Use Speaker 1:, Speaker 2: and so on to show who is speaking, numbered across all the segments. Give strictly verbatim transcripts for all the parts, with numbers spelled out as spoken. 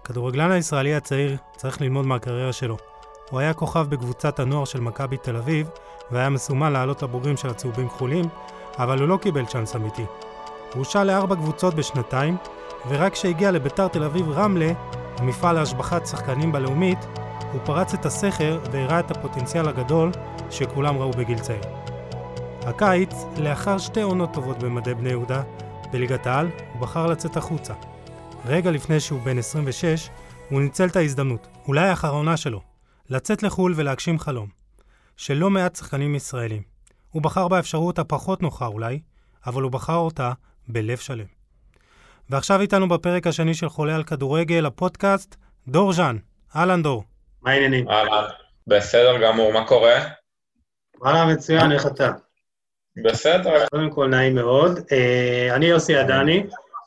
Speaker 1: הכדורגלן הישראלי הצעיר צריך ללמוד מהקריירה שלו. הוא היה כוכב בקבוצת הנוער של מכבי תל אביב, והיה מסומן לעלות לבוגרים של הצהובים כחולים, אבל הוא לא קיבל צ'אנס אמיתי. הוא הושאל לארבע קבוצות בשנתיים, ורק כשהגיע לביתר תל אביב רמלה, המפעל להשבחת שחקנים בלאומית, הוא פרץ את הסכר והראה את הפוטנציאל הגדול שכולם ראו בגיל צעיר. הקיץ, לאחר שתי עונות טובות במדי בני יהודה, בליגת העל, הוא בחר לצאת החוצה. רגע לפני שהוא בן עשרים ושש, הוא ניצל את ההזדמנות, אולי האחרונה שלו, לצאת לחול ולהגשים חלום, של לא מעט שחקנים ישראלים. הוא בחר באפשרות הפחות נוחה אולי, אבל הוא בחר אותה בלב שלם. ועכשיו איתנו בפרק השני של חולה על כדורגל, הפודקאסט, דור ז'אן. אהלן דור.
Speaker 2: מה העניינים?
Speaker 3: אהלן, בסדר גמור, מה קורה?
Speaker 2: וואלה, מצוין, איך אתה?
Speaker 3: בסדר.
Speaker 2: קודם כל, נעים מאוד. אני יוסי עדני,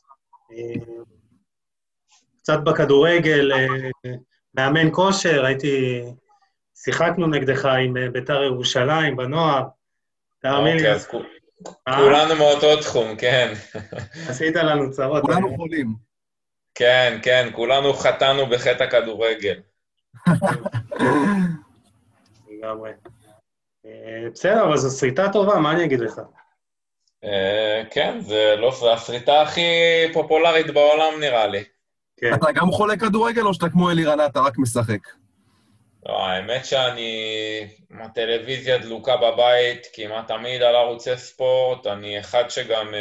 Speaker 2: קצת בכדורגל, מאמן כושר, הייתי, שיחקנו נגדך עם ביתר ירושלים בנוער.
Speaker 3: אוקיי, אז כולנו מאותו תחום, כן.
Speaker 2: עשית לנו צרות.
Speaker 4: כולנו חולים.
Speaker 3: כן, כן, כולנו חטאנו בחטא הכדורגל.
Speaker 2: לגמרי. בסדר, אבל זו סריטה טובה, מה אני אגיד לך?
Speaker 3: כן, זו הסריטה הכי פופולרית בעולם נראה לי.
Speaker 4: אתה גם חולה כדורגל או שאתה כמו אלירן, אתה רק משחק?
Speaker 3: לא, האמת שאני, הטלוויזיה דלוקה בבית, כמעט תמיד על ערוצי ספורט, אני אחד שגם,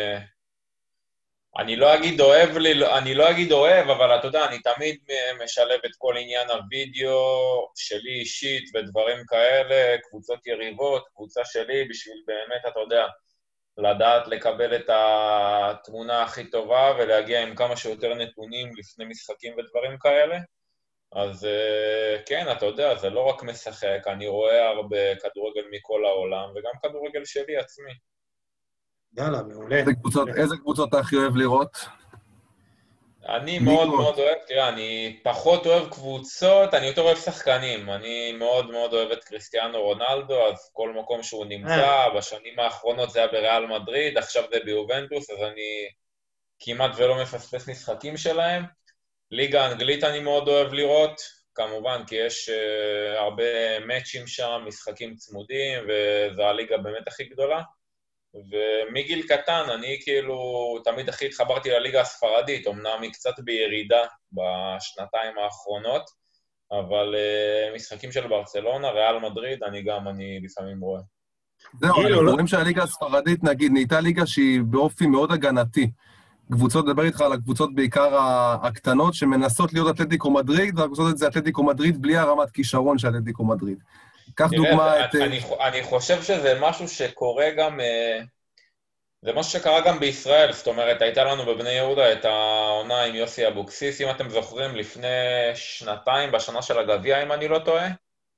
Speaker 3: אני לא אגיד אוהב לי, אני לא אגיד אוהב, אבל אתה יודע, אני תמיד משלב את כל עניין הווידאו שלי אישית ודברים כאלה, קבוצות יריבות, קבוצה שלי, בשביל באמת, אתה יודע, לדעת לקבל את התמונה הכי טובה ולהגיע עם כמה שיותר נתונים לפני משחקים ודברים כאלה. אז כן, אתה יודע, זה לא רק משחק, אני רואה הרבה כדורגל מכל העולם, וגם כדורגל שלי עצמי.
Speaker 2: יאללה, מעולה.
Speaker 4: איזה קבוצות, איזה קבוצות אתה הכי אוהב לראות?
Speaker 3: אני מאוד מאוד אוהב, תראה, אני פחות אוהב קבוצות, אני יותר אוהב שחקנים. אני מאוד מאוד אוהב את קריסטיאנו רונלדו, אז כל מקום שהוא נמצא, בשנים האחרונות זה היה בריאל מדריד, עכשיו זה ביובנטוס, אז אני כמעט ולא מפספס משחקים שלהם. ליגה האנגלית אני מאוד אוהב לראות, כמובן, כי יש uh, הרבה מאצ'ים שם, משחקים צמודים, וזו הליגה באמת הכי גדולה. ומגיל קטן, אני כאילו תמיד הכי התחברתי לליגה הספרדית, אמנם היא קצת בירידה בשנתיים האחרונות, אבל uh, משחקים של ברצלונה, ריאל מדריד, אני גם, אני לפעמים רואה.
Speaker 4: זהו, אנחנו רואים שהליגה הספרדית, נגיד, נהייתה ליגה שהיא באופי מאוד הגנתי. קבוצות, דבר איתך על הקבוצות בעיקר הקטנות, שמנסות להיות אתלטיקו מדריד, והקבוצות את זה אתלטיקו מדריד בלי הרמת כישרון של אתלטיקו מדריד. קח דוגמה את...
Speaker 3: אני, אני חושב שזה משהו שקורה גם, זה משהו שקרה גם בישראל, זאת אומרת, הייתה לנו בבני יהודה את העונה עם יוסי אבוקסיס, אם אתם זוכרים, לפני שנתיים, בשנה של הגביע, אם אני לא טועה,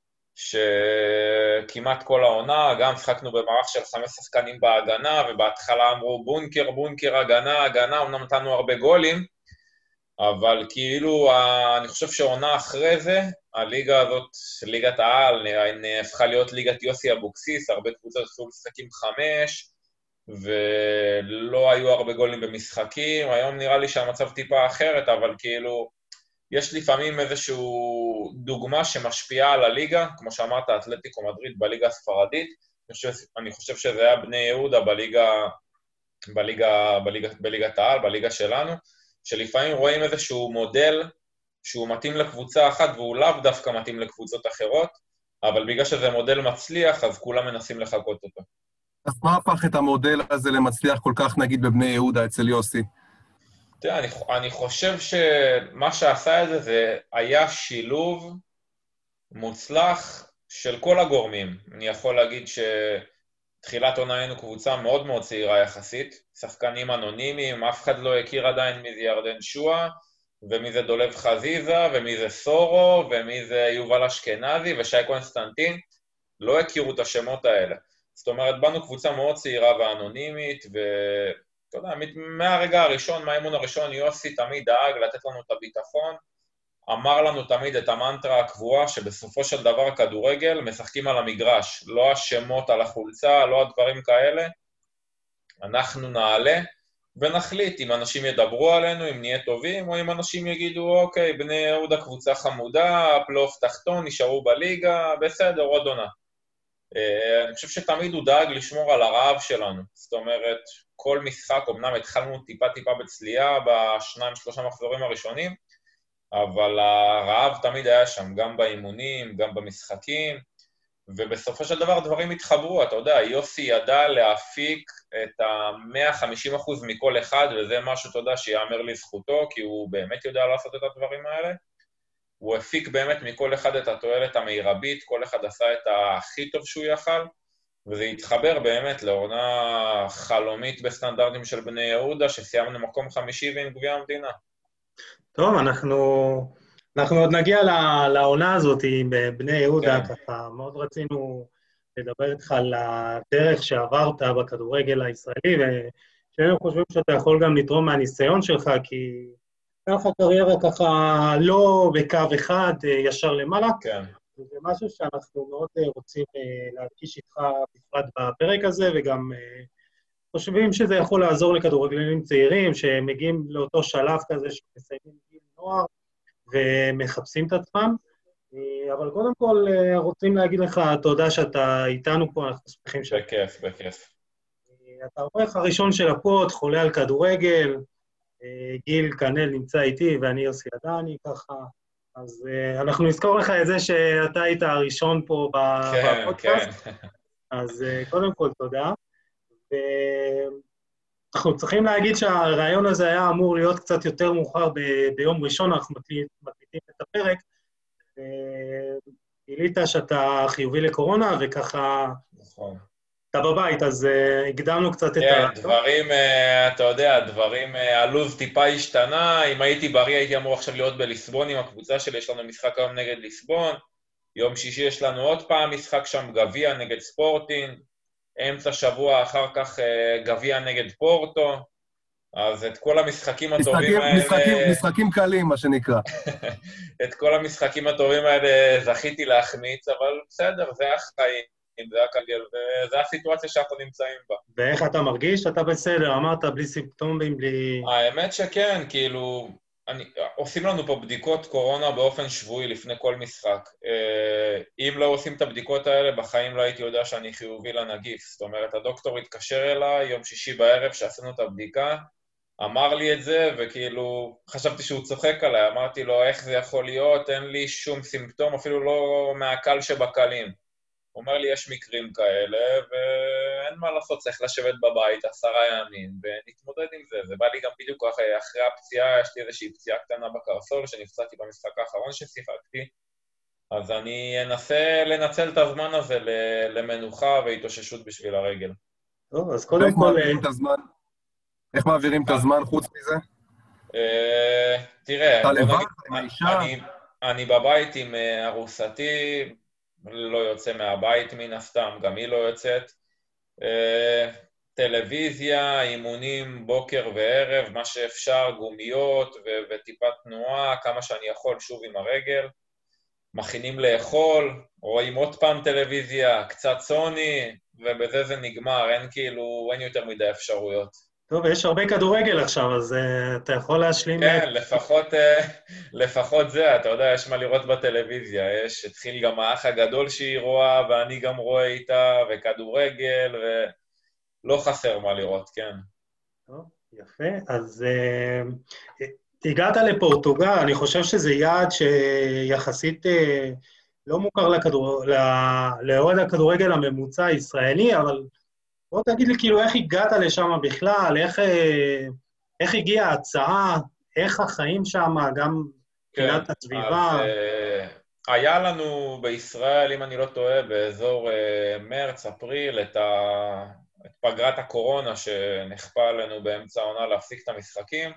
Speaker 3: שכמעט כל העונה, גם שחקנו במערך של חמש שחקנים בהגנה, ובהתחלה אמרו בונקר, בונקר, הגנה, הגנה, אמנם נתנו הרבה גולים, אבל כאילו, אני חושב שעונה אחרי זה, הליגה הזאת, ליגת העל, הפכה להיות ליגת יוסי אבוקסיס, הרבה קבוצות התחילו לשחק עם חמש, ולא היו הרבה גולים במשחקים, היום נראה לי שהמצב טיפה אחרת, אבל כאילו, יש לפעמים איזושהי דוגמה שמשפיעה על הליגה, כמו שאמרת, אתלטיקו מדריד בליגה הספרדית, אני חושב, אני חושב שזה היה בני יהודה בליגה, בליגה, בליגה, בליגת העל, בליגה שלנו, שלפעמים רואים איזשהו מודל שהוא מתאים לקבוצה אחת, והוא לאו דווקא מתאים לקבוצות אחרות, אבל בגלל שזה מודל מצליח, אז כולם מנסים לחכות אותו.
Speaker 4: אז מה הפך את המודל הזה למצליח כל כך, נגיד, בבני יהודה אצל יוסי?
Speaker 3: תראה, אני, אני חושב שמה שעשה את זה, זה היה שילוב מוצלח של כל הגורמים. אני יכול להגיד שתחילת עונה היינו קבוצה מאוד מאוד צעירה יחסית, שחקנים אנונימיים, אף אחד לא הכיר עדיין מי זה ירדן שואה, ומי זה דולב חזיזה, ומי זה סורו, ומי זה יובל אשכנזי, ושי קונסטנטין, לא הכירו את השמות האלה. זאת אומרת, באנו קבוצה מאוד צעירה ואנונימית, ו... אתה יודע, מהרגע הראשון, מהאימון הראשון, יוסי תמיד דאג לתת לנו את הביטחון, אמר לנו תמיד את המנטרה הקבועה, שבסופו של דבר כדורגל משחקים על המגרש, לא השמות על החולצה, לא הדברים כאלה, אנחנו נעלה, ונחליט אם אנשים ידברו עלינו, אם נהיה טובים, או אם אנשים יגידו, אוקיי, בני יהודה קבוצה חמודה, פלייאוף תחתון, נשארו בליגה, בסדר, עוד עונה. אני חושב שתמיד הוא דאג לשמור על הרעב שלנו. זאת אומרת, כל משחק, אמנם התחלנו טיפה-טיפה בצלייה בשניים, שלושה מחזורים הראשונים, אבל הרעב תמיד היה שם, גם באימונים, גם במשחקים, ובסופו של דבר דברים התחברו. אתה יודע, יוסי ידע להפיק את ה-מאה וחמישים אחוז מכל אחד, וזה משהו, אתה יודע, שיאמר לזכותו, כי הוא באמת יודע לעשות את הדברים האלה. הוא הפיק באמת מכל אחד את התועלת המרבית, כל אחד עשה את הכי טוב שהוא יכל, וזה התחבר באמת לעונה חלומית בסטנדרטים של בני יהודה, שסיימנו מקום חמישי ועם גביע המדינה.
Speaker 2: טוב, אנחנו, אנחנו עוד נגיע לעונה הזאת בבני יהודה, כן. ככה מאוד רצינו לדבר איתך על הדרך שעברת בכדורגל הישראלי, ושאנחנו חושבים שאתה יכול גם לתרום מהניסיון שלך, כי ככה קריירה ככה לא בקו אחד, ישר למעלה. כן. זה משהו שאנחנו מאוד רוצים להדגיש איתך בפרט בפרק הזה, וגם חושבים שזה יכול לעזור לכדורגלנים צעירים, שמגיעים לאותו שלב כזה, שמסיימים גיל נוער, ומחפשים את עצמם. אבל קודם כל רוצים להגיד לך תודה שאתה איתנו פה, אנחנו שמחים שאתה.
Speaker 3: בכיף, בכיף.
Speaker 2: אתה העורך הראשון של הפוד, חולה על כדורגל, גיל קנל נמצא איתי, ואני יוסי עדני, ככה. אז uh, אנחנו נזכור לך את זה שאתה היית הראשון פה בפודקאסט. כן, כן. אז uh, קודם כל תודה. ואנחנו צריכים להגיד שהרעיון הזה היה אמור להיות קצת יותר מאוחר ב- ביום ראשון, אנחנו מקליטים את הפרק. גילית שאתה חיובי לקורונה, וככה... נכון. אתה בבית, אז uh, הקדמנו קצת את ה...
Speaker 3: כן, דברים, uh, אתה יודע, דברים, uh, הלוז טיפה השתנה, אם הייתי בריא הייתי אמור עכשיו להיות בליסבון עם הקבוצה שלי, יש לנו משחק היום נגד ליסבון, יום שישי יש לנו עוד פעם משחק שם גביע נגד ספורטין, אמצע שבוע אחר כך uh, גביע נגד פורטו, אז את כל המשחקים הטובים
Speaker 4: משחקים,
Speaker 3: האלה...
Speaker 4: משחקים, משחקים קלים, מה שנקרא.
Speaker 3: את כל המשחקים הטובים האלה זכיתי להחמיץ, אבל בסדר, זה החיים. זה הכלגל, וזה הסיטואציה שאנחנו נמצאים בה.
Speaker 2: ואיך אתה מרגיש? אתה בסדר, אמרת בלי סימפטומים, בלי...
Speaker 3: האמת שכן, כאילו, אני, עושים לנו פה בדיקות קורונה באופן שבועי לפני כל משחק. אם לא עושים את הבדיקות האלה, בחיים לא הייתי יודע שאני חיובי לנגיף. זאת אומרת, הדוקטור התקשר אליי יום שישי בערב שעשינו את הבדיקה, אמר לי את זה, וכאילו, חשבתי שהוא צוחק עליי, אמרתי לו, איך זה יכול להיות? אין לי שום סימפטום, אפילו לא מהקל שבקלים. הוא אומר לי, יש מקרים כאלה, ואין מה לעשות, צריך לשבת בבית עשרה ימים, ונתמודד עם זה. זה בא לי גם בדיוק אחרי הפציעה, יש לי איזושהי פציעה קטנה בקרסול, שנפצעתי במשחק האחרון ששיחקתי, אז אני אנסה לנצל את הזמן הזה למנוחה והתאוששות בשביל הרגל.
Speaker 2: טוב, אז קודם כל...
Speaker 4: איך מעבירים את הזמן חוץ מזה?
Speaker 3: תראה,
Speaker 4: אתה לבד, עם האישה?
Speaker 3: אני בבית עם ארוסתי, לא יוצא מהבית מן הסתם, גם היא לא יוצאת. טלוויזיה, אימונים בוקר וערב, מה שאפשר, גומיות ו- וטיפת תנועה, כמה שאני יכול שוב עם הרגל. מכינים לאכול, רואים עוד פעם טלוויזיה, קצת סוני, ובזה זה נגמר, אין כאילו, אין יותר מדי אפשרויות.
Speaker 2: טוב, יש הרבה כדורגל עכשיו, אז uh, אתה יכול להשלים...
Speaker 3: כן, לפחות, uh, לפחות זה, אתה יודע, יש מה לראות בטלוויזיה, יש, התחיל גם האח הגדול שהיא רואה, ואני גם רואה איתה, וכדורגל, ולא חסר מה לראות, כן.
Speaker 2: טוב, יפה, אז uh, הגעת לפורטוגל, אני חושב שזה יעד שיחסית uh, לא מוכר לכדור... לאוהד הכדורגל הממוצע הישראלי, אבל... בוא תגיד לי כאילו איך הגעת לשם בכלל, איך, איך הגיעה ההצעה, איך החיים שם, גם מבחינת כן, הסביבה. אז,
Speaker 3: uh, היה לנו בישראל, אם אני לא טועה, באזור uh, מרץ, אפריל, את, ה, את פגרת הקורונה שנכפה עלינו באמצע העונה להפסיק את המשחקים,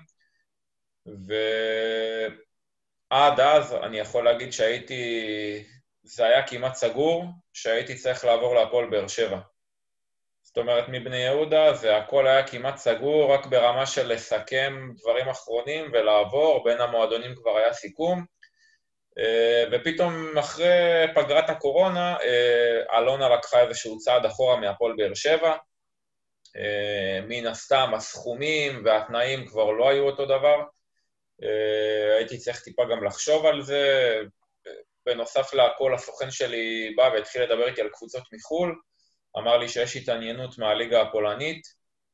Speaker 3: ועד אז אני יכול להגיד שהייתי, זה היה כמעט סגור, שהייתי צריך לעבור להפועל באר שבע. זאת אומרת, מבני יהודה זה הכל היה כמעט סגור, רק ברמה של לסכם דברים אחרונים ולעבור, בין המועדונים כבר היה סיכום, ופתאום אחרי פגרת הקורונה, אלונה לקחה איזשהו צעד אחורה מהפועל באר שבע, מן הסתם, הסכומים והתנאים כבר לא היו אותו דבר. הייתי צריך טיפה גם לחשוב על זה. בנוסף לכל, הסוכן שלי בא והתחיל לדבר איתי על קבוצות מחול, אמר לי שיש התעניינות מהליגה הפולנית,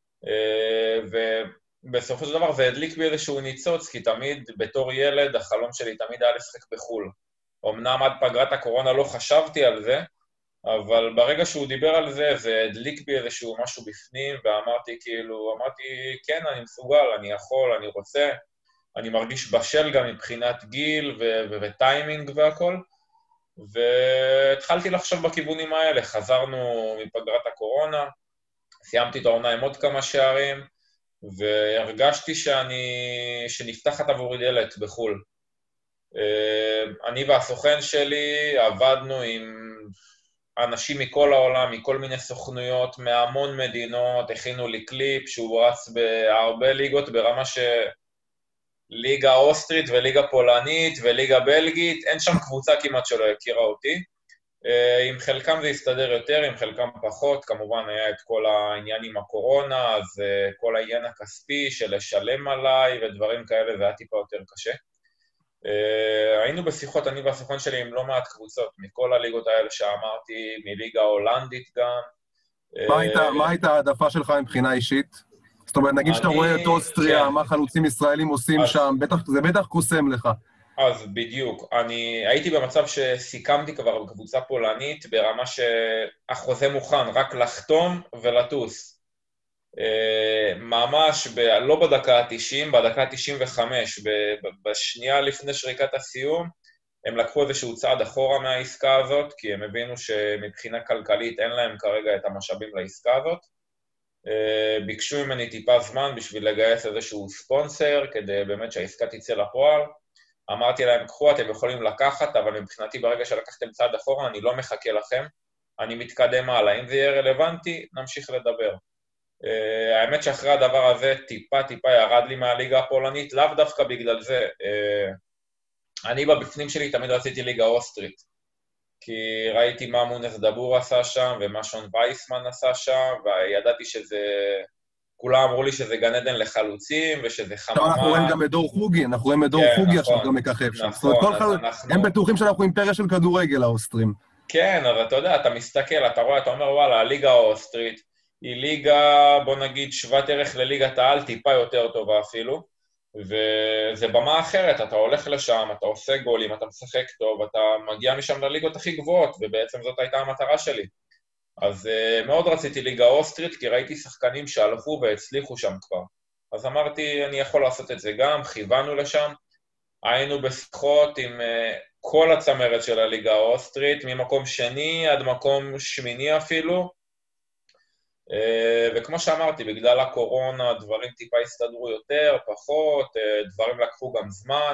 Speaker 3: ובסופו של דבר זה הדליק בי איזשהו ניצוץ, כי תמיד, בתור ילד, החלום שלי תמיד היה לשחק בחול. אמנם עד פגרת הקורונה לא חשבתי על זה, אבל ברגע שהוא דיבר על זה, זה הדליק בי איזשהו משהו בפנים, ואמרתי כאילו, אמרתי, כן, אני מסוגל, אני יכול, אני רוצה, אני מרגיש בשל גם מבחינת גיל ו- ו- וטיימינג והכל, והתחלתי לחשוב בכיוונים האלה. חזרנו מפגרת הקורונה, סיימתי את העונה עם עוד כמה שערים, והרגשתי שאני, שנפתחת עבורי דלת בחול. אני והסוכן שלי עבדנו עם אנשים מכל העולם, מכל מיני סוכנויות, מהמון מדינות, הכינו לי קליפ שהוא רץ בהרבה ליגות, ברמה ש... ליגה אוסטרית וליגה פולנית וליגה בלגית, אין שם קבוצה כמעט שלא הכירה אותי. עם חלקם זה הסתדר יותר, עם חלקם פחות, כמובן היה את כל העניין עם הקורונה, אז כל העניין הכספי של לשלם עליי ודברים כאלה, זה היה טיפה יותר קשה. היינו בשיחות, אני והסוכן שלי, עם לא מעט קבוצות, מכל הליגות האלה שאמרתי, מליגה הולנדית גם.
Speaker 4: מה הייתה העדפה שלך מבחינה אישית? זאת אומרת, נגיד שאתה רואה את אוסטריה, מה חלוצים ישראלים עושים שם, זה בטח קוסם לך.
Speaker 3: אז בדיוק, אני הייתי במצב שסיכמתי כבר בקבוצה פולנית, ברמה שהחוזה מוכן, רק לחתום ולטוס. ממש, לא בדקה ה-תשעים, בדקה ה-תשעים וחמש, בשנייה לפני שריקת הסיום, הם לקחו איזשהו צעד אחורה מהעסקה הזאת, כי הם הבינו שמבחינה כלכלית אין להם כרגע את המשאבים לעסקה הזאת. ביקשו ממני טיפה זמן בשביל לגייס איזשהו ספונסר, כדי באמת שהעסקה תצא לפועל. אמרתי להם, קחו, אתם יכולים לקחת, אבל מבחינתי ברגע שלקחתם צעד אחורה, אני לא מחכה לכם, אני מתקדם הלאה. אם זה יהיה רלוונטי, נמשיך לדבר. האמת שאחרי הדבר הזה טיפה טיפה ירד לי מהליגה הפולנית, לאו דווקא בגלל זה. אני בבפנים שלי תמיד רציתי ליגה אוסטרית, כי ראיתי מה מונס דבור עשה שם, ומה שון וייסמן עשה שם, וידעתי שזה... כולם אמרו לי שזה גן עדן לחלוצים, ושזה חממה...
Speaker 4: אנחנו רואים גם את דור חוגי, אנחנו רואים את דור חוגי עכשיו גם מככב שם. זאת אומרת, הם בטוחים שאנחנו אימפריה של כדורגל, האוסטרים.
Speaker 3: כן, אבל אתה יודע, אתה מסתכל, אתה רואה, אתה אומר, וואלה, הליגה האוסטרית היא ליגה, בוא נגיד, שוות ערך לליגת העל, טיפה יותר טובה אפילו, וזה במה אחרת, אתה הולך לשם, אתה עושה גולים, אתה משחק טוב, אתה מגיע משם לליגות הכי גבוהות, ובעצם זאת הייתה המטרה שלי. אז uh, מאוד רציתי ליגה אוסטרית, כי ראיתי שחקנים שהלכו והצליחו שם כבר. אז אמרתי, אני יכול לעשות את זה גם, כיוונו לשם, היינו בשיחות עם uh, כל הצמרת של הליגה האוסטרית, ממקום שני עד מקום שמיני אפילו, uh, וכמו שאמרתי, בגלל הקורונה דברים טיפה הסתדרו יותר, פחות, uh, דברים לקחו גם זמן,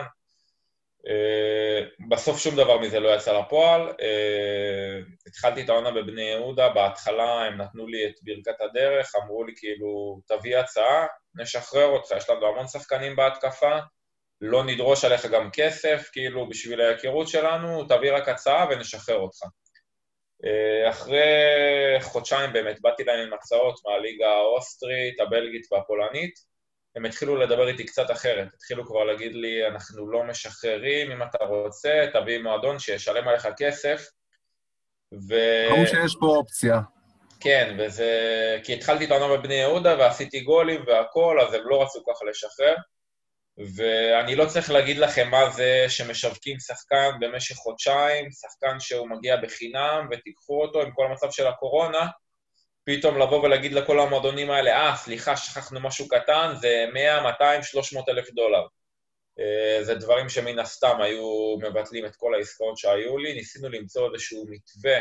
Speaker 3: Uh, בסוף שום דבר מזה לא יצא לפועל. uh, התחלתי את העונה בבני יהודה, בהתחלה הם נתנו לי את ברכת הדרך, אמרו לי כאילו תביא הצעה, נשחרר אותך, יש לנו המון שחקנים בהתקפה, לא נדרוש עליך גם כסף, כאילו בשביל ההיכרות שלנו, תביא רק הצעה ונשחרר אותך. uh, אחרי חודשיים באמת באתי להם עם הצעות מהליגה האוסטרית, הבלגית והפולנית, הם התחילו לדבר איתי קצת אחרת, התחילו כבר להגיד לי, אנחנו לא משחררים, אם אתה רוצה, תביא מועדון שישלם עליך כסף. ו...
Speaker 4: ברור שיש פה אופציה.
Speaker 3: כן, וזה... כי התחלתי את העונה בבני יהודה, ועשיתי גולים והכל, אז הם לא רצו ככה לשחרר. ואני לא צריך להגיד לכם מה זה שמשווקים שחקן במשך חודשיים, שחקן שהוא מגיע בחינם, ותיקחו אותו עם כל המצב של הקורונה, פתאום לבוא ולהגיד לכל המועדונים האלה, אה, סליחה, שכחנו משהו קטן, זה מאה, מאתיים, שלוש מאות אלף דולר. זה דברים שמן הסתם היו מבטלים את כל העסקאות שהיו לי, ניסינו למצוא איזשהו מתווה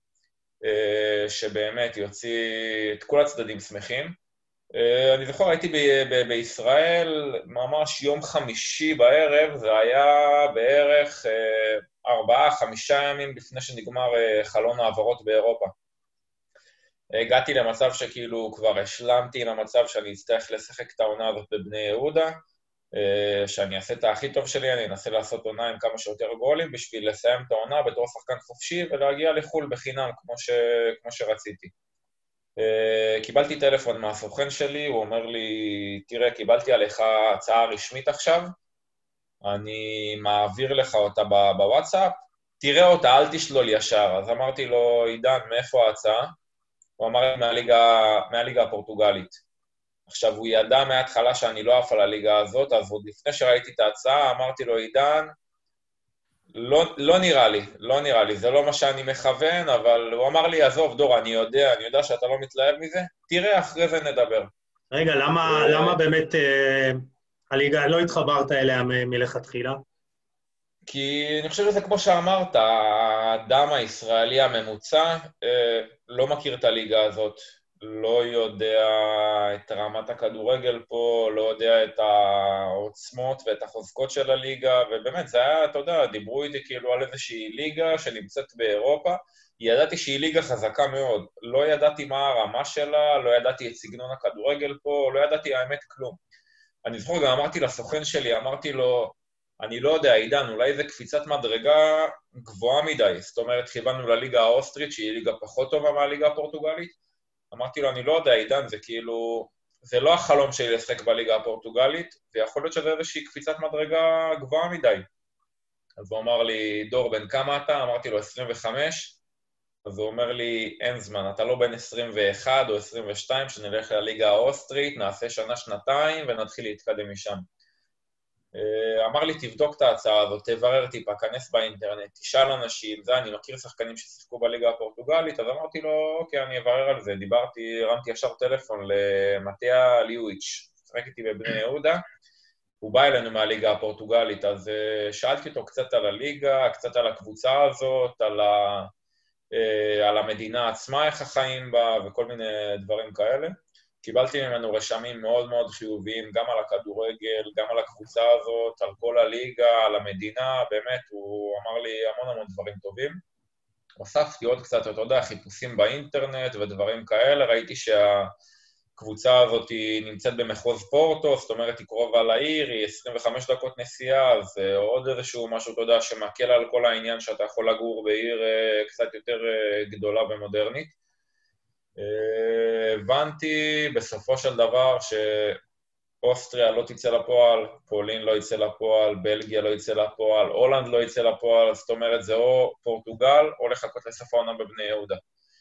Speaker 3: שבאמת יוציא את כל הצדדים שמחים. אני זוכר, הייתי ב- ב- בישראל, ממש יום חמישי בערב, זה היה בערך ארבעה, חמישה ימים לפני שנגמר חלון העברות באירופה. הגעתי למצב שכאילו כבר השלמתי עם המצב שאני אצטרך לשחק את העונה הזאת בבני יהודה, שאני אעשה את הכי טוב שלי, אני אנסה לעשות עונה עם כמה שיותר גולים, בשביל לסיים את העונה בתור שחקן חופשי ולהגיע לחול בחינם כמו, ש... כמו שרציתי. קיבלתי טלפון מהסוכן שלי, הוא אומר לי, תראה, קיבלתי עליך הצעה רשמית עכשיו, אני מעביר לך אותה בוואטסאפ, תראה אותה, אל תשלול ישר. אז אמרתי לו, עידן, מאיפה ההצעה? הוא אמר לי, מהליגה, מהליגה הפורטוגלית. עכשיו, הוא ידע מההתחלה שאני לא עף על הליגה הזאת, אז עוד לפני שראיתי את ההצעה, אמרתי לו, עידן, לא, לא נראה לי, לא נראה לי, זה לא מה שאני מכוון, אבל הוא אמר לי, עזוב, דור, אני יודע, אני יודע שאתה לא מתלהב מזה, תראה, אחרי זה נדבר.
Speaker 2: רגע, למה, למה באמת אה, הליגה, לא התחברת אליה מ- מלכתחילה?
Speaker 3: כי אני חושב שזה כמו שאמרת, האדם הישראלי הממוצע אה, לא מכיר את הליגה הזאת, לא יודע את רמת הכדורגל פה, לא יודע את העוצמות ואת החוזקות של הליגה, ובאמת זה היה, אתה יודע, דיברו איתי כאילו על איזושהי ליגה שנמצאת באירופה, ידעתי שהיא ליגה חזקה מאוד, לא ידעתי מה הרמה שלה, לא ידעתי את סגנון הכדורגל פה, לא ידעתי האמת כלום. אני זוכר גם אמרתי לסוכן שלי, אמרתי לו, אני לא יודע, עידן, אולי זה קפיצת מדרגה גבוהה מדי, זאת אומרת, כיוונו לליגה האוסטרית, שהיא ליגה פחות טובה מהליגה הפורטוגלית, אמרתי לו, אני לא יודע, עידן, זה כאילו, זה לא החלום שלי לשחק בליגה הפורטוגלית, ויכול להיות שזה איזושהי קפיצת מדרגה גבוהה מדי. אז הוא אמר לי, דור, בן כמה אתה? אמרתי לו, עשרים וחמש, אז הוא אומר לי, אין זמן, אתה לא בן עשרים ואחת או עשרים ושתיים, שנלך לליגה האוסטרית, נעשה שנה-שנתיים ונתחיל להתקדם משם. אמר לי, תבדוק את ההצעה הזאת, תברר טיפה, כנס באינטרנט, תשאל אנשים, זה, אני מכיר שחקנים ששיחקו בליגה הפורטוגלית, אז אמרתי לו, אוקיי, אני אברר על זה, דיברתי, הרמתי ישר טלפון למטיה ליואיץ', שחק איתי בבני יהודה, הוא בא אלינו מהליגה הפורטוגלית, אז שאלתי אותו קצת על הליגה, קצת על הקבוצה הזאת, על, ה, על המדינה עצמה, איך החיים בה, וכל מיני דברים כאלה. קיבלתי ממנו רשמים מאוד מאוד חיוביים, גם על הכדורגל, גם על הקבוצה הזאת, על כל הליגה, על המדינה, באמת, הוא אמר לי המון המון דברים טובים. הוספתי עוד קצת, אתה יודע, חיפושים באינטרנט ודברים כאלה, ראיתי שהקבוצה הזאת היא נמצאת במחוז פורטו, זאת אומרת, היא קרובה לעיר, היא עשרים וחמש דקות נסיעה, אז עוד איזשהו משהו, אתה יודע, שמקל על כל העניין שאתה יכול לגור בעיר קצת יותר גדולה ומודרנית. הבנתי בסופו של דבר שאוסטריה לא תצא לפועל, פולין לא יצא לפועל, בלגיה לא יצא לפועל, הולנד לא יצא לפועל, זאת אומרת זה או פורטוגל או לחכות לסוף העונה בבני יהודה.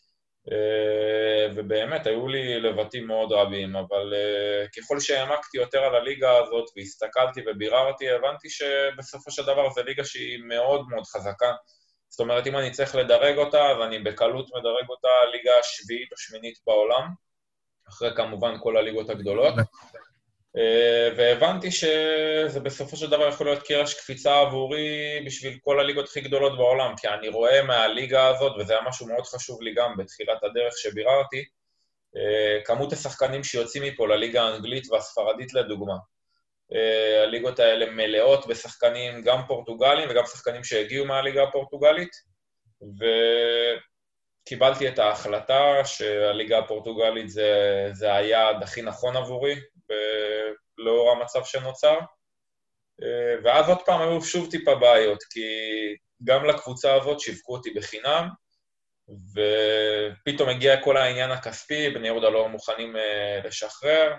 Speaker 3: ובאמת היו לי לבטים מאוד רבים, אבל ככל שהעמקתי יותר על הליגה הזאת והסתכלתי וביררתי, הבנתי שבסופו של דבר זו ליגה שהיא מאוד מאוד חזקה. זאת אומרת, אם אני צריך לדרג אותה, אז אני בקלות מדרג אותה ליגה השביעית או שמינית בעולם, אחרי כמובן כל הליגות הגדולות, והבנתי שזה בסופו של דבר יכול להיות קרש קפיצה עבורי בשביל כל הליגות הכי גדולות בעולם, כי אני רואה מהליגה הזאת, וזה היה משהו מאוד חשוב לי גם בתחילת הדרך שביררתי, כמות השחקנים שיוצאים מפה לליגה האנגלית והספרדית לדוגמה. הליגות האלה מלאות בשחקנים גם פורטוגלים וגם שחקנים שהגיעו מהליגה הפורטוגלית, וקיבלתי את ההחלטה שהליגה הפורטוגלית זה, זה היעד הכי נכון עבורי, לאור המצב שנוצר, ואז עוד פעם היו שוב טיפה בעיות, כי גם לקבוצה הזאת שיווקו אותי בחינם, ופתאום הגיע כל העניין הכספי, בני יהודה לא מוכנים לשחרר,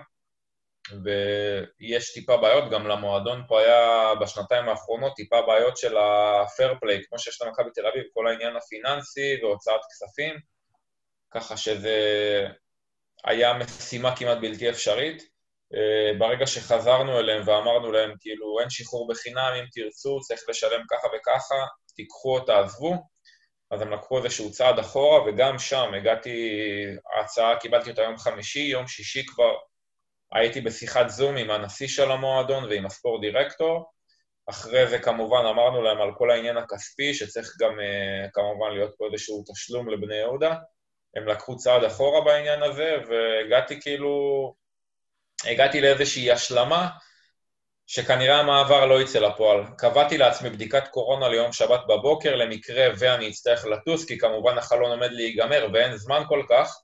Speaker 3: ויש טיפה בעיות, גם למועדון פה היה בשנתיים האחרונות טיפה בעיות של הפייר פליי, כמו שיש למכבי תל אביב, כל העניין הפיננסי והוצאת כספים, ככה שזה היה משימה כמעט בלתי אפשרית. ברגע שחזרנו אליהם ואמרנו להם, כאילו, אין שחרור בחינם, אם תרצו, צריך לשלם ככה וככה, תיקחו או תעזבו, אז הם לקחו איזשהו צעד אחורה, וגם שם הגעתי, ההצעה קיבלתי אותה יום חמישי, יום שישי כבר, הייתי בשיחת זום עם הנשיא של המועדון ועם הספורט דירקטור. אחרי זה כמובן אמרנו להם על כל העניין הכספי, שצריך גם כמובן להיות פה איזשהו תשלום לבני יהודה. הם לקחו צעד אחורה בעניין הזה, והגעתי כאילו, הגעתי לאיזושהי השלמה, שכנראה המעבר לא יצא לפועל. קבעתי לעצמי בדיקת קורונה ליום שבת בבוקר, למקרה ואני אצטרך לטוס, כי כמובן החלון עומד להיגמר ואין זמן כל כך.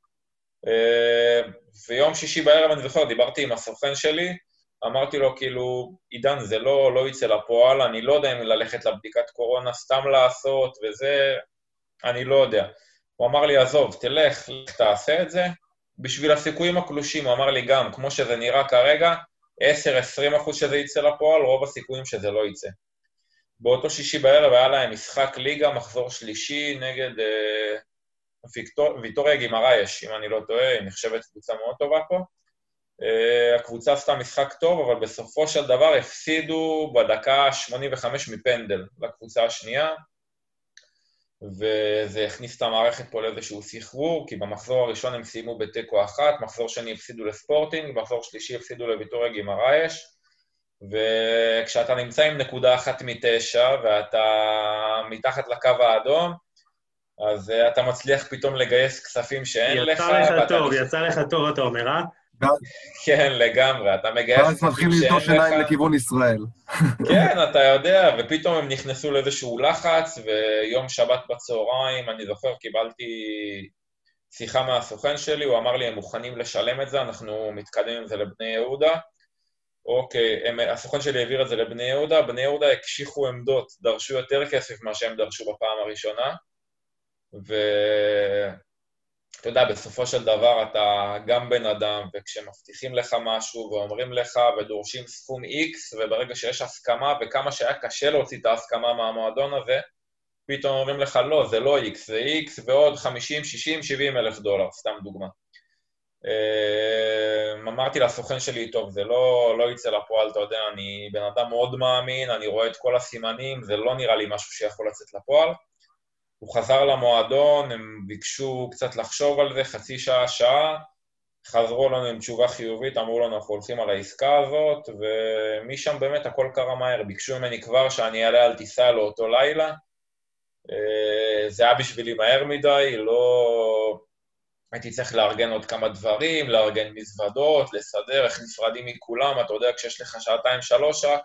Speaker 3: ויום שישי בערב אני זוכר, דיברתי עם הסוכן שלי, אמרתי לו כאילו, עידן, זה לא, לא יצא לפועל, אני לא יודע אם ללכת לבדיקת קורונה, סתם לעשות וזה, אני לא יודע. הוא אמר לי, עזוב, תלך, תעשה את זה, בשביל הסיכויים הקלושים, הוא אמר לי גם, כמו שזה נראה כרגע, עשר עד עשרים אחוז שזה יצא לפועל, רוב הסיכויים שזה לא יצא. באותו שישי בערב היה להם משחק ליגה, מחזור שלישי נגד אה, ויקטור, ויטוריה גימרייש, אם אני לא טועה, היא נחשבת קבוצה מאוד טובה פה. אה, הקבוצה עשתה משחק טוב, אבל בסופו של דבר הפסידו בדקה שמונים וחמש מפנדל לקבוצה השנייה, וזה הכניס את המערכת פה לאיזשהו סחרור, כי במחזור הראשון הם סיימו בתיקו אחת, מחזור שני הפסידו לספורטינג, מחזור שלישי הפסידו לויטוריה גימרייש, וכשאתה נמצא עם נקודה אחת מתשע, ואתה מתחת לקו האדום, אז אתה מצליח פתאום לגייס כספים שאין לך.
Speaker 2: יצא לך טוב, יצא לך טוב, אתה אומר, אה?
Speaker 3: כן, לגמרי, אתה מגייס
Speaker 4: כספים שאין לך. ואז מתחילים לטוש עיניים לכיוון ישראל.
Speaker 3: כן, אתה יודע, ופתאום הם נכנסו לאיזשהו לחץ, ויום שבת בצהריים, אני זוכר, קיבלתי שיחה מהסוכן שלי, הוא אמר לי, הם מוכנים לשלם את זה, אנחנו מתקדמים עם זה לבני יהודה. אוקיי, הם, הסוכן שלי העביר את זה לבני יהודה, בני יהודה הקשיחו עמדות, דרשו יותר כסף מה שהם דרשו בפעם הראשונה, ואתה יודע, בסופו של דבר אתה גם בן אדם, וכשמבטיחים לך משהו ואומרים לך ודורשים סכום X, וברגע שיש הסכמה, וכמה שהיה קשה להוציא את ההסכמה מהמועדון הזה, פתאום אומרים לך, לא, זה לא X, זה X ועוד חמישים, שישים, שבעים אלף דולר, סתם דוגמה. אמרתי לסוכן שלי, טוב, זה לא, לא יצא לפועל, אתה יודע, אני בן אדם מאוד מאמין, אני רואה את כל הסימנים, זה לא נראה לי משהו שיכול לצאת לפועל. הוא חזר למועדון, הם ביקשו קצת לחשוב על זה, חצי שעה, שעה, חזרו לנו עם תשובה חיובית, אמרו לנו, אנחנו הולכים על העסקה הזאת, ומשם באמת הכל קרה מהר, ביקשו ממני כבר שאני אעלה על טיסה לאותו לילה, זה היה בשבילי מהר מדי, לא... הייתי צריך לארגן עוד כמה דברים, לארגן מזוודות, לסדר, איך נפרדים מכולם, אתה יודע, כשיש לך שעתיים שלוש רק.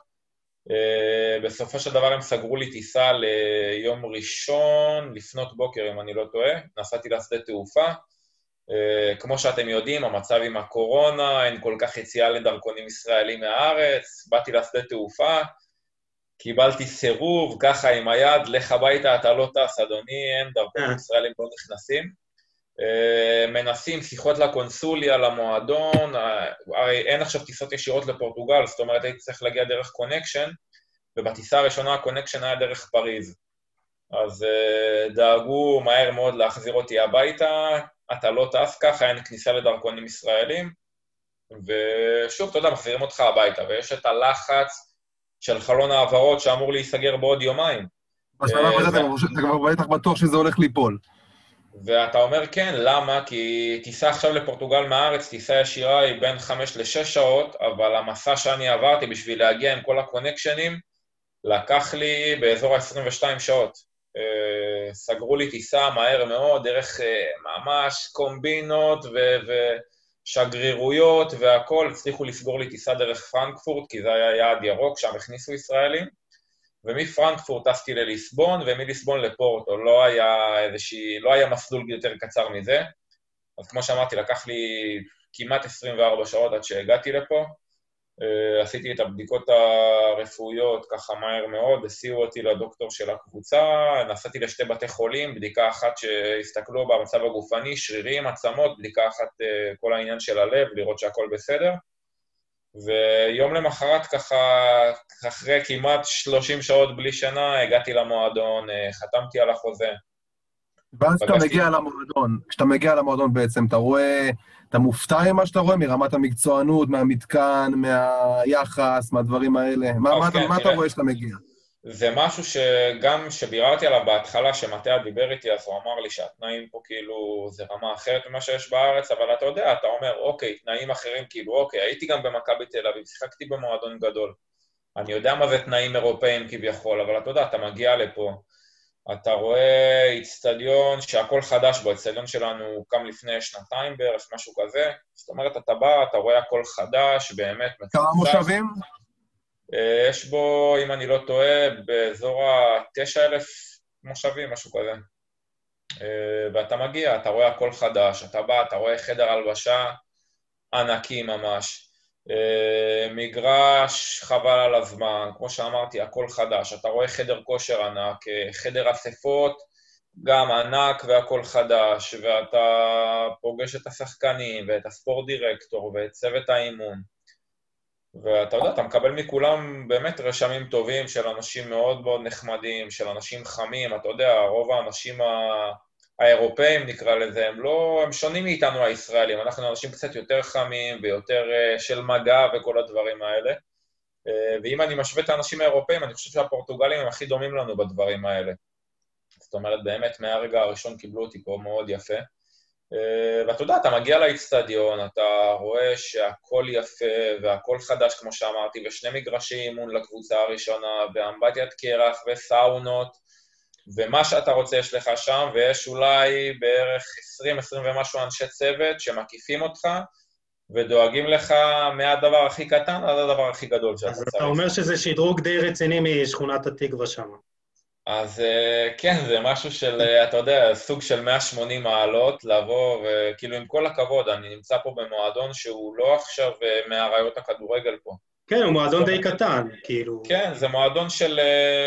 Speaker 3: בסופו של דבר הם סגרו לי טיסה ליום ראשון, לפנות בוקר, אם אני לא טועה, נסעתי לשדה תעופה. כמו שאתם יודעים, המצב עם הקורונה, אין כל כך יציאה לדרכונים ישראלים מהארץ, באתי לשדה תעופה, קיבלתי סירוב, ככה עם היד, לך הביתה, אתה לא טס, אדוני, אין דרכונים ישראלים לא נכנסים. מנסים שיחות לקונסוליה, למועדון, הרי אין עכשיו טיסות ישירות לפורטוגל, זאת אומרת הייתי צריך להגיע דרך קונקשן, ובטיסה הראשונה הקונקשן היה דרך פריז. אז דאגו מהר מאוד להחזיר אותי הביתה, אתה לא טס ככה, אין כניסה לדרכונים ישראלים, ושוב, אתה יודע, מחזירים אותך הביתה, ויש את הלחץ של חלון העברות שאמור להיסגר בעוד יומיים.
Speaker 4: בשלב הזה אתה כבר בטח בטוח שזה הולך ליפול.
Speaker 3: ואתה אומר כן, למה? כי טיסה עכשיו לפורטוגל מהארץ, טיסה ישירה היא בין חמש לשש שעות, אבל המסע שאני עברתי בשביל להגיע עם כל הקונקשנים, לקח לי באזור ה-עשרים ושתיים שעות. סגרו לי טיסה מהר מאוד, דרך ממש קומבינות ושגרירויות והכל, הצליחו לסגור לי טיסה דרך פרנקפורט, כי זה היה יעד ירוק, שם הכניסו ישראלים. ומפרנקפורט טסתי לליסבון, ומליסבון לפורטו, לא היה איזושהי, לא היה מסלול יותר קצר מזה. אז כמו שאמרתי, לקח לי כמעט עשרים וארבע שעות עד שהגעתי לפה. עשיתי את הבדיקות הרפואיות ככה מהר מאוד, הסיעו אותי לדוקטור של הקבוצה, נסעתי לשתי בתי חולים, בדיקה אחת שהסתכלו במצב הגופני, שרירים, עצמות, בדיקה אחת כל העניין של הלב, לראות שהכל בסדר. ויום למחרת ככה, אחרי כמעט שלושים שעות בלי שנה, הגעתי למועדון, חתמתי על החוזה.
Speaker 4: ואז כשאתה מגיע למועדון, כשאתה מגיע למועדון בעצם, אתה רואה, אתה מופתע ממה שאתה רואה, מרמת המקצוענות, מהמתקן, מהיחס, מהדברים האלה. מה אתה רואה שאתה מגיע?
Speaker 3: זה משהו שגם שביררתי עליו בהתחלה, שמטה דיבר איתי, אז הוא אמר לי שהתנאים פה כאילו זה רמה אחרת ממה שיש בארץ, אבל אתה יודע, אתה אומר, אוקיי, תנאים אחרים, כאילו, אוקיי, הייתי גם במכבי תל אביב, שיחקתי במועדון גדול. אני יודע מה זה תנאים אירופאים כביכול, אבל אתה יודע, אתה מגיע לפה, אתה רואה אצטדיון שהכל חדש בו, אצטדיון שלנו הוקם לפני שנתיים בערך, משהו כזה, זאת אומרת, אתה בא, אתה רואה הכל חדש, באמת מצוצץ.
Speaker 4: כמה מושבים?
Speaker 3: יש בו, אם אני לא טועה, באזור ה-תשעה אלף מושבים, משהו כזה. ואתה מגיע, אתה רואה הכל חדש, אתה בא, אתה רואה חדר הלבשה ענקי ממש. מגרש חבל על הזמן, כמו שאמרתי, הכל חדש. אתה רואה חדר כושר ענק, חדר אספות, גם ענק והכל חדש, ואתה פוגש את השחקנים ואת הספורט דירקטור ואת צוות האימון, ואתה יודע, אתה מקבל מכולם באמת רשמים טובים של אנשים מאוד מאוד נחמדים, של אנשים חמים, אתה יודע, רוב האנשים ה- האירופאים נקרא לזה, הם לא, הם שונים מאיתנו הישראלים, אנחנו אנשים קצת יותר חמים ויותר uh, של מגע וכל הדברים האלה, uh, ואם אני משווה את האנשים האירופאים, אני חושב שהפורטוגלים הם הכי דומים לנו בדברים האלה. זאת אומרת, באמת, מהרגע הראשון קיבלו אותי פה מאוד יפה. ואתה יודע, אתה מגיע לאצטדיון, אתה רואה שהכל יפה והכל חדש, כמו שאמרתי, ושני מגרשי אימון לקבוצה הראשונה, ואמבטיית קרח וסאונות, ומה שאתה רוצה יש לך שם, ויש אולי בערך עשרים עשרים ומשהו אנשי צוות שמקיפים אותך, ודואגים לך מהדבר הכי קטן עד הדבר הכי גדול שאתה צריך.
Speaker 2: אז אתה אומר שזה שדרוג די רציני משכונת התקווה שם.
Speaker 3: אז כן, זה משהו של, אתה יודע, סוג של מאה ושמונים מעלות, לבוא, וכאילו עם כל הכבוד, אני נמצא פה במועדון שהוא לא עכשיו מהראיות הכדורגל פה.
Speaker 2: כן, הוא מועדון די קטן, כאילו.
Speaker 3: כן, זה מועדון של,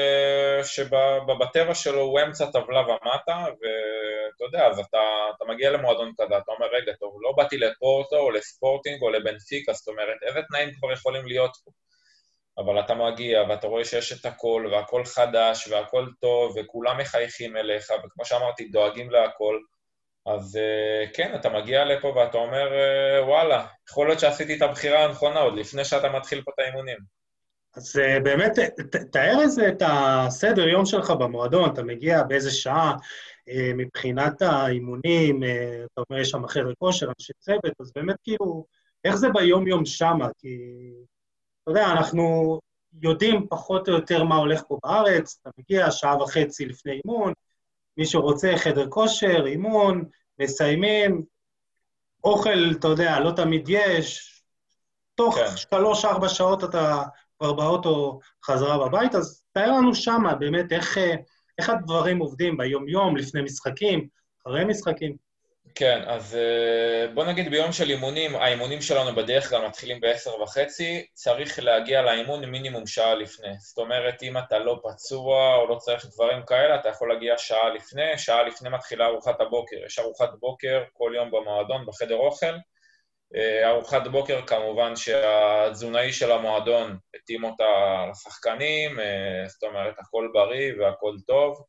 Speaker 3: שבטבע שלו הוא אמצע טבלה ומטה, ואתה יודע, אז אתה, אתה מגיע למועדון כזה, אתה אומר, רגע, טוב, לא באתי לפורטו או לספורטינג או לבנפיקה, זאת אומרת, איזה תנאים כבר יכולים להיות פה? אבל אתה מגיע ואתה רואה שיש את הכל, והכל חדש, והכל טוב, וכולם מחייכים אליך, וכמו שאמרתי, דואגים להכל. אז כן, אתה מגיע לפה ואתה אומר, וואלה, יכול להיות שעשיתי את הבחירה הנכונה עוד לפני שאתה מתחיל פה את האימונים.
Speaker 2: אז באמת, תאר איזה את הסדר יום שלך במועדון, אתה מגיע באיזה שעה, מבחינת האימונים, אתה אומר, יש שם חדר כושר, אנשי צוות, אז באמת כאילו, איך זה ביום יום שמה? כי... אתה יודע, אנחנו יודעים פחות או יותר מה הולך פה בארץ, אתה מגיע שעה וחצי לפני אימון, מי שרוצה חדר כושר, אימון, מסיימים, אוכל, אתה יודע, לא תמיד יש, תוך כן. שלוש, ארבע שעות אתה כבר באוטו חזרה בבית, אז תאר לנו שמה באמת איך, איך הדברים עובדים ביום-יום, לפני משחקים, אחרי משחקים.
Speaker 3: כן, אז בוא נגיד ביום של אימונים, האימונים שלנו בדרך כלל מתחילים בעשר וחצי, צריך להגיע לאימון מינימום שעה לפני. זאת אומרת, אם אתה לא פצוע או לא צריך דברים כאלה, אתה יכול להגיע שעה לפני, שעה לפני מתחילה ארוחת הבוקר. יש ארוחת בוקר כל יום במועדון, בחדר אוכל. ארוחת בוקר כמובן שהתזונאי של המועדון התאים אותה לשחקנים, זאת אומרת, הכל בריא והכל טוב.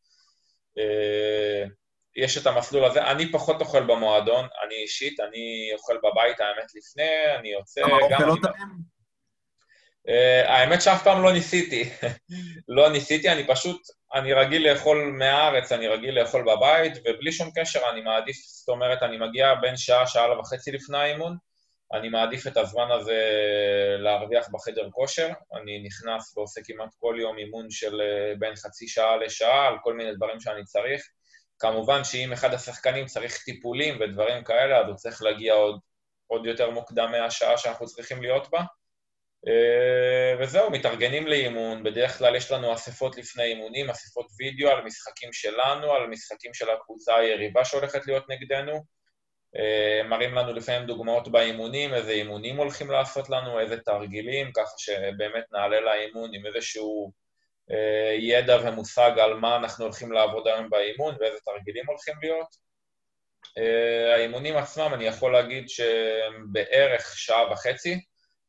Speaker 3: יש את המסלול הזה, אני פחות אוכל במועדון, אני אישית, אני אוכל בבית, האמת לפני, אני יוצא...
Speaker 4: אבל אוכל לא טעים?
Speaker 3: האמת שאף פעם לא ניסיתי, לא ניסיתי, אני פשוט, אני רגיל לאכול מהארץ, אני רגיל לאכול בבית, ובלי שום קשר אני מעדיף, זאת אומרת, אני מגיע בין שעה, שעה וחצי לפני האימון, אני מעדיף את הזמן הזה להרוויח בחדר כושר, אני נכנס ועושה כמעט כל יום אימון של בין חצי שעה לשעה, על כל מיני דברים שאני צריך, כמובן שאם אחד השחקנים צריך טיפולים ודברים כאלה, אז הוא צריך להגיע עוד, עוד יותר מוקדם מהשעה שאנחנו צריכים להיות בה. וזהו, מתארגנים לאימון, בדרך כלל יש לנו אספות לפני אימונים, אספות וידאו על משחקים שלנו, על משחקים של הקבוצה היריבה שהולכת להיות נגדנו. מראים לנו לפעמים דוגמאות באימונים, איזה אימונים הולכים לעשות לנו, איזה תרגילים, ככה שבאמת נעלה לאימון עם איזשהו... ידע ומושג על מה אנחנו הולכים לעבוד היום באימון ואיזה תרגילים הולכים להיות. האימונים עצמם, אני יכול להגיד שהם בערך שעה וחצי,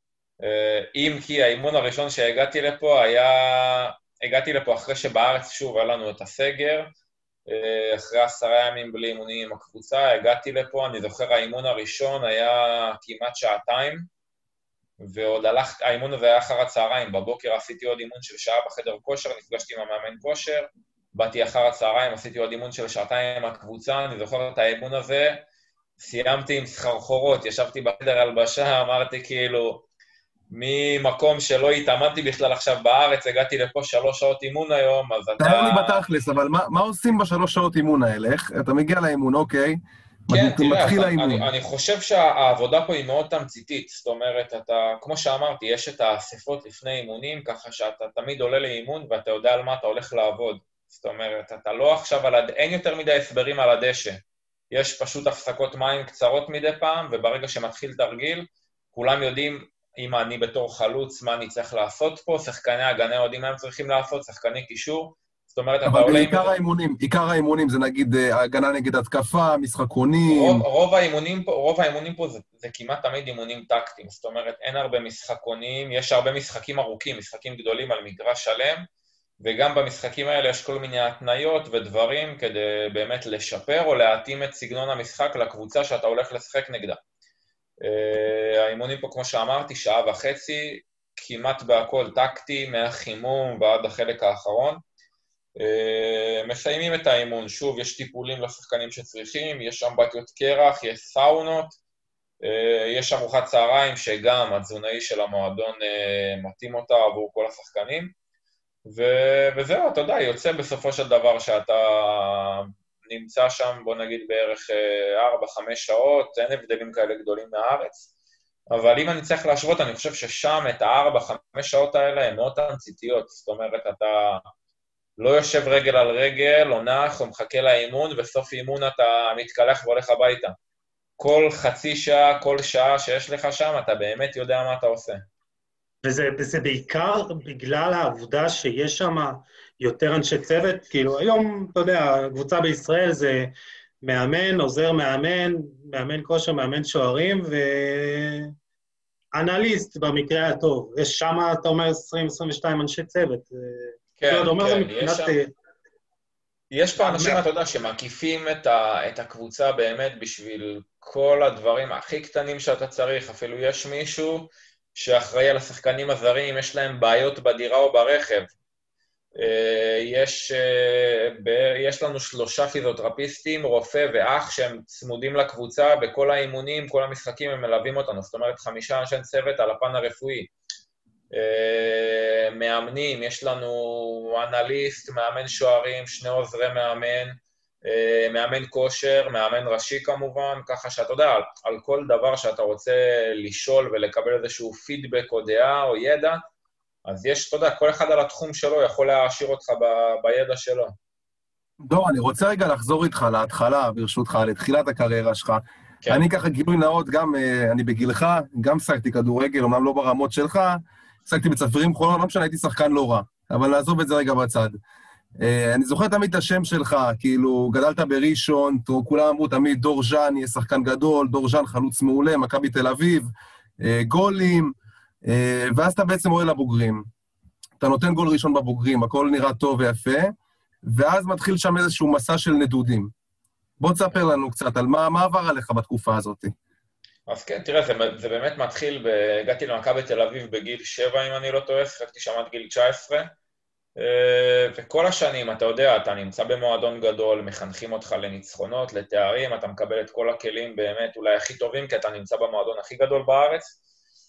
Speaker 3: אם כי האימון הראשון שהגעתי לפה היה, הגעתי לפה אחרי שבארץ שוב היה לנו את הסגר, אחרי עשרה ימים בלי אימונים עם הקבוצה, הגעתי לפה, אני זוכר האימון הראשון היה כמעט שעתיים, ועוד הלכת, האימון הזה היה אחר הצהריים, בבוקר עשיתי עוד אימון של שעה בחדר כושר, נפגשתי עם המאמן כושר, באתי אחר הצהריים, עשיתי עוד אימון של שעתיים עם הקבוצה, אני זוכר את האימון הזה, סיימתי עם סחרחורות, ישבתי בחדר הלבשה, אמרתי כאילו, ממקום שלא התאמנתי בכלל עכשיו בארץ, הגעתי לפה שלוש שעות אימון היום, אז אתה...
Speaker 4: תאר לי בתכלס, אבל מה, מה עושים בשלוש שעות אימון האלה? איך אתה מגיע לאימון, אוקיי?
Speaker 3: כן, תראה, אני, אני חושב שהעבודה פה היא מאוד תמציתית, זאת אומרת, אתה, כמו שאמרתי, יש את האספות לפני אימונים, ככה שאתה תמיד עולה לאימון ואתה יודע על מה אתה הולך לעבוד. זאת אומרת, אתה לא עכשיו על הד... אין יותר מדי הסברים על הדשא. יש פשוט הפסקות מים קצרות מדי פעם, וברגע שמתחיל תרגיל, כולם יודעים, אם אני בתור חלוץ, מה אני צריך לעשות פה, שחקני הגנה יודעים מה הם צריכים לעשות, שחקני קישור, זאת אומרת,
Speaker 4: אבל בעיקר האימונים, עיקר האימונים זה נגיד הגנה נגד התקפה, משחקונים...
Speaker 3: רוב, רוב האימונים פה, רוב האימונים פה זה, זה כמעט תמיד אימונים טקטיים, זאת אומרת, אין הרבה משחקונים, יש הרבה משחקים ארוכים, משחקים גדולים על מגרש שלם, וגם במשחקים האלה יש כל מיני התניות ודברים כדי באמת לשפר או להתאים את סגנון המשחק לקבוצה שאתה הולך לשחק נגדה. האימונים פה, כמו שאמרתי, שעה וחצי, כמעט בהכל טקטי, מהחימום ועד החלק האחרון. מסיימים את האימון, שוב, יש טיפולים לשחקנים שצריכים, יש אמבטיות קרח, יש סאונות, יש ארוחת צהריים שגם התזונאי של המועדון מתאים אותה עבור כל השחקנים, ו- וזהו, אתה יודע, יוצא בסופו של דבר שאתה נמצא שם, בוא נגיד בערך ארבע חמש שעות, אין הבדלים כאלה גדולים מהארץ, אבל אם אני צריך להשוות, אני חושב ששם את ה-ארבע חמש שעות האלה הן מאוד תמציתיות, זאת אומרת, אתה לא יושב רגל על רגל, או נח, או מחכה לאימון, וסוף אימון אתה מתקלח והולך הביתה. כל חצי שעה, כל שעה שיש לך שם, אתה באמת יודע מה אתה עושה.
Speaker 2: וזה, וזה בעיקר בגלל העובדה שיש שם יותר אנשי צוות, כאילו היום, אתה יודע, הקבוצה בישראל זה מאמן, עוזר מאמן, מאמן כושר, מאמן שוערים, ואנליסט במקרה הטוב. יש שם, אתה אומר, עשרים עשרים ושתיים אנשי צוות.
Speaker 3: כן,
Speaker 2: לא, אומר,
Speaker 3: כן,
Speaker 2: מבחינת...
Speaker 3: יש שם... יש פה אנשים, אתה יודע, שמקיפים את, ה, את הקבוצה באמת בשביל כל הדברים הכי קטנים שאתה צריך. אפילו יש מישהו שאחראי על השחקנים הזרים, יש להם בעיות בדירה או ברכב. יש, יש לנו שלושה פיזיותרפיסטים, רופא ואח, שהם צמודים לקבוצה בכל האימונים, כל המשחקים הם מלווים אותנו. זאת אומרת, חמישה אנשי צוות על הפן הרפואי. מאמנים, יש לנו אנליסט, מאמן שוערים, שני עוזרי מאמן, מאמן כושר, מאמן ראשי כמובן, ככה שאתה יודע, על, על כל דבר שאתה רוצה לשאול ולקבל איזשהו פידבק או דעה או ידע, אז יש, אתה יודע, כל אחד על התחום שלו יכול להעשיר אותך ב, בידע שלו.
Speaker 4: דור, אני רוצה רגע לחזור איתך להתחלה, ברשותך, לתחילת הקריירה שלך. כן. אני ככה גילוי נאות, גם אני בגילך, גם שחקתי כדורגל, אומנם לא ברמות שלך, שחקתי בצפירים חולון, לא משנה, הייתי שחקן לא רע, אבל נעזוב את זה רגע בצד. אני זוכר תמיד את השם שלך, כאילו, גדלת בראשון, כולם אמרו תמיד דור ז'אן יהיה שחקן גדול, דור ז'אן חלוץ מעולה, מכבי תל אביב, גולים, ואז אתה בעצם רואה לבוגרים. אתה נותן גול ראשון בבוגרים, הכל נראה טוב ויפה, ואז מתחיל שם איזשהו מסע של נדודים. בוא תספר לנו קצת על מה, מה עבר עליך בתקופה הזאת.
Speaker 3: אז כן, תראה, זה, זה באמת מתחיל, הגעתי למכבי תל אביב בגיל שבע, אם אני לא טועה, שיחקתי שם עד גיל תשע עשרה, וכל השנים, אתה יודע, אתה נמצא במועדון גדול, מחנכים אותך לניצחונות, לתארים, אתה מקבל את כל הכלים באמת אולי הכי טובים, כי אתה נמצא במועדון הכי גדול בארץ,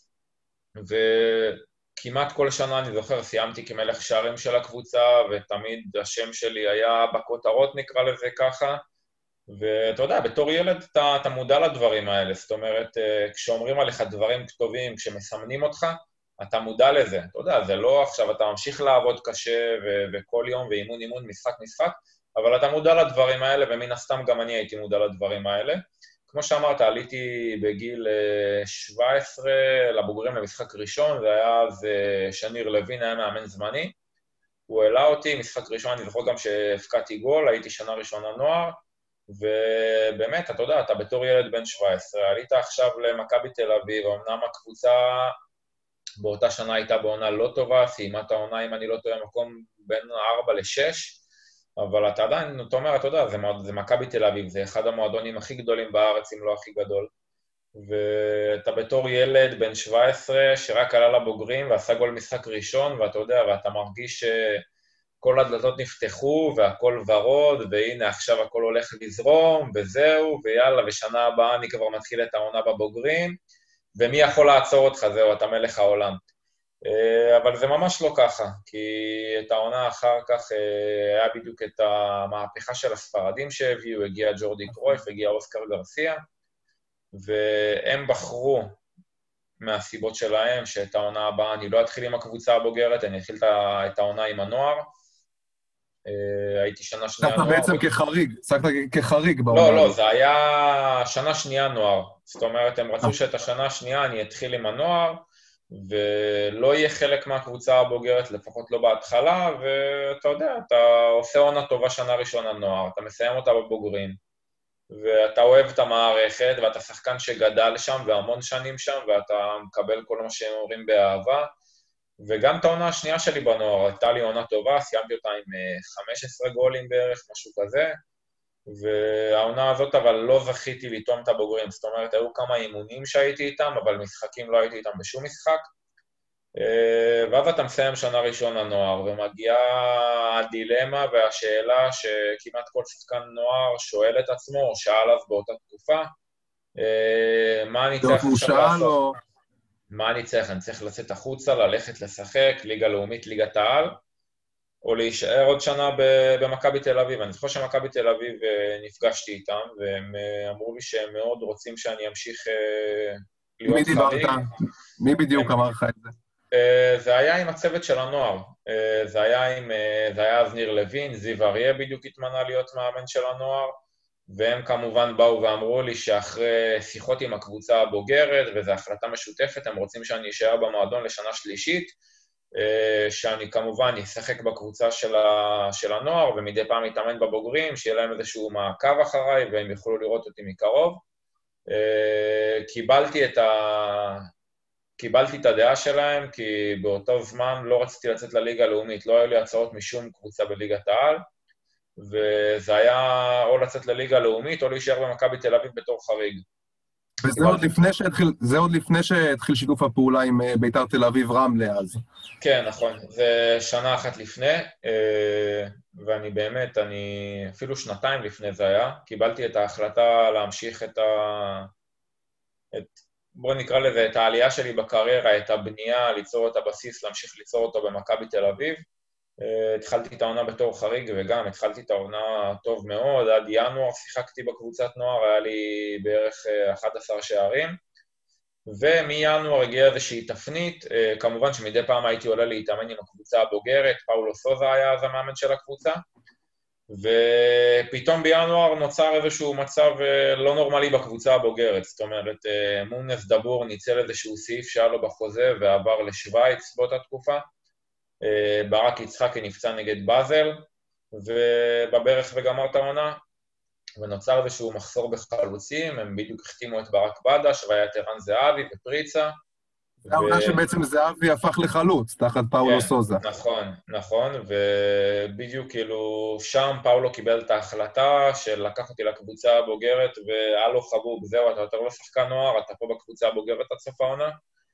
Speaker 3: וכמעט כל שנה, אני זוכר, סיימתי כמלך שערים של הקבוצה, ותמיד השם שלי היה בכותרות, נקרא לזה ככה, ואתה יודע, בתור ילד אתה, אתה מודע לדברים האלה, זאת אומרת, כשאומרים עליך דברים כתובים, כשמסמנים אותך, אתה מודע לזה, אתה יודע, זה לא עכשיו, אתה ממשיך לעבוד קשה ו- וכל יום ואימון אימון, משחק משחק, אבל אתה מודע לדברים האלה, ומן הסתם גם אני הייתי מודע לדברים האלה. כמו שאמרת, עליתי בגיל שבע עשרה לבוגרים למשחק ראשון, זה היה אז שניר לוין, היה מאמן זמני, הוא העלה אותי, משחק ראשון, אני זוכר גם שהפקעתי גול, הייתי שנה ראשונה נוער, ובאמת, אתה יודע, אתה בתור ילד בן שבע עשרה, עלית עכשיו למכבי תל אביב, אמנם הקבוצה באותה שנה הייתה בעונה לא טובה, סיימה את העונה, אם אני לא טועה, מקום בין ארבע לשש, אבל אתה עדיין, אתה אומר, אתה יודע, זה, זה מכבי תל אביב, זה אחד המועדונים הכי גדולים בארץ, אם לא הכי גדול, ואתה בתור ילד בן שבע עשרה, שרק עלה לבוגרים, ועשה גול משחק ראשון, ואתה יודע, ואתה מרגיש שכל הדלתות נפתחו, והכל ורוד, והנה עכשיו הכל הולך לזרום, וזהו, ויאללה, ושנה הבאה אני כבר מתחיל את העונה בבוגרים, ומי יכול לעצור אותך, זהו, אתה מלך העולם. אבל זה ממש לא ככה, כי את העונה אחר כך היה בדיוק את המהפכה של הספרדים שהביאו, הגיע ג'ורדי קרויף, הגיע אוסקר גרסיה, והם בחרו מהסיבות שלהם, שאת העונה הבאה אני לא אתחיל עם הקבוצה הבוגרת, אני אתחיל את העונה עם הנוער, הייתי שנה שנייה נוער.
Speaker 4: שחקת בעצם כחריג, שחקת כחריג בעונה.
Speaker 3: לא, לא, זה היה שנה שנייה נוער, זאת אומרת, הם רצו שאת השנה השנייה אני אתחיל עם הנוער, ולא יהיה חלק מהקבוצה הבוגרת, לפחות לא בהתחלה, ואתה יודע, אתה עושה עונה טובה שנה ראשונה נוער, אתה מסיים אותה בבוגרים, ואתה אוהב את המערכת, ואתה שחקן שגדל שם, והמון שנים שם, ואתה מקבל כל מה שהם אומרים באהבה, וגם את העונה השנייה שלי בנוער, הייתה לי עונה טובה, סיימתי אותה עם חמישה עשר גולים בערך, משהו כזה, והעונה הזאת אבל לא זכיתי לטעום את הבוגרים, זאת אומרת, היו כמה אימונים שהייתי איתם, אבל משחקים לא הייתי איתם בשום משחק, ואז אתה מסיים שנה ראשון הנוער, ומגיעה הדילמה והשאלה שכמעט כל שחקן נוער שואל את עצמו, או שאל אז באותה תקופה, מה אני צריך עכשיו לעשות? מה אני צריך? אני צריך לצאת החוצה, ללכת לשחק, ליגה לאומית, ליגת העל, או להישאר עוד שנה במכבי תל אביב. אני זוכר שמכבי תל אביב נפגשתי איתם, והם אמרו לי שהם מאוד רוצים שאני אמשיך להיות חריג. מי דיברת?
Speaker 4: מי בדיוק אמר לך את זה?
Speaker 3: זה היה עם הצוות של הנוער. זה היה עם, זה היה אז ניר לוין, זיו אריה בדיוק התמנה להיות מאמן של הנוער, והם כמובן באו ואמרו לי שאחרי שיחות עם הקבוצה הבוגרת, וזו החלטה משותפת, הם רוצים שאני אשאר במועדון לשנה שלישית, שאני כמובן אשחק בקבוצה של, ה, של הנוער, ומדי פעם יתאמן בבוגרים, שיהיה להם איזשהו מעקב אחריי, והם יוכלו לראות אותי מקרוב. קיבלתי את, ה... קיבלתי את הדעה שלהם, כי באותו זמן לא רציתי לצאת לליגה הלאומית, לא היו לי הצעות משום קבוצה בליגת העל, וזה היה או לצאת לליגה הלאומית, או להישאר במכבי תל אביב בתור חריג.
Speaker 4: וזה עוד לפני שהתחיל, זה עוד לפני שהתחיל שיתוף הפעולה עם ביתר תל אביב רמלה אז.
Speaker 3: כן, נכון. זה שנה אחת לפני, ואני באמת, אני אפילו שנתיים לפני זה היה, קיבלתי את ההחלטה להמשיך את ה... את... בוא נקרא לזה, את העלייה שלי בקריירה, את הבנייה, ליצור את הבסיס, להמשיך ליצור אותו במכבי תל אביב. התחלתי את העונה בתור חריג, וגם התחלתי את העונה טוב מאוד, עד ינואר שיחקתי בקבוצת נוער, היה לי בערך אחד עשר שערים, ומינואר הגיעה איזושהי תפנית, כמובן שמדי פעם הייתי עולה להתאמן עם הקבוצה הבוגרת, פאולו סוזה היה אז המאמן של הקבוצה, ופתאום בינואר נוצר איזשהו מצב לא נורמלי בקבוצה הבוגרת, זאת אומרת, מונס דבור ניצל איזשהו סעיף שהיה לו בחוזה ועבר לשוויץ באותה תקופה, ברק יצחקי נפצע נגד באזל, ובברך וגמר את העונה, ונוצר איזשהו מחסור בחלוצים, הם בדיוק החתימו את ברק בדש, והיה את ערן זהבי ופריצה.
Speaker 4: זה העונה ו... שבעצם זהבי הפך לחלוץ, תחת פאולו כן, סוזה.
Speaker 3: נכון, נכון, ובדיוק כאילו שם פאולו קיבל את ההחלטה של לקח אותי לקבוצה הבוגרת, והיה לו חבוב, זהו, אתה יותר לא שחקן נוער, אתה פה בקבוצה הבוגרת עד סוף העונה,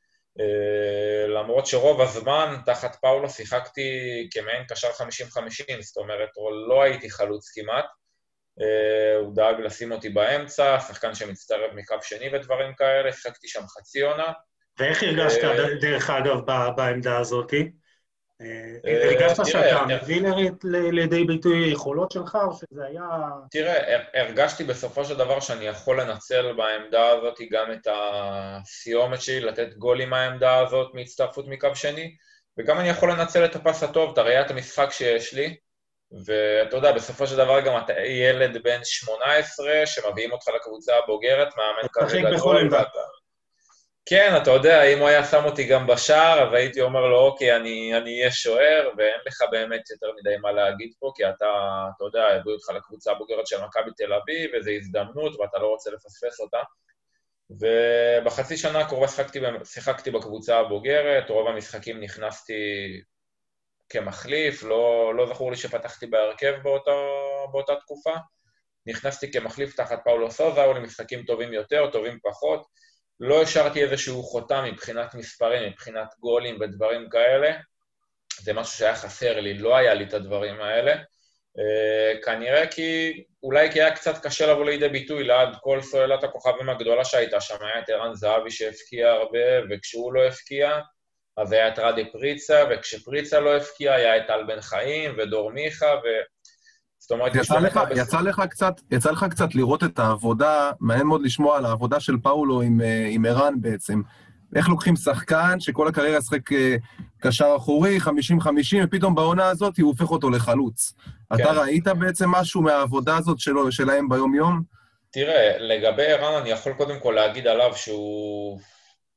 Speaker 3: למרות שרוב הזמן תחת פאולו שיחקתי כמעין קשר חמישים חמישים, זאת אומרת, לא הייתי חלוץ כמעט, הוא דאג לשים אותי באמצע, שחקן שמצטרף מקו שני ודברים כאלה, שיחקתי שם חצי עונה.
Speaker 2: ואיך הרגשת דרך אגב בעמדה הזאת? הרגשת שאתה מבין לידי ביטוי יכולות שלך, או שזה היה...
Speaker 3: תראה, הרגשתי בסופו של דבר שאני יכול לנצל בעמדה הזאת גם את הסיומת שלי, לתת גול עם העמדה הזאת מהצטרפות מקו שני, וגם אני יכול לנצל את הפס הטוב, את הראיית המשחק שיש לי, ואתה יודע, בסופו של דבר גם אתה ילד בן שמונה עשרה, שמביאים אותך לקבוצה הבוגרת, מאמן כזה גדול, כן, אתה יודע, אם הוא היה שם אותי גם בשער, אז הייתי אומר לו, אוקיי, אני אהיה שוער, ואין לך באמת יותר מדי מה להגיד פה, כי אתה, אתה יודע, הביאו אותך לקבוצה הבוגרת של מכבי תל אביב, וזו הזדמנות, ואתה לא רוצה לפספס אותה. ובחצי שנה הקרובה שיחקתי, שיחקתי בקבוצה הבוגרת, רוב המשחקים נכנסתי כמחליף, לא, לא זכור לי שפתחתי בהרכב באותה, באותה תקופה. נכנסתי כמחליף תחת פאולו סוזה, או למשחקים טובים יותר, טובים פחות. לא השארתי איזשהו חותם מבחינת מספרים, מבחינת גולים ודברים כאלה. זה משהו שהיה חסר לי, לא היה לי את הדברים האלה. כנראה כי, אולי כי היה קצת קשה לבוא לידי ביטוי ליד כל סוללת הכוכבים הגדולה שהייתה שם, היה את ערן זהבי שהפקיע הרבה, וכשהוא לא הפקיע, אז היה את רדי פריצה, וכשפריצה לא הפקיע, היה את טל בן חיים ודור מיכה, ו... זאת אומרת,
Speaker 4: יצא לך, יצא לך קצת, יצא לך קצת לראות את העבודה, מעניין מאוד לשמוע על העבודה של פאולו עם, עם ערן בעצם. איך לוקחים שחקן שכל הקריירה שחק קשר אחורי, חמישים חמישים, ופתאום בעונה הזאת הוא הופך אותו לחלוץ. כן. אתה ראית בעצם משהו מהעבודה הזאת שלו, שלהם ביום יום?
Speaker 3: תראה, לגבי ערן אני יכול קודם כל להגיד עליו שהוא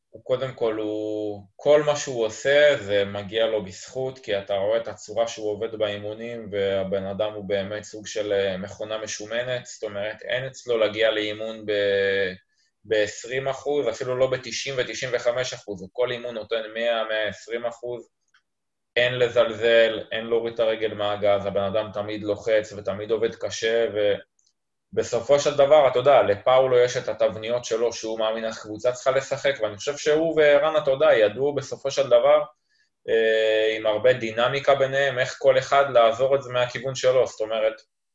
Speaker 3: הוא קודם כל, הוא, כל מה שהוא עושה זה מגיע לו בזכות, כי אתה רואה את הצורה שהוא עובד באימונים, והבן אדם הוא באמת סוג של מכונה משומנת, זאת אומרת, אין אצלו להגיע לאימון ב-עשרים אחוז, אפילו לא ב-תשעים ו-תשעים וחמישה אחוז, כל אימון נותן מאה עד מאה ועשרים אחוז, אין לזלזל, אין להוריד את הרגל מהגז, הבן אדם תמיד לוחץ ותמיד עובד קשה, ובסופו של דבר, אתה יודע, לפאולו יש את התבניות שלו, שהוא מאמין איך קבוצה צריכה לשחק, ואני חושב שהוא ורן, אתה יודע, ידעו בסופו של דבר, אה, עם הרבה דינמיקה ביניהם, איך כל אחד לעזור את זה מהכיוון שלו, זאת אומרת,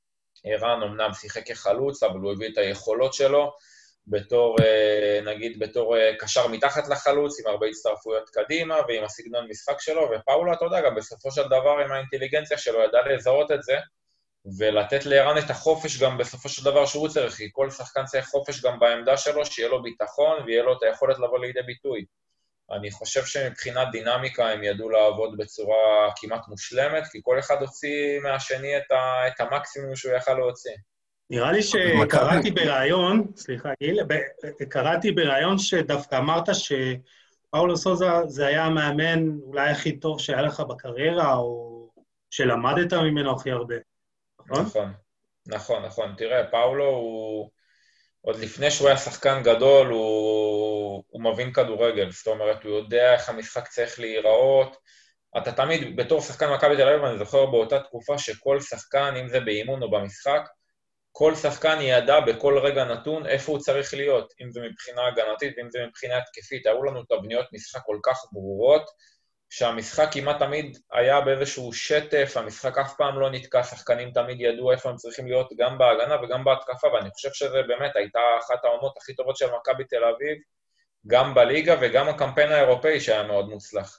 Speaker 3: רן אמנם שיחק כחלוץ, אבל הוא הביא את היכולות שלו, בתור, נגיד, בתור קשר מתחת לחלוץ, עם הרבה הצטרפויות קדימה, ועם הסגנון משחק שלו, ופאולו, אתה יודע, גם בסופו של דבר, עם האינטליגנציה שלו, ידע לזהות את זה, ולתת לערן את החופש גם בסופו של דבר שהוא צריך, כי כל שחקן צריך חופש גם בעמדה שלו, שיהיה לו ביטחון, ויהיה לו את היכולת לבוא לידי ביטוי. אני חושב שמבחינת דינמיקה הם ידעו לעבוד בצורה כמעט מושלמת, כי כל אחד הוציא מהשני את, ה, את המקסימום שהוא יכל להוציא.
Speaker 2: נראה לי שקראתי ברעיון, סליחה גיל, קראתי ברעיון שדווקא אמרת שפאולו סוזה זה היה המאמן אולי הכי טוב שהיה לך בקריירה, או שלמדת ממנו הכי הרבה, נכון?
Speaker 3: נכון, נכון, נכון. תראה, פאולו הוא, עוד לפני שהוא היה שחקן גדול, הוא, הוא מבין כדורגל, זאת אומרת, הוא יודע איך המשחק צריך להיראות, אתה תמיד, בתור שחקן מכבי תל אביב, אני זוכר באותה תקופה שכל שחקן, אם זה באימון או במשחק, כל שחקן ידע בכל רגע נתון איפה הוא צריך להיות, אם זה מבחינה הגנתית ואם זה מבחינה התקפית. היו לנו תבניות משחק כל כך ברורות, שהמשחק כמעט תמיד היה באיזשהו שטף, המשחק אף פעם לא נתקע, שחקנים תמיד ידעו איפה הם צריכים להיות גם בהגנה וגם בהתקפה, ואני חושב שזה באמת הייתה אחת העונות הכי טובות של מכבי תל אביב, גם בליגה וגם הקמפיין האירופאי שהיה מאוד מוצלח.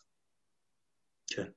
Speaker 2: כן.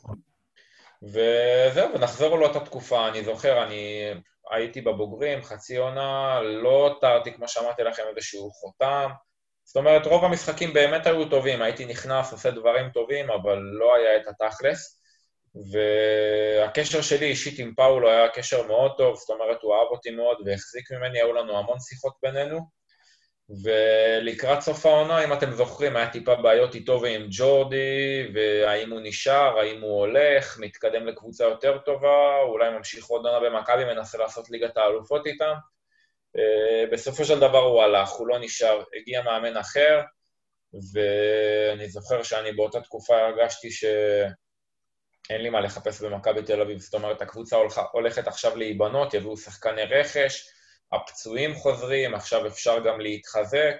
Speaker 3: וזהו, ונחזור לו את התקופה, אני זוכר, אני הייתי בבוגרים, חצי עונה, לא תרתי, כמו שאמרתי לכם, איזשהו חותם, זאת אומרת, רוב המשחקים באמת היו טובים, הייתי נכנס, עושה דברים טובים, אבל לא היה את התכלס, והקשר שלי אישית עם פאולו היה קשר מאוד טוב, זאת אומרת, הוא אהב אותי מאוד והחזיק ממני, היו לנו המון שיחות בינינו, ולקראת סוף העונה, אם אתם זוכרים, היה טיפה בעיות איתו ועם ג'ורדי, והאם הוא נשאר, האם הוא הולך, מתקדם לקבוצה יותר טובה, אולי ממשיך עוד עונה במכבי, מנסה לעשות ליגת האלופות איתם. בסופו של דבר הוא הלך, הוא לא נשאר, הגיע מאמן אחר, ואני זוכר שאני באותה תקופה הרגשתי שאין לי מה לחפש במכבי תל אביב, זאת אומרת, הקבוצה הולכת עכשיו להיבנות, יביאו שחקני רכש, הפצועים חוזרים, עכשיו אפשר גם להתחזק.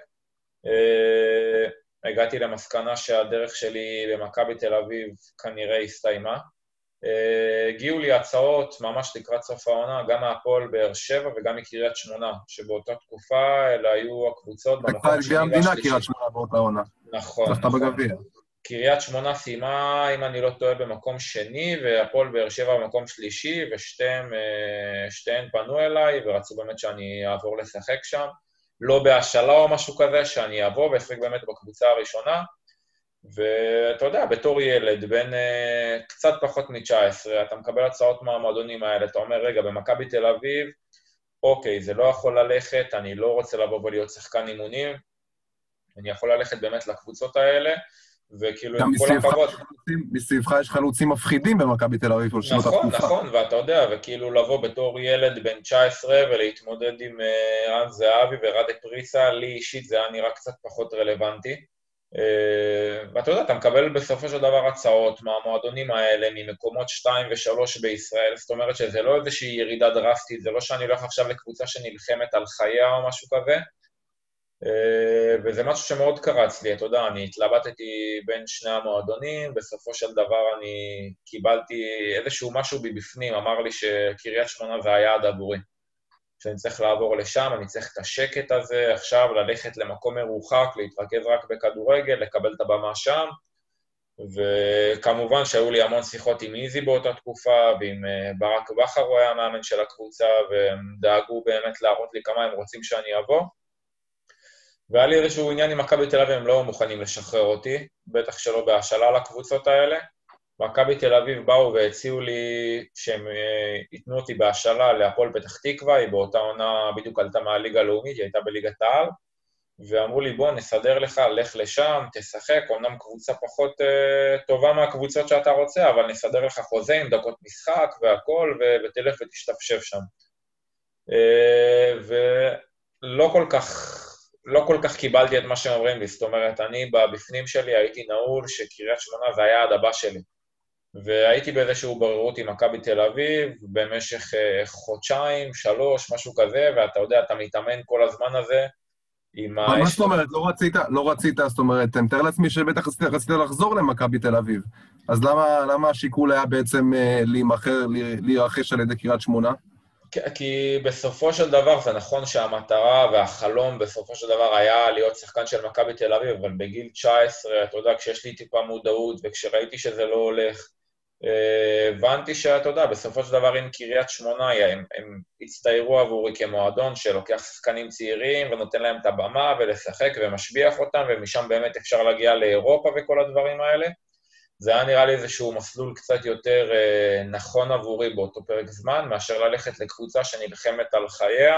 Speaker 3: הגעתי למסקנה שהדרך שלי במכבי תל אביב כנראה הסתיימה. הגיעו לי הצעות ממש לקראת סוף העונה, גם מהפועל באר שבע וגם מקריית שמונה, שבאותה תקופה אלה היו הקבוצות במקום שני והשלישי.
Speaker 4: המדינה קריית שמונה באותה עונה.
Speaker 3: נכון, נכון. קריית שמונה סיימה, אם אני לא טועה, במקום שני, והפועל באר שבע במקום שלישי, ושתיהן פנו אליי, ורצו באמת שאני אעבור לשחק שם. לא בהשאלה או משהו כזה, שאני אעבור ואשחק באמת בקבוצה הראשונה. ואתה יודע, בתור ילד, בין uh, קצת פחות מ-תשע עשרה, אתה מקבל הצעות מהמועדונים האלה, אתה אומר, רגע, במכבי תל אביב, אוקיי, זה לא יכול ללכת, אני לא רוצה לבוא ולהיות שחקן אימונים, אני יכול ללכת באמת לקבוצות האלה, וכאילו עם כל הכבוד...
Speaker 4: מסביבך יש חלוצים מפחידים במכבי תל אביב.
Speaker 3: נכון, נכון, ואתה יודע, וכאילו לבוא בתור ילד בן תשע עשרה ולהתמודד עם רן זהבי ורדה פריסה, לי אישית זה היה נראה קצת פחות רלוונטי. ואתה יודע, אתה מקבל בסופו של דבר הצעות מהמועדונים האלה, ממקומות שתיים ושלוש בישראל, זאת אומרת שזה לא איזושהי ירידה דרסטית, זה לא שאני הולך עכשיו לקבוצה שנלחמת על חייה או משהו כזה, וזה משהו שמאוד קרץ לי, אתה יודע, אני התלבטתי בין שני המועדונים, בסופו של דבר אני קיבלתי איזשהו משהו מבפנים, אמר לי שקריית שמונה זה היעד עבורי, שאני צריך לעבור לשם, אני צריך את השקט הזה, עכשיו ללכת למקום מרוחק, להתרכז רק בכדורגל, לקבל את הבמה שם, וכמובן שהיו לי המון שיחות עם איזי באותה תקופה, ועם ברק בכר הוא היה המאמן של הקבוצה, והם דאגו באמת להראות לי כמה הם רוצים שאני אבוא, והיה לי איזשהו עניין עם מכבי תל אביב, הם לא מוכנים לשחרר אותי, בטח שלא בהשאלה לקבוצות האלה. מכבי תל אביב באו והציעו לי שהם ייתנו אותי בהשאלה להפועל פתח תקווה, היא באותה עונה בדיוק עלתה מהליגה הלאומית, היא הייתה בליגת העל, ואמרו לי, בוא, נסדר לך, לך לשם, תשחק, אומנם קבוצה פחות אה, טובה מהקבוצות שאתה רוצה, אבל נסדר לך חוזה עם דקות משחק והכל, ו- ותלך ותשתפשף שם. אה, ולא כל כך, לא כל כך קיבלתי את מה שהם אומרים לי, זאת אומרת, אני בבפנים שלי הייתי נעול שקריית שמונה זה היה הדבה שלי. והייתי באיזשהו בררות עם מכבי תל אביב, במשך uh, חודשיים, שלוש, משהו כזה, ואתה יודע, אתה מתאמן כל הזמן הזה, עם
Speaker 4: אבל מה זאת אומרת? לא רצית, לא רצית, זאת אומרת, אני מתאר לעצמי שבטח רצית, רצית לחזור למכבי תל אביב. אז למה, למה השיקול היה בעצם uh, להימחר, להירכש על ידי קריית שמונה?
Speaker 3: כי, כי בסופו של דבר, זה נכון שהמטרה והחלום בסופו של דבר היה להיות שחקן של מכבי תל אביב, אבל בגיל תשע עשרה, אתה יודע, כשיש לי טיפה מודעות, וכשראיתי שזה לא הולך, הבנתי שאתה יודע, בסופו של דבר עם קריית שמונה, הם, הם הצטיירו עבורי כמועדון שלוקח שחקנים צעירים ונותן להם את הבמה ולשחק ומשביח אותם, ומשם באמת אפשר להגיע לאירופה וכל הדברים האלה. זה היה נראה לי איזשהו מסלול קצת יותר אה, נכון עבורי באותו פרק זמן, מאשר ללכת לקבוצה שנלחמת על חייה,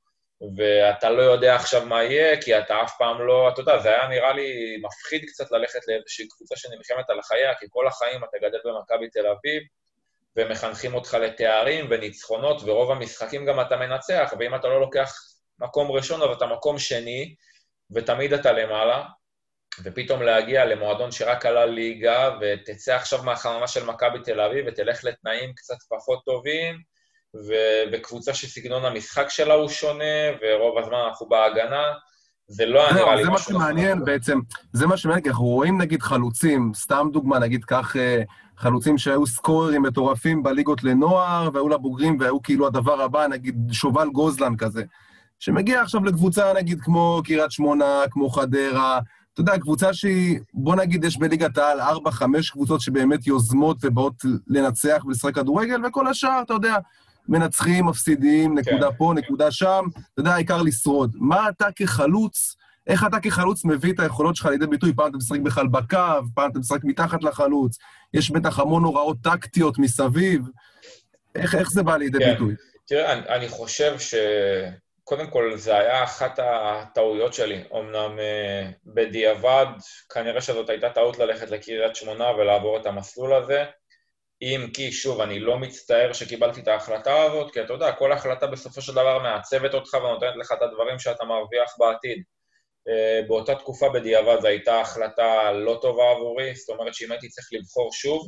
Speaker 3: ואתה לא יודע עכשיו מה יהיה, כי אתה אף פעם לא, אתה יודע, זה היה נראה לי מפחיד קצת ללכת לאיזושהי קבוצה שנלחמת על חייה, כי כל החיים אתה גדל במכבי תל אביב, ומחנכים אותך לתארים וניצחונות, ורוב המשחקים גם אתה מנצח, ואם אתה לא לוקח מקום ראשון, אז אתה מקום שני, ותמיד אתה למעלה, ופתאום להגיע למועדון שרק עלה ליגה, ותצא עכשיו מהחממה של מכבי תל אביב, ותלך לתנאים קצת פחות טובים, ובקבוצה שסגנון המשחק שלה הוא שונה, ורוב הזמן אנחנו בהגנה, זה לא היה נראה לי
Speaker 4: משהו. זה מה שמעניין בעצם, זה מה שמעניין, כי אנחנו רואים נגיד חלוצים, סתם דוגמה, נגיד כך חלוצים שהיו סקוררים מטורפים בליגות לנוער, והיו לבוגרים, והיו כאילו הדבר הבא, נגיד שובל גוזלן כזה, שמגיע עכשיו לקבוצה נגיד כמו קריית שמונה, כמו חדרה, אתה יודע, קבוצה שהיא, בוא נגיד, יש בליגת העל ארבע, חמש קבוצות שבאמת יוזמות ובאות לנצח ולשחק כדורגל, וכל השאר, אתה יודע, מנצחים, מפסידים, נקודה כן. פה, נקודה שם, אתה יודע, העיקר לשרוד. מה אתה כחלוץ, איך אתה כחלוץ מביא את היכולות שלך לידי ביטוי? פעם אתה משחק בכלל בקו, פעם אתה משחק מתחת לחלוץ, יש בטח המון הוראות טקטיות מסביב, איך, איך זה בא לידי כן. ביטוי?
Speaker 3: תראה, אני, אני חושב ש... קודם כל, זה היה אחת הטעויות שלי. אמנם בדיעבד, כנראה שזאת הייתה טעות ללכת לקריית שמונה ולעבור את המסלול הזה, אם כי, שוב, אני לא מצטער שקיבלתי את ההחלטה הזאת, כי אתה יודע, כל החלטה בסופו של דבר מעצבת אותך ונותנת לך את הדברים שאתה מרוויח בעתיד. באותה תקופה בדיעבד זו הייתה החלטה לא טובה עבורי, זאת אומרת שאם הייתי צריך לבחור שוב,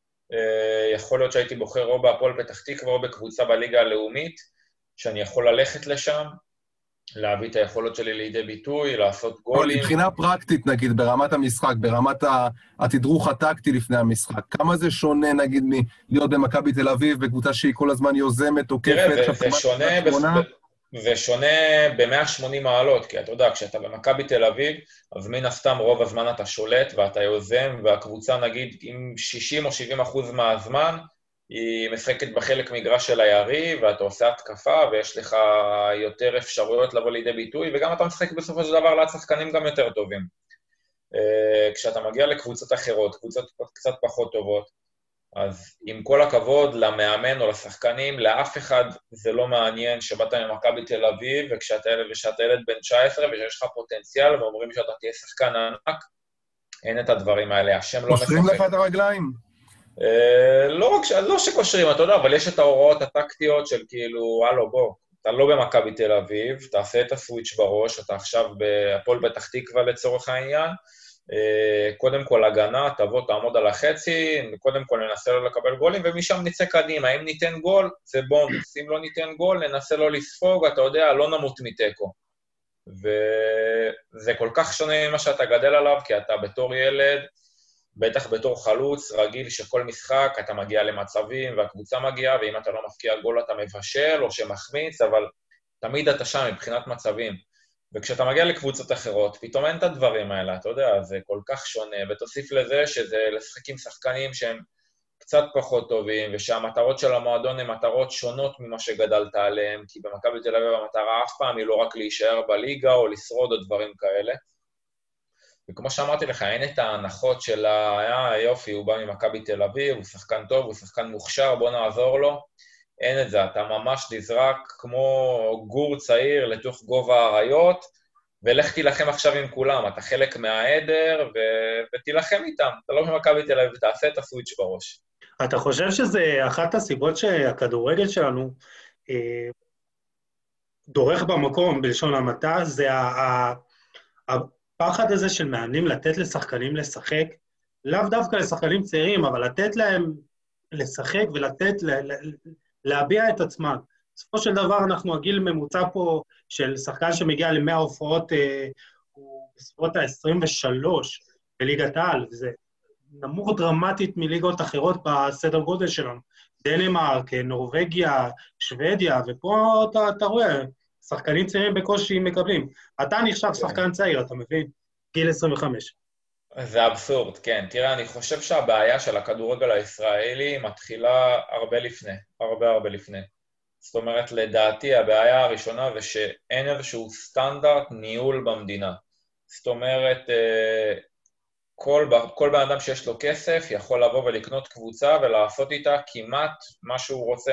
Speaker 3: יכול להיות שהייתי בוחר או בהפועל פתח תקווה או בקבוצה בליגה הלאומית, שאני יכול ללכת לשם, להביא את היכולות שלי לידי ביטוי, לעשות גולים.
Speaker 4: מבחינה פרקטית, נגיד, ברמת המשחק, ברמת התדרוך הטקטי לפני המשחק, כמה זה שונה, נגיד, מלהיות במכבי תל אביב, בקבוצה שהיא כל הזמן יוזמת, תוקפת?
Speaker 3: תראה, זה שונה, זה שונה ב-מאה ושמונים מעלות, כי אתה יודע, כשאתה במכבי תל אביב, אז מן הסתם רוב הזמן אתה שולט, ואתה יוזם, והקבוצה, נגיד, עם שישים או שבעים אחוז מהזמן, היא משחקת בחלק מגרש של היריב, ואתה עושה התקפה, ויש לך יותר אפשרויות לבוא לידי ביטוי, וגם אתה משחק בסופו של דבר לשחקנים גם יותר טובים. כשאתה מגיע לקבוצות אחרות, קבוצות קצת פחות טובות, אז עם כל הכבוד למאמן או לשחקנים, לאף אחד זה לא מעניין שבאת ממכבי תל אביב, וכשאתה ילד בן תשע עשרה, ושיש לך פוטנציאל, ואומרים שאתה תהיה שחקן ענק, אין את הדברים האלה, השם לא משחק.
Speaker 4: קושרים לך את הרגליים?
Speaker 3: לא רק ש... לא שקושרים, אתה יודע, אבל יש את ההוראות הטקטיות של כאילו, הלו, בוא, אתה לא במכבי תל אביב, תעשה את הסוויץ' בראש, אתה עכשיו בהפועל פתח תקווה לצורך העניין, קודם כל הגנה, תבוא, תעמוד על החצי, קודם כל ננסה לא לקבל גולים, ומשם נצא קדימה, אם ניתן גול, זה בונוס, אם לא ניתן גול, ננסה לא לספוג, אתה יודע, לא נמות מתיקו. וזה כל כך שונה ממה שאתה גדל עליו, כי אתה בתור ילד, בטח בתור חלוץ, רגיל שכל משחק אתה מגיע למצבים והקבוצה מגיעה, ואם אתה לא מפקיע גול אתה מבשל או שמחמיץ, אבל תמיד אתה שם מבחינת מצבים. וכשאתה מגיע לקבוצות אחרות, פתאום אין את הדברים האלה, אתה יודע, זה כל כך שונה, ותוסיף לזה שזה לשחק עם שחקנים שהם קצת פחות טובים, ושהמטרות של המועדון הן מטרות שונות ממה שגדלת עליהן, כי במכבי תל אביב המטרה אף פעם היא לא רק להישאר בליגה או לשרוד או דברים כאלה. וכמו שאמרתי לך, אין את ההנחות של היה יופי, הוא בא ממכבי תל אביב, הוא שחקן טוב, הוא שחקן מוכשר, בוא נעזור לו. אין את זה, אתה ממש נזרק כמו גור צעיר לתוך גובה האריות, ולך תילחם עכשיו עם כולם, אתה חלק מהעדר, ו... ותילחם איתם, אתה לא במכבי תל אביב, תעשה את הסוויץ' בראש.
Speaker 2: אתה חושב שזה אחת הסיבות שהכדורגל שלנו אה, דורך במקום, בלשון המעטה, זה ה... ה... הפחד הזה של מאמנים לתת לשחקנים לשחק, לאו דווקא לשחקנים צעירים, אבל לתת להם לשחק ולתת, לה... להביע את עצמם. בסופו של דבר אנחנו הגיל ממוצע פה של שחקן שמגיע למאה הופעות, אה, הוא בסביבות ה-עשרים ושלוש בליגת העל, וזה נמוך דרמטית מליגות אחרות בסדר גודל שלנו. דנמרק, נורווגיה, שוודיה, ופה אתה, אתה רואה, שחקנים צעירים בקושי מקבלים. אתה נחשב שחקן צעיר, אתה מבין? גיל עשרים וחמש.
Speaker 3: זה אבסורד, כן. תראה, אני חושב שהבעיה של הכדורגל הישראלי מתחילה הרבה לפני, הרבה הרבה לפני. זאת אומרת, לדעתי, הבעיה הראשונה זה שאין איזשהו סטנדרט ניהול במדינה. זאת אומרת, כל, כל בן אדם שיש לו כסף יכול לבוא ולקנות קבוצה ולעשות איתה כמעט מה שהוא רוצה.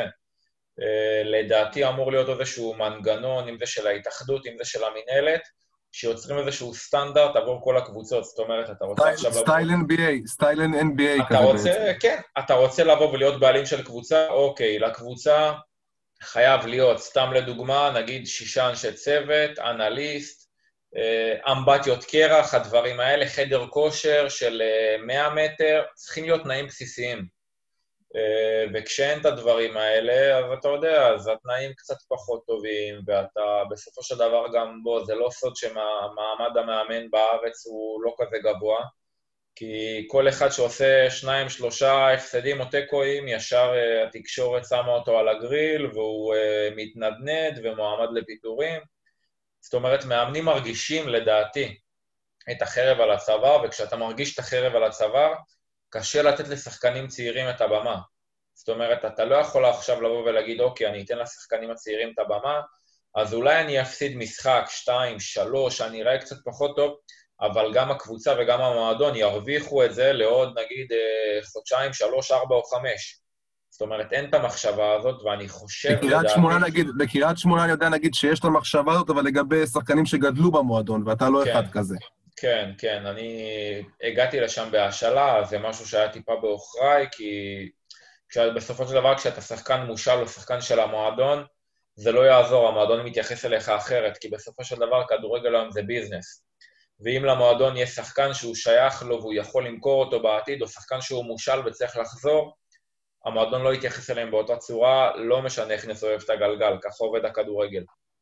Speaker 3: לדעתי אמור להיות איזשהו מנגנון, אם זה של ההתאחדות, אם זה של המנהלת, שיוצרים איזשהו סטנדרט עבור כל הקבוצות. זאת אומרת, אתה רוצה עכשיו...
Speaker 4: סטייל אן בי איי, סטייל אן בי איי
Speaker 3: כזה בעצם. כן, אתה רוצה לבוא ולהיות בעלים של קבוצה, אוקיי, לקבוצה חייב להיות, סתם לדוגמה, נגיד שישה אנשי צוות, אנליסט, אמבטיות קרח, הדברים האלה, חדר כושר של מאה מטר, צריכים להיות תנאים בסיסיים. וכשאין את הדברים האלה, אז אתה יודע, אז התנאים קצת פחות טובים, ואתה בסופו של דבר גם בו, זה לא סוד שמעמד המאמן בארץ הוא לא כזה גבוה, כי כל אחד שעושה שניים, שלושה הפסדים או תיקואים, ישר התקשורת שמה אותו על הגריל, והוא מתנדנד ומועמד לפיטורים. זאת אומרת, מאמנים מרגישים, לדעתי, את החרב על הצוואר, וכשאתה מרגיש את החרב על הצוואר, קשה לתת לשחקנים צעירים את הבמה. זאת אומרת, אתה לא יכול עכשיו לבוא ולהגיד, אוקיי, אני אתן לשחקנים הצעירים את הבמה, אז אולי אני אפסיד משחק, שתיים, שלוש, אני אראה קצת פחות טוב, אבל גם הקבוצה וגם המועדון ירוויחו את זה לעוד, נגיד, חודשיים, שלוש, ארבע או חמש. זאת אומרת, אין את המחשבה הזאת, ואני חושב...
Speaker 4: בקריית שמונה, נגיד, בקריית שמונה אני יודע, נגיד, שיש את המחשבה הזאת, אבל לגבי שחקנים שגדלו במועדון, ואתה לא אחד כזה.
Speaker 3: כן, כן, אני הגעתי לשם בהשאלה, זה משהו שהיה טיפה באוכריי, כי בסופו של דבר, כשאתה שחקן מושל או שחקן של המועדון, זה לא יעזור, המועדון מתייחס אליך אחרת, כי בסופו של דבר כדורגל היום זה ביזנס. ואם למועדון יש שחקן שהוא שייך לו והוא יכול למכור אותו בעתיד, או שחקן שהוא מושל וצריך לחזור, המועדון לא יתייחס אליהם באותה צורה, לא משנה איך נסובב את הגלגל, ככה עובד הכדורגל.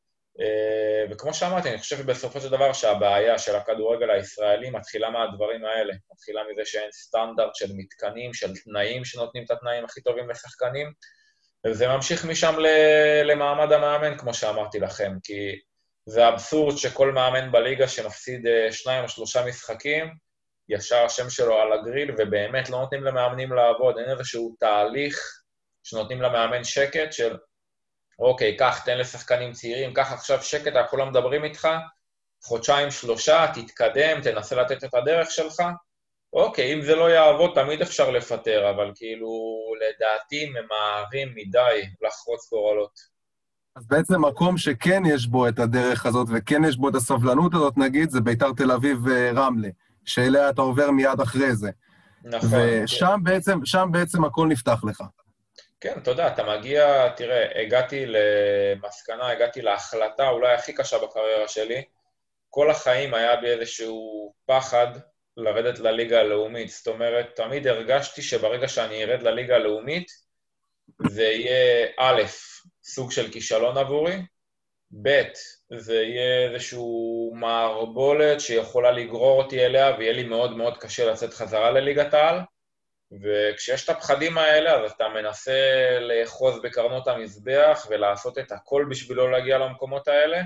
Speaker 3: וכמו שאמרתי, אני חושב בסופו של דבר שהבעיה של הכדורגל הישראלי מתחילה מהדברים האלה, מתחילה מזה שאין סטנדרט של מתקנים, של תנאים שנותנים את התנאים הכי טובים לשחקנים, וזה ממשיך משם למעמד המאמן, כמו שאמרתי לכם, כי זה אבסורד שכל מאמן בליגה שמפסיד שניים או שלושה משחקים, ישר השם שלו על הגריל, ובאמת לא נותנים למאמנים לעבוד, אין איזשהו תהליך שנותנים למאמן שקט של אוקיי, כך, תן לשחקנים צעירים, כך עכשיו שקט, אנחנו לא מדברים איתך, חודשיים, שלושה, תתקדם, תנסה לתת את הדרך שלך. אוקיי, אם זה לא יעבוד, תמיד אפשר לפטר, אבל כאילו, לדעתי, ממהרים מדי לחרוץ גורלות.
Speaker 4: אז בעצם מקום שכן יש בו את הדרך הזאת, וכן יש בו את הסבלנות הזאת, נגיד, זה ביתר תל אביב ורמלה, שאליה אתה עובר מיד אחרי זה.
Speaker 3: נכון.
Speaker 4: ושם כן. בעצם, שם בעצם הכל נפתח לך.
Speaker 3: כן, תודה, אתה מגיע, תראה, הגעתי למסקנה, הגעתי להחלטה אולי הכי קשה בקריירה שלי, כל החיים היה באיזשהו פחד לרדת לליגה הלאומית, זאת אומרת, תמיד הרגשתי שברגע שאני ארד לליגה הלאומית, זה יהיה א', סוג של כישלון עבורי, ב', זה יהיה איזשהו מערבולת שיכולה לגרור אותי אליה, ויהיה לי מאוד מאוד קשה לצאת חזרה לליגת העל, וכשיש את הפחדים האלה, אז אתה מנסה לאחוז בקרנות המזבח ולעשות את הכל בשבילו להגיע למקומות האלה,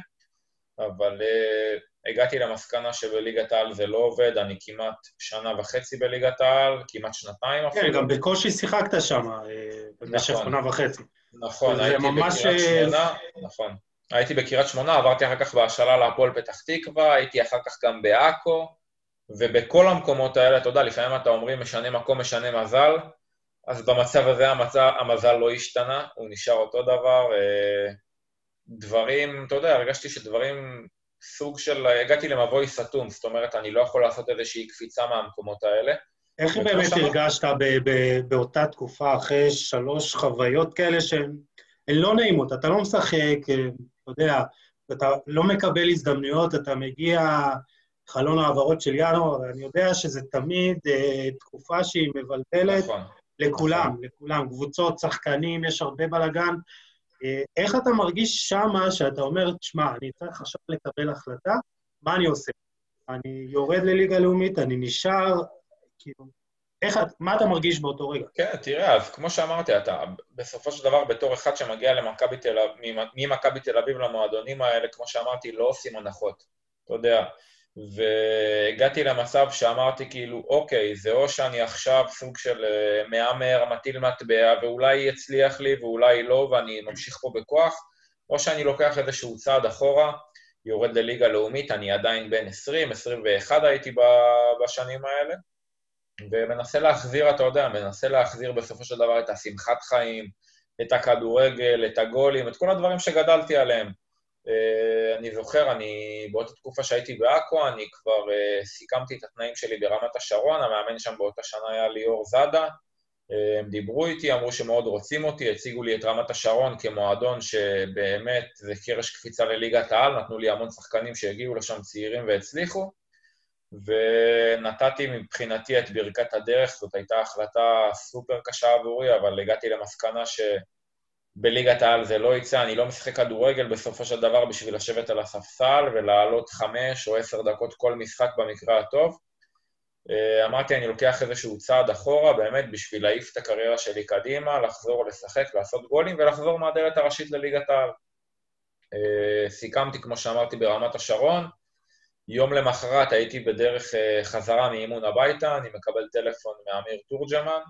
Speaker 3: אבל uh, הגעתי למסקנה שבליגת העל זה לא עובד, אני כמעט שנה וחצי בליגת העל, כמעט שנתיים אפילו.
Speaker 2: כן, גם בקושי שיחקת שם במשך
Speaker 3: נכון,
Speaker 2: שנה וחצי.
Speaker 3: נכון, הייתי ממש... בקריית שמונה, נכון. הייתי בקריית שמונה, עברתי אחר כך בהשאלה להפועל פתח תקווה, הייתי אחר כך גם בעכו, ובכל המקומות האלה, אתה יודע, לפעמים אתה אומרים, משנה מקום, משנה מזל, אז במצב הזה המצב, המזל לא השתנה, הוא נשאר אותו דבר. דברים, אתה יודע, הרגשתי שדברים סוג של, הגעתי למבוי סתום, זאת אומרת, אני לא יכול לעשות איזושהי קפיצה מהמקומות האלה.
Speaker 2: איך באמת הרגשת באותה תקופה, אחרי שלוש חוויות כאלה שהן לא נעימות, אתה לא משחק, אתה יודע, אתה לא מקבל הזדמנויות, אתה מגיע חלון העברות של ינואר, ואני יודע שזה תמיד תקופה שהיא מבלבלת לכולם, לכולם, קבוצות, שחקנים, יש הרבה בלגן. איך אתה מרגיש שמה שאתה אומר, תשמע, אני צריך עכשיו לקבל החלטה, מה אני עושה? אני יורד לליגה לאומית, אני נשאר, כאילו, איך, מה אתה מרגיש באותו רגע?
Speaker 3: כן, תראה, אז כמו שאמרתי, אתה בסופו של דבר בתור אחד שמגיע למכבי תל אביב, ממכבי תל אביב למועדונים האלה, כמו שאמרתי, לא עושים הנחות, אתה יודע, והגעתי למצב שאמרתי כאילו, אוקיי, זה או שאני עכשיו סוג של מאמר, מטיל מטבע, ואולי יצליח לי ואולי לא, ואני ממשיך פה בכוח, או שאני לוקח איזשהו צעד אחורה, יורד לליגה לאומית, אני עדיין בין עשרים, עשרים ואחת הייתי בשנים האלה, ומנסה להחזיר, אתה יודע, מנסה להחזיר בסופו של דבר את השמחת חיים, את הכדורגל, את הגולים, את כל הדברים שגדלתי עליהם. אני זוכר, אני באותה תקופה שהייתי בעכו, אני כבר סיכמתי את התנאים שלי ברמת השרון, המאמן שם באותה שנה היה ליאור זאדה, הם דיברו איתי, אמרו שמאוד רוצים אותי, הציגו לי את רמת השרון כמועדון שבאמת זה קרש קפיצה לליגת העל, נתנו לי המון שחקנים שהגיעו לשם צעירים והצליחו, ונתתי מבחינתי את ברכת הדרך, זאת הייתה החלטה סופר קשה עבורי, אבל הגעתי למסקנה שבליגת העל זה לא יצא, אני לא משחק כדורגל בסופו של דבר בשביל לשבת על הספסל ולעלות חמש או עשר דקות כל משחק במקרה הטוב. אמרתי, אני לוקח איזשהו צעד אחורה, באמת בשביל להעיף את הקריירה שלי קדימה, לחזור לשחק, לעשות גולים ולחזור מהדלת הראשית לליגת העל. סיכמתי, כמו שאמרתי, ברמת השרון, יום למחרת הייתי בדרך חזרה מאימון הביתה, אני מקבל טלפון מאמיר תורג'מן,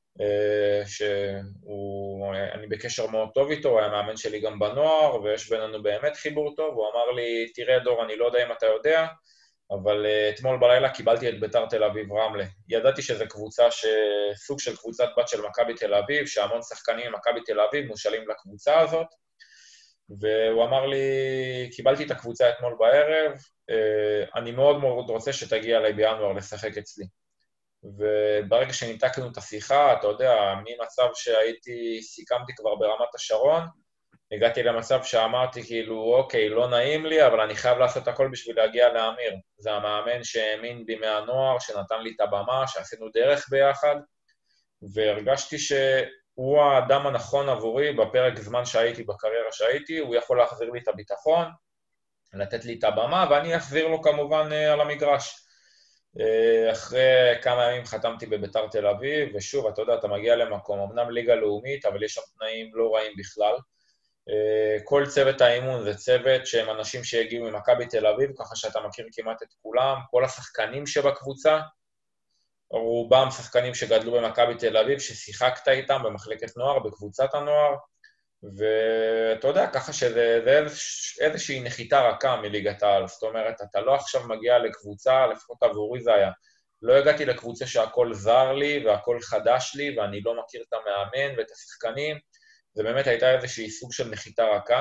Speaker 3: שאני בקשר מאוד טוב איתו, הוא היה מאמן שלי גם בנוער, ויש בינינו באמת חיבור טוב, הוא אמר לי, תראה דור, אני לא יודע אם אתה יודע, אבל אתמול בלילה קיבלתי את ביתר תל אביב רמלה. ידעתי שזו קבוצה, סוג של קבוצת בת של מכבי תל אביב, שהמון שחקנים ממכבי תל אביב מושאלים לקבוצה הזאת, והוא אמר לי, קיבלתי את הקבוצה אתמול בערב, אני מאוד מאוד רוצה שתגיע אליי בינואר לשחק אצלי. וברגע שניתקנו את השיחה, אתה יודע, ממצב שהייתי, סיכמתי כבר ברמת השרון, הגעתי למצב שאמרתי כאילו, אוקיי, לא נעים לי, אבל אני חייב לעשות הכל בשביל להגיע לאמיר. זה המאמן שהאמין בי מהנוער, שנתן לי את הבמה, שעשינו דרך ביחד, והרגשתי שהוא האדם הנכון עבורי בפרק זמן שהייתי, בקריירה שהייתי, הוא יכול להחזיר לי את הביטחון, לתת לי את הבמה, ואני אחזיר לו כמובן על המגרש. אחרי כמה ימים חתמתי בביתר תל אביב, ושוב, אתה יודע, אתה מגיע למקום, אמנם ליגה לאומית, אבל יש שם תנאים לא רעים בכלל. כל צוות האימון זה צוות שהם אנשים שהגיעו ממכבי תל אביב, ככה שאתה מכיר כמעט את כולם, כל השחקנים שבקבוצה, רובם שחקנים שגדלו במכבי תל אביב, ששיחקת איתם במחלקת נוער, בקבוצת הנוער, ואתה יודע, ככה שזה איזושהי נחיתה רכה מליגת העל, זאת אומרת, אתה לא עכשיו מגיע לקבוצה, לפחות עבורי זה היה, לא הגעתי לקבוצה שהכל זר לי והכל חדש לי, ואני לא מכיר את המאמן ואת השחקנים, זה באמת הייתה איזושהי סוג של נחיתה רכה,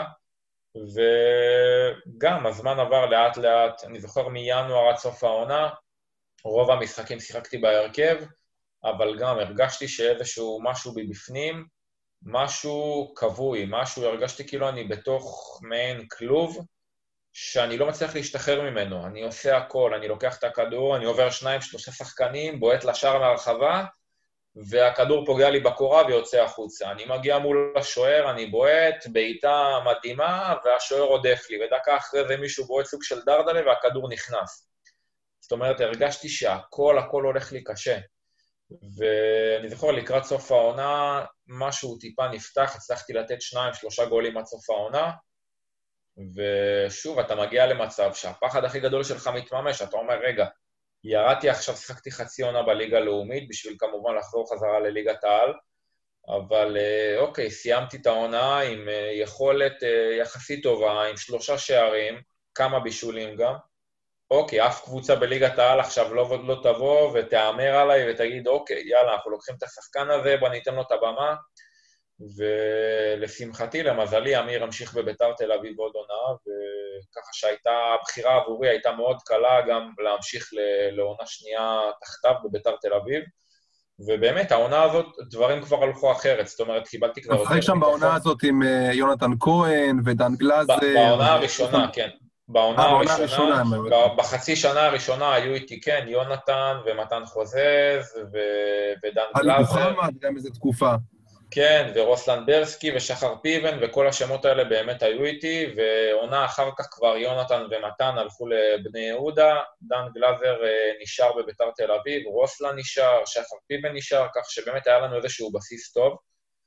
Speaker 3: וגם הזמן עבר לאט לאט, אני זוכר מינואר עד סוף העונה, רוב המשחקים שיחקתי בהרכב, אבל גם הרגשתי שאיזשהו משהו מבפנים, משהו קבוי, משהו, הרגשתי כאילו אני בתוך מעין כלוב, שאני לא מצליח להשתחרר ממנו, אני עושה הכל, אני לוקח את הכדור, אני עובר שניים, שלושה שחקנים, בועט לשער מהרחבה, והכדור פוגע לי בקורה ויוצא החוצה. אני מגיע מול השוער, אני בועט, בעיטה מדהימה, והשוער עודף לי, ודקה אחרי זה מישהו בועט סוג של דרדלה, והכדור נכנס. זאת אומרת, הרגשתי שהכל, הכל הולך לי קשה. ואני זוכר, לקראת סוף העונה, משהו טיפה נפתח, הצלחתי לתת שניים, שלושה גולים עד סוף העונה, ושוב, אתה מגיע למצב שהפחד הכי גדול שלך מתממש, אתה אומר, רגע, ירדתי עכשיו, שחקתי חצי עונה בליגה הלאומית, בשביל כמובן לחזור חזרה לליגת העל, אבל אוקיי, סיימתי את העונה עם יכולת יחסית טובה, עם שלושה שערים, כמה בישולים גם, אוקיי, אף קבוצה בליגת העל עכשיו לא, לא תבוא ותאמר עליי ותגיד, אוקיי, יאללה, אנחנו לוקחים את השחקן הזה, בוא ניתן לו את הבמה, ולשמחתי, למזלי, אמיר המשיך בביתר תל אביב עוד עונה, וככה שהייתה, הבחירה עבורי הייתה מאוד קלה גם להמשיך לעונה שנייה תחתיו בביתר תל אביב, ובאמת, העונה הזאת, דברים כבר הלכו אחרת, זאת אומרת, קיבלתי כבר...
Speaker 4: אתה שם בעונה הזאת עם יונתן כהן ודן גלאזר...
Speaker 3: בעונה הראשונה, כן. בעונה הראשונה, בחצי שנה הראשונה היו איתי, כן, יונתן ומתן חוזז ודן גלאזר.
Speaker 4: עלי מוחמד, גם איזו תקופה.
Speaker 3: כן, ורוסלן ברסקי ושחר פיבן, וכל השמות האלה באמת היו איתי, ועונה אחר כך כבר יונתן ומתן הלכו לבני יהודה, דן גלאזר נשאר בביתר תל אביב, רוסלן נשאר, שחר פיבן נשאר, כך שבאמת היה לנו איזשהו בסיס טוב,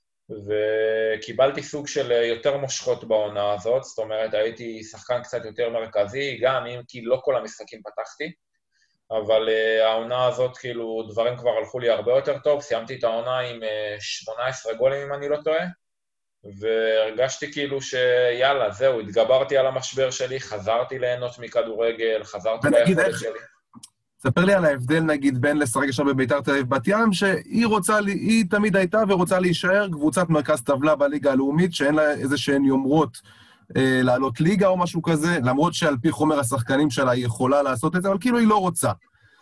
Speaker 3: וקיבלתי סוג של יותר מושכות בעונה הזאת, זאת אומרת, הייתי שחקן קצת יותר מרכזי, גם אם כי לא כל המשחקים פתחתי, אבל uh, העונה הזאת, כאילו, דברים כבר הלכו לי הרבה יותר טוב, סיימתי את העונה עם uh, שמונה עשרה גולים, אם אני לא טועה, והרגשתי כאילו שיאללה, זהו, התגברתי על המשבר שלי, חזרתי ליהנות מכדורגל, חזרתי ליכולת שלי.
Speaker 4: ספר לי על ההבדל, נגיד, בין לשחק עכשיו בביתר תל אביב בת ים, שהיא רוצה, היא תמיד הייתה ורוצה להישאר קבוצת מרכז טבלה בליגה הלאומית, שאין לה איזה שהן יומרות אה, לעלות ליגה או משהו כזה, למרות שעל פי חומר השחקנים שלה היא יכולה לעשות את זה, אבל כאילו היא לא רוצה.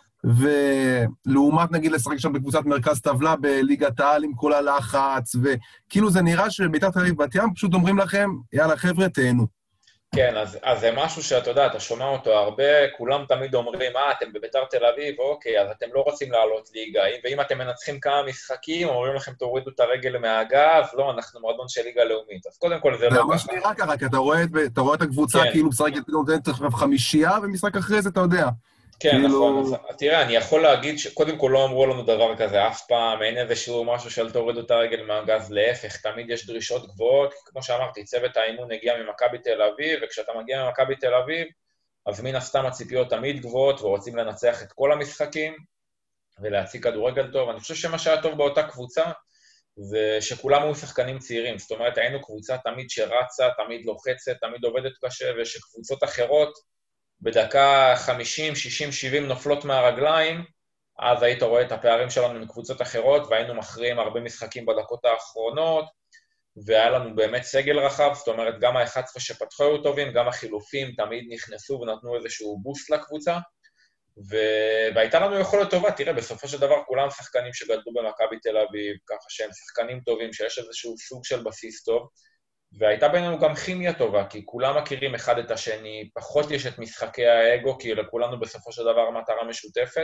Speaker 4: ולעומת, נגיד, לשחק עכשיו בקבוצת מרכז טבלה בליגת העל עם כל הלחץ, וכאילו זה נראה שביתר תל אביב בת ים פשוט אומרים לכם, יאללה חבר'ה, תהנו.
Speaker 3: כן, אז, אז זה משהו שאתה יודע, אתה שומע אותו הרבה, כולם תמיד אומרים, אה, אתם בביתר תל אביב, אוקיי, אז אתם לא רוצים לעלות ליגה, ואם אתם מנצחים כמה משחקים, אומרים לכם, תורידו את הרגל מהגז, לא, אנחנו מועדון של ליגה לאומית. אז קודם כל זה לא ככה.
Speaker 4: זה ממש נראה ככה, כי אתה רואה, אתה רואה את הקבוצה כן. כאילו משחקת נותנת חמישייה, ומשחק אחרי זה אתה יודע.
Speaker 3: כן, כאילו... נכון. אז תראה, אני יכול להגיד שקודם כל לא אמרו לנו דבר כזה אף פעם, אין איזשהו משהו של תורידו את הרגל מהגז, להפך, תמיד יש דרישות גבוהות, כמו שאמרתי, צוות האימון הגיע ממכבי תל אביב, וכשאתה מגיע ממכבי תל אביב, אז מן הסתם הציפיות תמיד גבוהות, ורוצים לנצח את כל המשחקים, ולהציג כדורגל טוב. אני חושב שמה שהיה טוב באותה קבוצה, זה שכולם היו שחקנים צעירים, זאת אומרת, היינו קבוצה תמיד שרצה, תמיד לוחצת, תמיד עובדת קשה, ושקבוצות אחרות, בדקה חמישים, שישים, שבעים נופלות מהרגליים, אז היית רואה את הפערים שלנו מקבוצות אחרות, והיינו מכריעים הרבה משחקים בדקות האחרונות, והיה לנו באמת סגל רחב, זאת אומרת, גם ה-אחד עשר שפתחו היו טובים, גם החילופים תמיד נכנסו ונתנו איזשהו בוסט לקבוצה, ו... והייתה לנו יכולת טובה, תראה, בסופו של דבר כולם שחקנים שגדלו במכבי תל אביב, ככה שהם שחקנים טובים, שיש איזשהו סוג של בסיס טוב, והייתה בינינו גם כימיה טובה, כי כולם מכירים אחד את השני, פחות יש את משחקי האגו, כי לכולנו בסופו של דבר מטרה משותפת,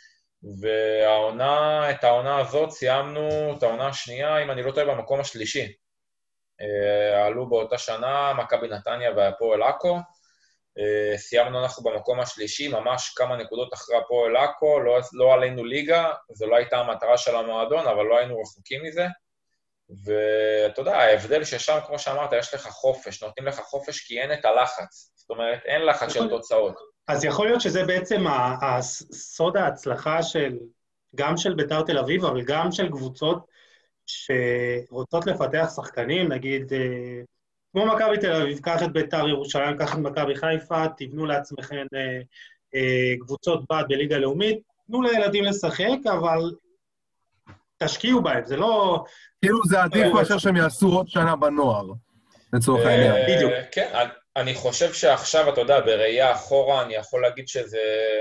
Speaker 3: והעונה, את העונה הזאת סיימנו, את העונה השנייה, אם אני לא טועה, במקום השלישי. עלו באותה שנה, מכבי נתניה והפועל עכו, סיימנו אנחנו במקום השלישי, ממש כמה נקודות אחרי הפועל עכו, לא, לא עלינו ליגה, זו לא הייתה המטרה של המועדון, אבל לא היינו רחוקים מזה, ואתה יודע, ההבדל ששם, כמו שאמרת, יש לך חופש, נותנים לך חופש כי אין את הלחץ, זאת אומרת, אין לחץ של תוצאות.
Speaker 2: אז יכול להיות שזה בעצם הסוד ההצלחה של, גם של ביתר תל אביב, אבל גם של קבוצות שרוצות לפתח שחקנים, נגיד, כמו מכבי תל אביב, קח את ביתר ירושלים, קח את מכבי חיפה, תבנו לעצמכם קבוצות בת בליגה לאומית, תנו לילדים לשחק, אבל תשקיעו בהם, זה לא...
Speaker 4: כאילו זה עדיף מאשר שהם יעשו עוד שנה בנוער, לצורך העניין.
Speaker 2: בדיוק.
Speaker 3: כן, אני חושב שעכשיו, אתה יודע, בראייה אחורה, אני יכול להגיד שזה...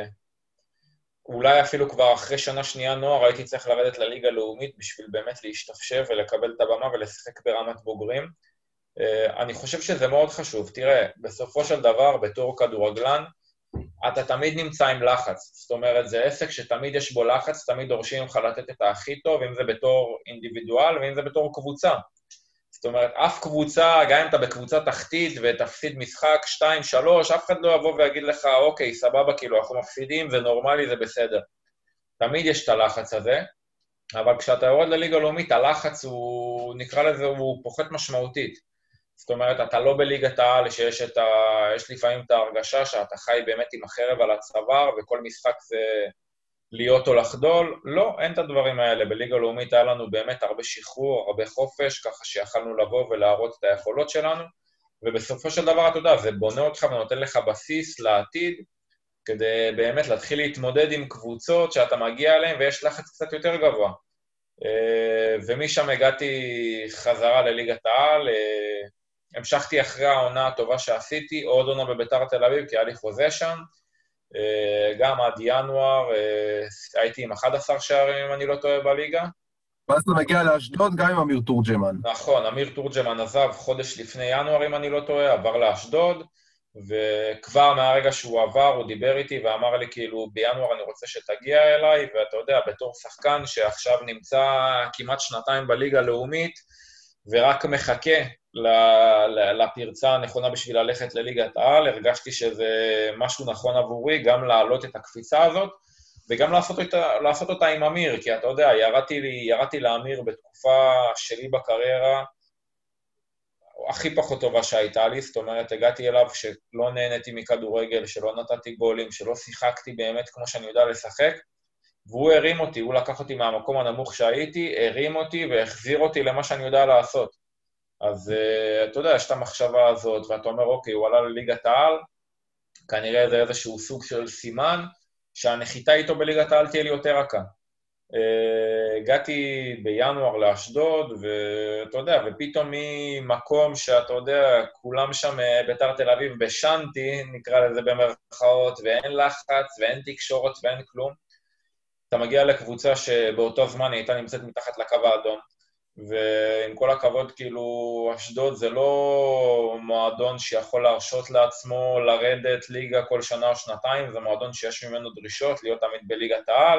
Speaker 3: אולי אפילו כבר אחרי שנה שנייה נוער, הייתי צריך לרדת לליגה לאומית בשביל באמת להשתפשב ולקבל את הבמה ולשחק ברמת בוגרים. אני חושב שזה מאוד חשוב. תראה, בסופו של דבר, בתור כדורגלן, אתה תמיד נמצא עם לחץ. זאת אומרת, זה עסק שתמיד יש בו לחץ, תמיד דורשים לך לתת את הכי טוב, אם זה בתור אינדיבידואל ואם זה בתור קבוצה. זאת אומרת, אף קבוצה, גם אם אתה בקבוצה תחתית ותפסיד משחק שתיים שלוש, אף אחד לא יבוא ויגיד לך, אוקיי, סבבה, כאילו, אנחנו מפסידים, זה נורמלי, זה בסדר. תמיד יש את הלחץ הזה, אבל כשאתה יורד לליגה לאומית, הלחץ הוא, נקרא לזה, הוא פוחת משמעותית. זאת אומרת, אתה לא בליגת העל, שיש את ה... יש לפעמים את ההרגשה שאתה חי באמת עם החרב על הצוואר, וכל משחק זה להיות או לחדול. לא, אין את הדברים האלה. בליגה לאומית היה לנו באמת הרבה שחרור, הרבה חופש, ככה שיכלנו לבוא ולהראות את היכולות שלנו, ובסופו של דבר, אתה יודע, זה בונה אותך ונותן לך בסיס לעתיד, כדי באמת להתחיל להתמודד עם קבוצות שאתה מגיע אליהן, ויש לחץ קצת יותר גבוה. ומשם הגעתי חזרה לליגת העל, המשכתי אחרי העונה הטובה שעשיתי, עוד עונה בביתר תל אביב, כי היה לי חוזה שם, גם עד ינואר, הייתי עם אחד עשר שערים, אם אני לא טועה, בליגה.
Speaker 4: ואז אתה מגיע לאשדוד גם עם אמיר תורג'מן.
Speaker 3: נכון, אמיר תורג'מן עזב חודש לפני ינואר, אם אני לא טועה, עבר לאשדוד, וכבר מהרגע שהוא עבר, הוא דיבר איתי ואמר לי, כאילו, בינואר אני רוצה שתגיע אליי, ואתה יודע, בתור שחקן שעכשיו נמצא כמעט שנתיים בליגה הלאומית, ורק מחכה לפרצה הנכונה בשביל ללכת לליגת העל, הרגשתי שזה משהו נכון עבורי, גם להעלות את הקפיצה הזאת, וגם לעשות אותה, לעשות אותה עם אמיר, כי אתה יודע, ירדתי, לי, ירדתי לאמיר בתקופה שלי בקריירה, הכי פחות טובה שהייתה לי, זאת אומרת, הגעתי אליו שלא נהניתי מכדורגל, שלא נתתי גולים, שלא שיחקתי באמת כמו שאני יודע לשחק, והוא הרים אותי, הוא לקח אותי מהמקום הנמוך שהייתי, הרים אותי והחזיר אותי למה שאני יודע לעשות. אז uh, אתה יודע, יש את המחשבה הזאת, ואתה אומר, אוקיי, הוא עלה לליגת העל, כנראה זה איזשהו סוג של סימן, שהנחיתה איתו בליגת העל תהיה לי יותר רכה. Uh, הגעתי בינואר לאשדוד, ואתה יודע, ופתאום ממקום שאתה יודע, כולם שם ביתר תל אביב בשנתי, נקרא לזה במרכאות, ואין לחץ, ואין תקשורת, ואין כלום, אתה מגיע לקבוצה שבאותו זמן היא הייתה נמצאת מתחת לקו האדום, ועם כל הכבוד, כאילו, אשדוד זה לא מועדון שיכול להרשות לעצמו לרדת ליגה כל שנה או שנתיים, זה מועדון שיש ממנו דרישות, להיות תמיד בליגת העל,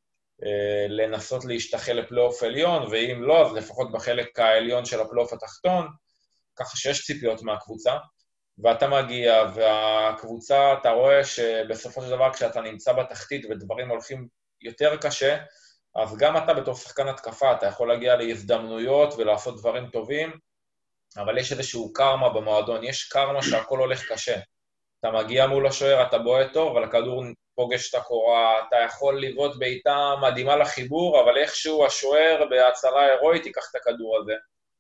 Speaker 3: לנסות להשתחל לפלייאוף עליון, ואם לא, אז לפחות בחלק העליון של הפלייאוף התחתון, ככה שיש ציפיות מהקבוצה, ואתה מגיע, והקבוצה, אתה רואה שבסופו של דבר, כשאתה נמצא בתחתית ודברים הולכים יותר קשה, אז גם אתה בתור שחקן התקפה, אתה יכול להגיע להזדמנויות ולעשות דברים טובים, אבל יש איזשהו קרמה במועדון, יש קרמה שהכל הולך קשה. אתה מגיע מול השוער, אתה בועט טוב, אבל הכדור פוגש את הקורה, אתה יכול לבעוט בעיטה מדהימה לחיבור, אבל איכשהו השוער בהצלה הירואית ייקח את הכדור הזה.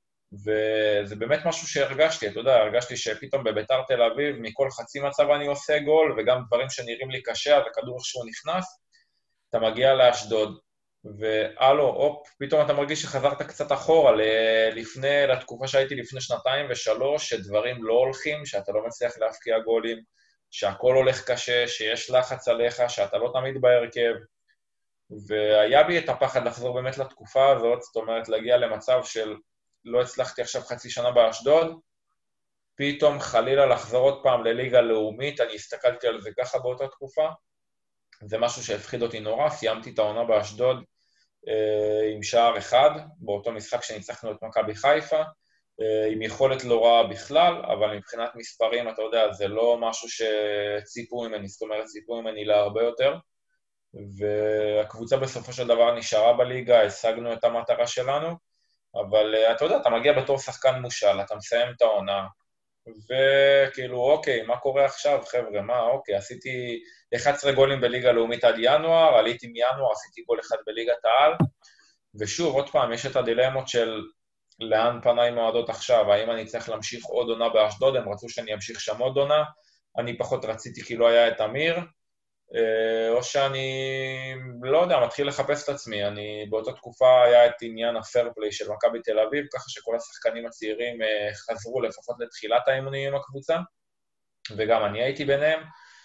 Speaker 3: וזה באמת משהו שהרגשתי, אתה יודע, הרגשתי שפתאום בביתר תל אביב, מכל חצי מצב אני עושה גול, וגם דברים שנראים לי קשה, אז הכדור איכשהו נכנס, אתה מגיע לאשדוד, ואלו, אופ, פתאום אתה מרגיש שחזרת קצת אחורה, לפני, לתקופה שהייתי לפני שנתיים ושלוש, שדברים לא הולכים, שאתה לא מצליח להפקיע גולים, שהכל הולך קשה, שיש לחץ עליך, שאתה לא תמיד בהרכב, והיה בי את הפחד לחזור באמת לתקופה הזאת, זאת אומרת, להגיע למצב של לא הצלחתי עכשיו חצי שנה באשדוד, פתאום חלילה לחזור עוד פעם לליגה לאומית, אני הסתכלתי על זה ככה באותה תקופה, זה משהו שהפחיד אותי נורא, סיימתי את העונה באשדוד אה, עם שער אחד, באותו משחק שניצחנו את מכבי חיפה, אה, עם יכולת לא רעה בכלל, אבל מבחינת מספרים, אתה יודע, זה לא משהו שציפו ממני, זאת אומרת, ציפו ממני להרבה יותר, והקבוצה בסופו של דבר נשארה בליגה, השגנו את המטרה שלנו, אבל אה, אתה יודע, אתה מגיע בתור שחקן מושל, אתה מסיים את העונה, וכאילו, אוקיי, מה קורה עכשיו, חבר'ה, מה, אוקיי, עשיתי אחד עשר גולים בליגה לאומית עד ינואר, עליתי מינואר, עשיתי גול אחד בליגת העל, ושוב, עוד פעם, יש את הדילמות של לאן פניי מועדות עכשיו, האם אני צריך להמשיך עוד עונה באשדוד, הם רצו שאני אמשיך שם עוד עונה, אני פחות רציתי כי לא היה את אמיר, או שאני, לא יודע, מתחיל לחפש את עצמי, אני באותה תקופה היה את עניין הפרפליי של מכבי תל אביב, ככה שכל השחקנים הצעירים חזרו לפחות לתחילת האימונים עם הקבוצה, וגם אני הייתי ביניהם,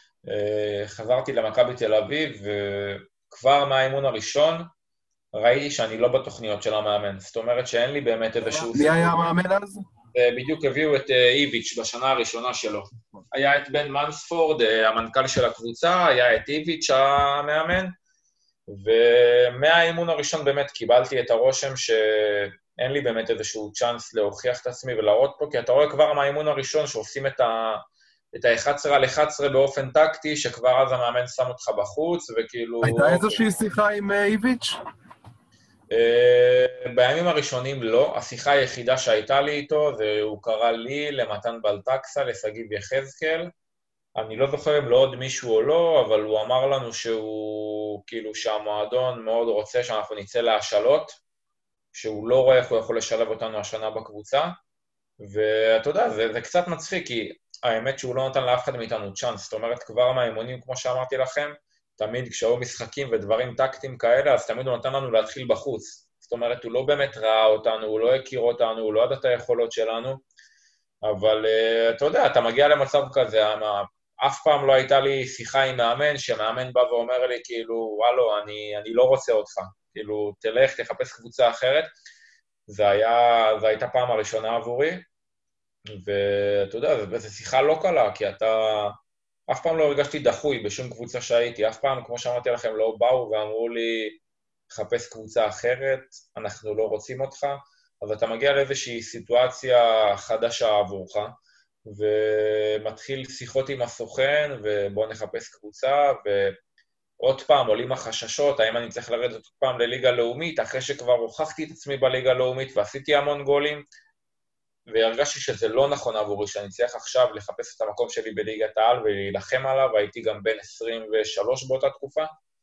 Speaker 3: חזרתי למכבי תל אביב, וכבר מהאימון הראשון ראיתי שאני לא בתוכניות של המאמן, זאת אומרת שאין לי באמת איזשהו...
Speaker 4: מי היה המאמן אז?
Speaker 3: בדיוק הביאו את איביץ' בשנה הראשונה שלו. היה את בן מנספורד, המנכ"ל של הקבוצה, היה את איביץ' המאמן, ומהאימון הראשון באמת קיבלתי את הרושם שאין לי באמת איזשהו צ'אנס להוכיח את עצמי ולהראות פה, כי אתה רואה כבר מהאימון הראשון שעושים את ה... את ה-אחד עשר על אחד עשר באופן טקטי, שכבר אז המאמן שם אותך בחוץ, וכאילו...
Speaker 4: הייתה איזושהי שיחה עם איביץ'?
Speaker 3: בימים הראשונים לא, השיחה היחידה שהייתה לי איתו, זה הוא קרא לי, למתן בלטקסה, לסגיב יחזקאל, אני לא זוכר אם לא עוד מישהו או לא, אבל הוא אמר לנו שהוא, כאילו שהמועדון מאוד רוצה שאנחנו נצא להשאלות, שהוא לא רואה איך הוא יכול לשלב אותנו השנה בקבוצה, ואתה יודע, זה, זה קצת מצחיק, כי האמת שהוא לא נתן לאף אחד מאיתנו צ'אנס, זאת אומרת, כבר מהאימונים, כמו שאמרתי לכם, תמיד כשהיו משחקים ודברים טקטיים כאלה, אז תמיד הוא נתן לנו להתחיל בחוץ. זאת אומרת, הוא לא באמת ראה אותנו, הוא לא הכיר אותנו, הוא לא ידע את היכולות שלנו, אבל uh, אתה יודע, אתה מגיע למצב כזה, אף פעם לא הייתה לי שיחה עם מאמן, שמאמן בא ואומר לי, כאילו, וואלו, אני, אני לא רוצה אותך, כאילו, תלך, תחפש קבוצה אחרת, זה היה, זה הייתה פעם הראשונה עבורי, ואתה יודע, זו שיחה לא קלה, כי אתה, אף פעם לא הרגשתי דחוי בשום קבוצה שהייתי, אף פעם, כמו שאמרתי לכם, לא באו ואמרו לי, חפש קבוצה אחרת, אנחנו לא רוצים אותך, אז אתה מגיע לאיזושהי סיטואציה חדשה עבורך, ומתחיל שיחות עם הסוכן, ובוא נחפש קבוצה, ועוד פעם עולים החששות, האם אני צריך לרדת עוד פעם לליגה לאומית, אחרי שכבר הוכחתי את עצמי בליגה לאומית, ועשיתי המון גולים, והרגשתי שזה לא נכון עבורי, שאני צריך עכשיו לחפש את המקום שלי בליגת העל, ולהילחם עליו, הייתי גם בין עשרים ושלוש באותה תקופה,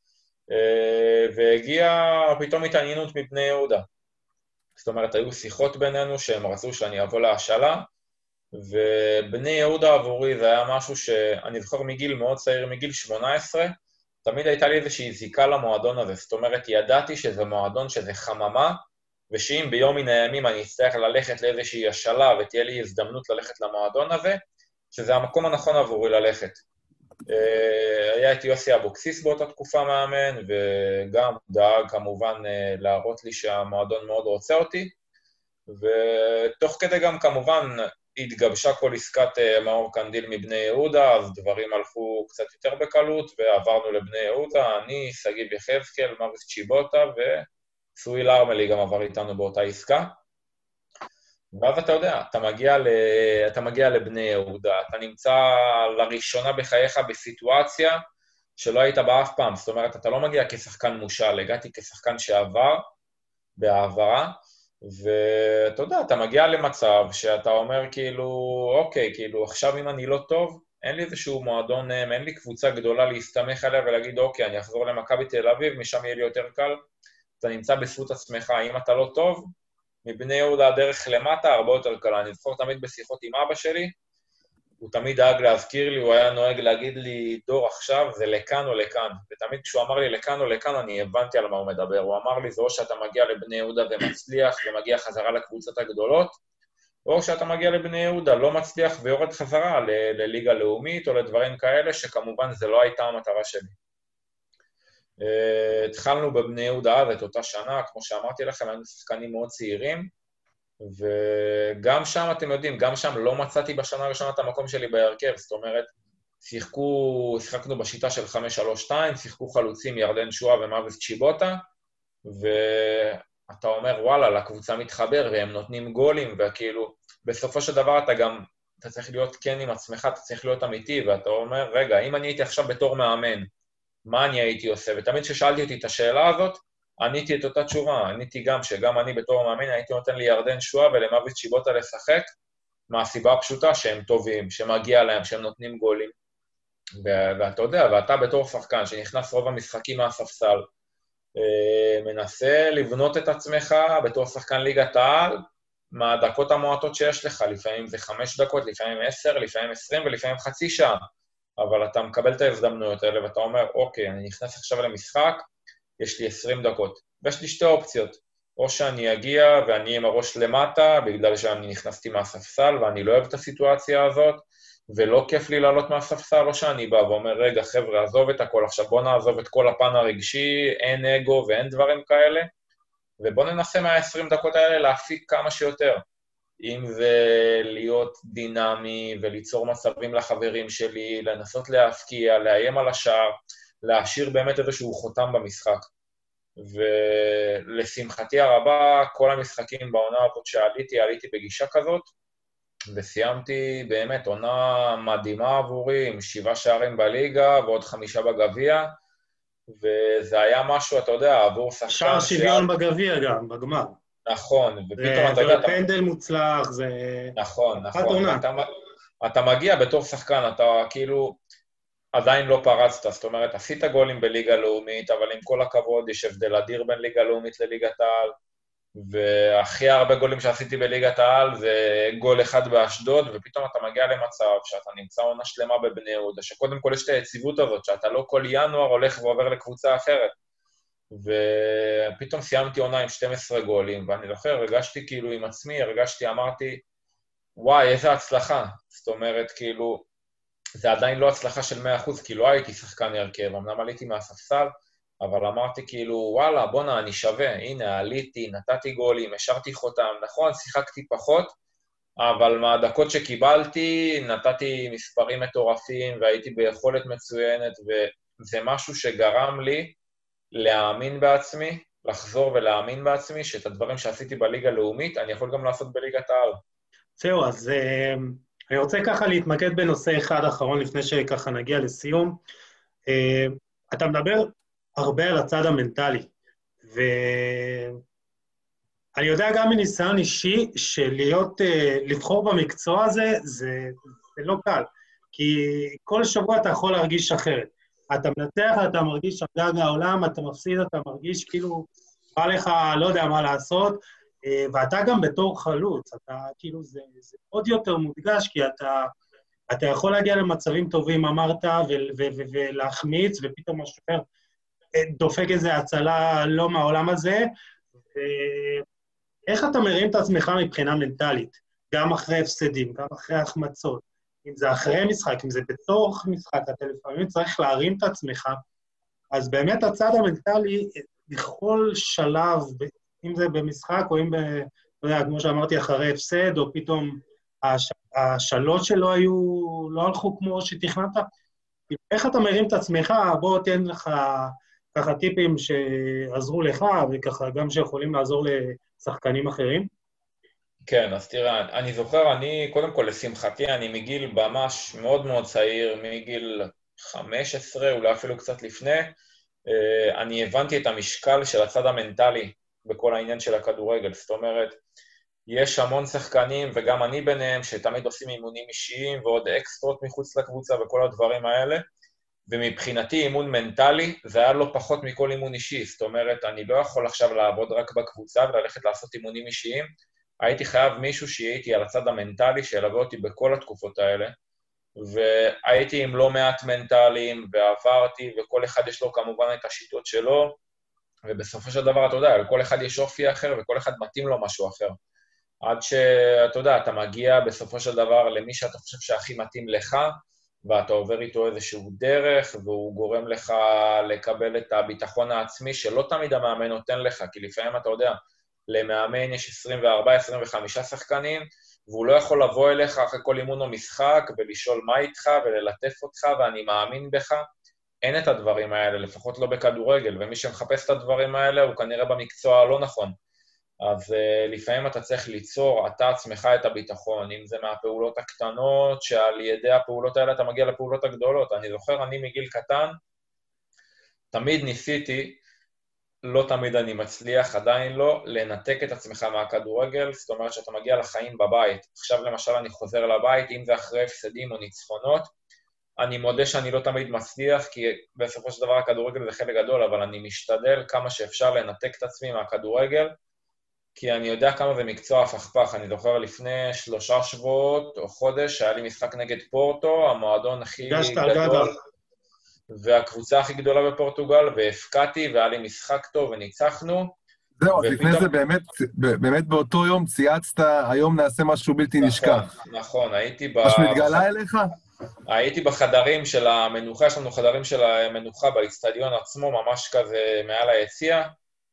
Speaker 3: והגיעה פתאום התעניינות מבני יהודה. זאת אומרת, היו שיחות בינינו שהם רצו שאני אבוא להשאלה, ובני יהודה עבורי זה היה משהו שאני זוכר מגיל מאוד צעיר, מגיל שמונה עשרה, תמיד הייתה לי איזושהי זיקה למועדון הזה, זאת אומרת, ידעתי שזה מועדון, שזה חממה, ושאם ביום מן הימים אני אצטרך ללכת לאיזושהי השאלה, ותהיה לי הזדמנות ללכת למועדון הזה, שזה המקום הנכון עבורי ללכת. היה את יוסי אבוקסיס באותה תקופה מאמן, וגם דאג כמובן להראות לי שהמועדון מאוד רוצה אותי, ותוך כדי גם כמובן התגבשה כל עסקת מאור קנדיל מבני יהודה, אז דברים הלכו קצת יותר בקלות, ועברנו לבני יהודה, אני, סגיב יחזקאל, מריס צ'יבוטה, וסואי לארמלי גם עבר איתנו באותה עסקה. ואז אתה יודע, אתה מגיע, ל... אתה מגיע לבני יהודה, אתה נמצא לראשונה בחייך בסיטואציה שלא היית בה אף פעם, זאת אומרת, אתה לא מגיע כשחקן מושל, הגעתי כשחקן שעבר בעברה, ואתה יודע, אתה מגיע למצב שאתה אומר כאילו, אוקיי, כאילו עכשיו אם אני לא טוב, אין לי איזשהו מועדון, אין לי קבוצה גדולה להסתמך עליה ולהגיד, אוקיי, אני אחזור למכבי תל אביב, משם יהיה לי יותר קל, אתה נמצא בזכות עצמך, אם אתה לא טוב, מבני יהודה הדרך למטה הרבה יותר קלה. אני זוכר תמיד בשיחות עם אבא שלי, הוא תמיד דאג להזכיר לי, הוא היה נוהג להגיד לי, דור עכשיו זה לכאן או לכאן. ותמיד כשהוא אמר לי לכאן או לכאן, אני הבנתי על מה הוא מדבר. הוא אמר לי, זה או שאתה מגיע לבני יהודה ומצליח ומגיע חזרה לקבוצות הגדולות, או שאתה מגיע לבני יהודה, לא מצליח ויורד חזרה ל- לליגה לאומית או לדברים כאלה, שכמובן זה לא הייתה המטרה שלי. Uh, התחלנו בבני יהודה אז את אותה שנה, כמו שאמרתי לכם, היינו שחקנים מאוד צעירים, וגם שם, אתם יודעים, גם שם לא מצאתי בשנה הראשונה את המקום שלי בהרכב, זאת אומרת, שיחקו, שיחקנו בשיטה של חמש שלוש שתיים, שיחקו חלוצים ירדן שואה ומאביס צ'יבוטה, ואתה אומר, וואלה, לקבוצה מתחבר, והם נותנים גולים, וכאילו, בסופו של דבר אתה גם, אתה צריך להיות כן עם עצמך, אתה צריך להיות אמיתי, ואתה אומר, רגע, אם אני הייתי עכשיו בתור מאמן, מה אני הייתי עושה? ותמיד כששאלתי אותי את השאלה הזאת, עניתי את אותה תשובה, עניתי גם שגם אני בתור מאמין הייתי נותן לי ירדן שואה ולמאביס צ'יבוטה לשחק, מהסיבה הפשוטה שהם טובים, שמגיע להם, שהם נותנים גולים. ואתה יודע, ואתה בתור שחקן שנכנס רוב המשחקים מהספסל, מנסה לבנות את עצמך בתור שחקן ליגת העל, מהדקות המועטות שיש לך, לפעמים זה חמש דקות, לפעמים עשר, לפעמים עשרים ולפעמים חצי שעה. אבל אתה מקבל את ההזדמנויות האלה, ואתה אומר, אוקיי, אני נכנס עכשיו למשחק, יש לי עשרים דקות, ויש לי שתי אופציות, או שאני אגיע ואני עם הראש למטה, בגלל שאני נכנסתי מהספסל, ואני לא אוהב את הסיטואציה הזאת, ולא כיף לי לעלות מהספסל, או שאני בא ואומר, רגע, חבר'ה, עזוב את הכל, עכשיו בוא נעזוב את כל הפן הרגשי, אין אגו ואין דברים כאלה, ובוא ננסה מה-עשרים דקות האלה להפיק כמה שיותר. אם זה להיות דינמי וליצור מצבים לחברים שלי, לנסות להפקיע, לאיים על השער, להשאיר באמת איזשהו חותם במשחק. ולשמחתי הרבה, כל המשחקים בעונה הזאת שעליתי, עליתי בגישה כזאת, וסיימתי באמת עונה מדהימה עבורי, עם שבעה שערים בליגה ועוד חמישה בגביע, וזה היה משהו, אתה יודע, עבור שחקן...
Speaker 2: שער שוויון בגביע גם, בגמר.
Speaker 3: נכון, ופתאום אתה יודע...
Speaker 2: זה פנדל מוצלח, זה...
Speaker 3: נכון, נכון. אתה מגיע בתור שחקן, אתה כאילו עדיין לא פרצת, זאת אומרת, עשית גולים בליגה לאומית, אבל עם כל הכבוד יש הבדל אדיר בין ליגה לאומית לליגת העל, והכי הרבה גולים שעשיתי בליגת העל זה גול אחד באשדוד, ופתאום אתה מגיע למצב שאתה נמצא עונה שלמה בבני יהודה, שקודם כל יש את היציבות הזאת, שאתה לא כל ינואר הולך ועובר לקבוצה אחרת. ופתאום סיימתי עונה עם שנים עשר גולים, ואני זוכר, הרגשתי כאילו עם עצמי, הרגשתי, אמרתי, וואי, איזה הצלחה. זאת אומרת, כאילו, זה עדיין לא הצלחה של מאה אחוז, כי לא הייתי שחקן הרכב, אמנם עליתי מהספסל, אבל אמרתי כאילו, וואלה, בונה, אני שווה, הנה, עליתי, נתתי גולים, השארתי חותם, נכון, שיחקתי פחות, אבל מהדקות שקיבלתי, נתתי מספרים מטורפים, והייתי ביכולת מצוינת, וזה משהו שגרם לי להאמין בעצמי, לחזור ולהאמין בעצמי, שאת הדברים שעשיתי בליגה הלאומית, אני יכול גם לעשות בליגת העל.
Speaker 2: זהו, אז uh, אני רוצה ככה להתמקד בנושא אחד אחרון, לפני שככה נגיע לסיום. Uh, אתה מדבר הרבה על הצד המנטלי, ואני יודע גם מניסיון אישי, שלהיות, uh, לבחור במקצוע הזה, זה, זה לא קל, כי כל שבוע אתה יכול להרגיש אחרת. אתה מנצח, אתה מרגיש שגג העולם, אתה מפסיד, אתה מרגיש כאילו, בא לך, לא יודע מה לעשות, ואתה גם בתור חלוץ, אתה כאילו, זה, זה עוד יותר מודגש, כי אתה, אתה יכול להגיע למצבים טובים, אמרת, ו- ו- ו- ולהחמיץ, ופתאום משהו אחר דופק איזו הצלה לא מהעולם הזה, איך אתה מרים את עצמך מבחינה מנטלית, גם אחרי הפסדים, גם אחרי החמצות, אם זה אחרי משחק, אם זה בתוך משחק, אתה לפעמים צריך להרים את עצמך, אז באמת הצד המנטלי, בכל שלב, אם זה במשחק, או אם, ב, לא יודע, כמו שאמרתי, אחרי הפסד, או פתאום הש, השאלות שלו היו, לא הלכו כמו שתכננת, איך אתה מרים את עצמך, בוא תן לך ככה טיפים שעזרו לך, וככה גם שיכולים לעזור לשחקנים אחרים.
Speaker 3: כן, אז תראה, אני זוכר, אני, קודם כל, לשמחתי, אני מגיל ממש מאוד מאוד צעיר, מגיל חמש עשרה, אולי אפילו קצת לפני, אני הבנתי את המשקל של הצד המנטלי בכל העניין של הכדורגל. זאת אומרת, יש המון שחקנים, וגם אני ביניהם, שתמיד עושים אימונים אישיים, ועוד אקסטרות מחוץ לקבוצה וכל הדברים האלה, ומבחינתי אימון מנטלי, זה היה לא פחות מכל אימון אישי. זאת אומרת, אני לא יכול עכשיו לעבוד רק בקבוצה, וללכת לעשות אימונים אישיים, הייתי חייב מישהו שיהיה איתי על הצד המנטלי, שילווה אותי בכל התקופות האלה, והייתי עם לא מעט מנטליים, ועברתי, וכל אחד יש לו כמובן את השיטות שלו, ובסופו של דבר, אתה יודע, לכל אחד יש אופי אחר, וכל אחד מתאים לו משהו אחר. עד שאתה יודע, אתה מגיע בסופו של דבר למי שאתה חושב שהכי מתאים לך, ואתה עובר איתו איזשהו דרך, והוא גורם לך לקבל את הביטחון העצמי, שלא תמיד המאמן נותן לך, כי לפעמים אתה יודע, למאמן יש עשרים וארבע עשרים וחמש שחקנים, והוא לא יכול לבוא אליך אחרי כל אימון או משחק, ולשאול מה איתך, וללטף אותך, ואני מאמין בך. אין את הדברים האלה, לפחות לא בכדורגל, ומי שמחפש את הדברים האלה, הוא כנראה במקצוע הלא נכון. אז uh, לפעמים אתה צריך ליצור, אתה עצמך את הביטחון, אם זה מהפעולות הקטנות, שעל ידי הפעולות האלה אתה מגיע לפעולות הגדולות. אני זוכר, אני מגיל קטן, תמיד ניסיתי, לא תמיד אני מצליח, עדיין לא, לנתק את עצמך מהכדורגל, זאת אומרת שאתה מגיע לחיים בבית. עכשיו למשל אני חוזר לבית, אם זה אחרי הפסדים או ניצחונות, אני מודה שאני לא תמיד מצליח, כי בסופו של דבר הכדורגל זה חלק גדול, אבל אני משתדל כמה שאפשר לנתק את עצמי מהכדורגל, כי אני יודע כמה זה מקצוע הפכפך. אני זוכר לפני שלושה שבועות או חודש, היה לי משחק נגד פורטו, המועדון הכי גדול, והקבוצה הכי גדולה בפורטוגל, והפקעתי, והיה לי משחק טוב, וניצחנו.
Speaker 4: זהו, אז לפני זה באמת, באמת באותו יום צייצת, היום נעשה משהו בלתי נשכח.
Speaker 3: נכון, הייתי ב...
Speaker 4: משהו התגלה אליך?
Speaker 3: הייתי בחדרים של המנוחה, יש לנו חדרים של המנוחה באצטדיון עצמו, ממש כזה מעל היציע,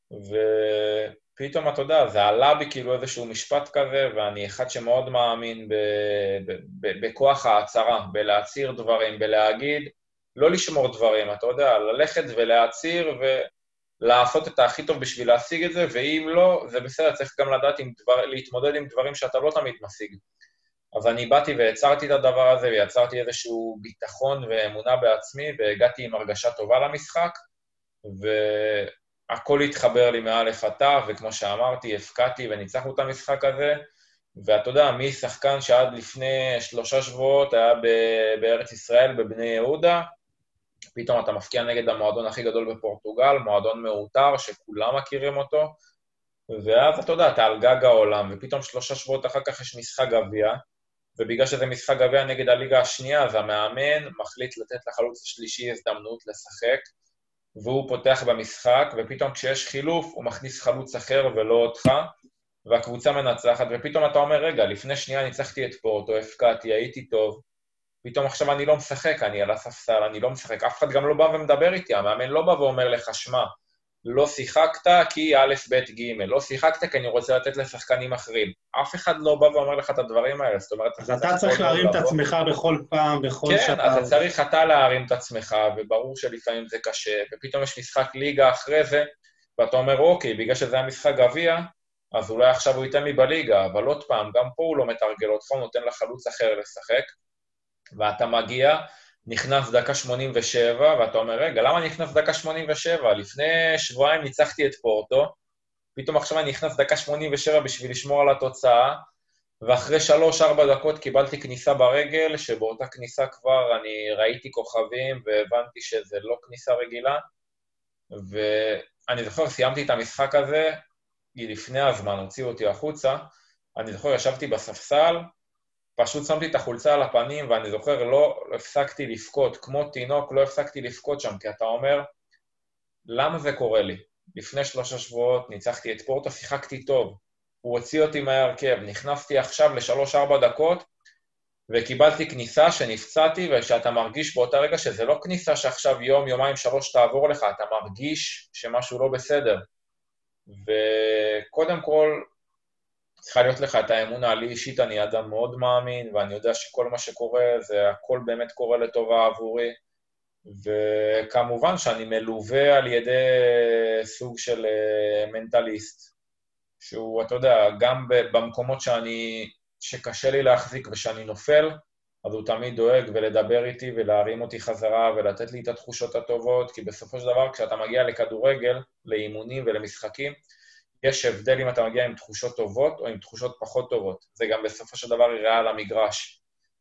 Speaker 3: ופתאום, אתה יודע, זה עלה בי כאילו איזשהו משפט כזה, ואני אחד שמאוד מאמין ב... ב... ב... בכוח ההצהרה, בלהצהיר דברים, בלהגיד, לא לשמור דברים, אתה יודע, ללכת ולהצהיר ולעשות את הכי טוב בשביל להשיג את זה, ואם לא, זה בסדר, צריך גם לדעת עם דבר, להתמודד עם דברים שאתה לא תמיד משיג. אז אני באתי והצרתי את הדבר הזה, ויצרתי איזשהו ביטחון ואמונה בעצמי, והגעתי עם הרגשה טובה למשחק, והכל התחבר לי מאלף עד תו, וכמו שאמרתי, הפקעתי וניצחנו את המשחק הזה, ואתה יודע, מי שחקן שעד לפני שלושה שבועות היה בארץ ישראל, בבני יהודה, פתאום אתה מפקיע נגד המועדון הכי גדול בפורטוגל, מועדון מאותר שכולם מכירים אותו, ואז אתה יודע, אתה על גג העולם, ופתאום שלושה שבועות אחר כך יש משחק גביע, ובגלל שזה משחק גביע נגד הליגה השנייה, אז המאמן מחליט לתת לחלוץ השלישי הזדמנות לשחק, והוא פותח במשחק, ופתאום כשיש חילוף, הוא מכניס חלוץ אחר ולא אותך, והקבוצה מנצחת, ופתאום אתה אומר, רגע, לפני שנייה ניצחתי את פורטו, הפקעתי, הייתי טוב, פתאום עכשיו אני לא משחק, אני על הספסל, אני לא משחק, אף אחד גם לא בא ומדבר איתי, המאמן לא בא ואומר לך, שמע, לא שיחקת כי א', ב', ג', לא שיחקת כי אני רוצה לתת לשחקנים אחרים. אף אחד לא בא ואומר לך את הדברים האלה, זאת אומרת...
Speaker 2: אז אתה צריך להרים את עצמך בכל פעם, בכל שעה.
Speaker 3: כן, אתה צריך אתה להרים את עצמך, וברור שלפעמים זה קשה, ופתאום יש משחק ליגה אחרי זה, ואתה אומר, אוקיי, בגלל שזה היה משחק גביע, אז אולי עכשיו הוא ייתן לי בליגה, אבל עוד פעם, גם פה הוא לא מתרגל אותך, הוא נותן לחלוץ אחר לשחק, ואתה מגיע, נכנס דקה שמונים ושבע, ואתה אומר, רגע, למה נכנס דקה שמונים ושבע? לפני שבועיים ניצחתי את פורטו, פתאום עכשיו אני נכנס דקה שמונים ושבע בשביל לשמור על התוצאה, ואחרי שלוש ארבע דקות קיבלתי כניסה ברגל, שבאותה כניסה כבר אני ראיתי כוכבים, והבנתי שזה לא כניסה רגילה, ואני זוכר, סיימתי את המשחק הזה, לפני הזמן, הוציאו אותי החוצה, אני זוכר, ישבתי בספסל, פשוט שמתי את החולצה על הפנים, ואני זוכר, לא הפסקתי לפקוד, כמו תינוק, לא הפסקתי לפקוד שם, כי אתה אומר, למה זה קורה לי? לפני שלושה שבועות ניצחתי את פורטו, שיחקתי טוב, הוא הוציא אותי מהרכב, נכנסתי עכשיו לשלוש ארבע דקות, וקיבלתי כניסה שנפצעתי, ושאתה מרגיש באותה רגע שזה לא כניסה שעכשיו יום, יומיים, שלוש תעבור לך, אתה מרגיש שמשהו לא בסדר. וקודם כל, צריכה להיות לך את האמונה, לי אישית אני אדם מאוד מאמין, ואני יודע שכל מה שקורה, זה הכל באמת קורה לטובה עבורי, וכמובן שאני מלווה על ידי סוג של מנטליסט, שהוא, אתה יודע, גם במקומות שאני, שקשה לי להחזיק ושאני נופל, אז הוא תמיד דואג ולדבר איתי ולהרים אותי חזרה ולתת לי את התחושות הטובות, כי בסופו של דבר כשאתה מגיע לכדורגל, לאימונים ולמשחקים, יש הבדל אם אתה מגיע עם תחושות טובות או עם תחושות פחות טובות. זה גם בסופו של דבר יראה על המגרש.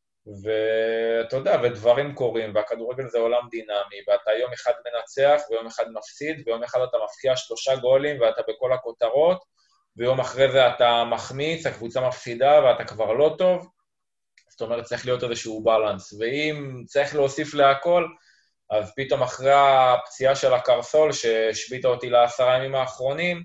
Speaker 3: ואתה יודע, ודברים קורים, והכדורגל זה עולם דינמי, ואתה יום אחד מנצח ויום אחד מפסיד, ויום אחד אתה מפקיע שלושה גולים ואתה בכל הכותרות, ויום אחרי זה אתה מחמיץ, הקבוצה מפסידה ואתה כבר לא טוב. זאת אומרת, צריך להיות איזשהו בלנס. ואם צריך להוסיף להכל, אז פתאום אחרי הפציעה של הקרסול, שהשביתה אותי לעשרה ימים האחרונים,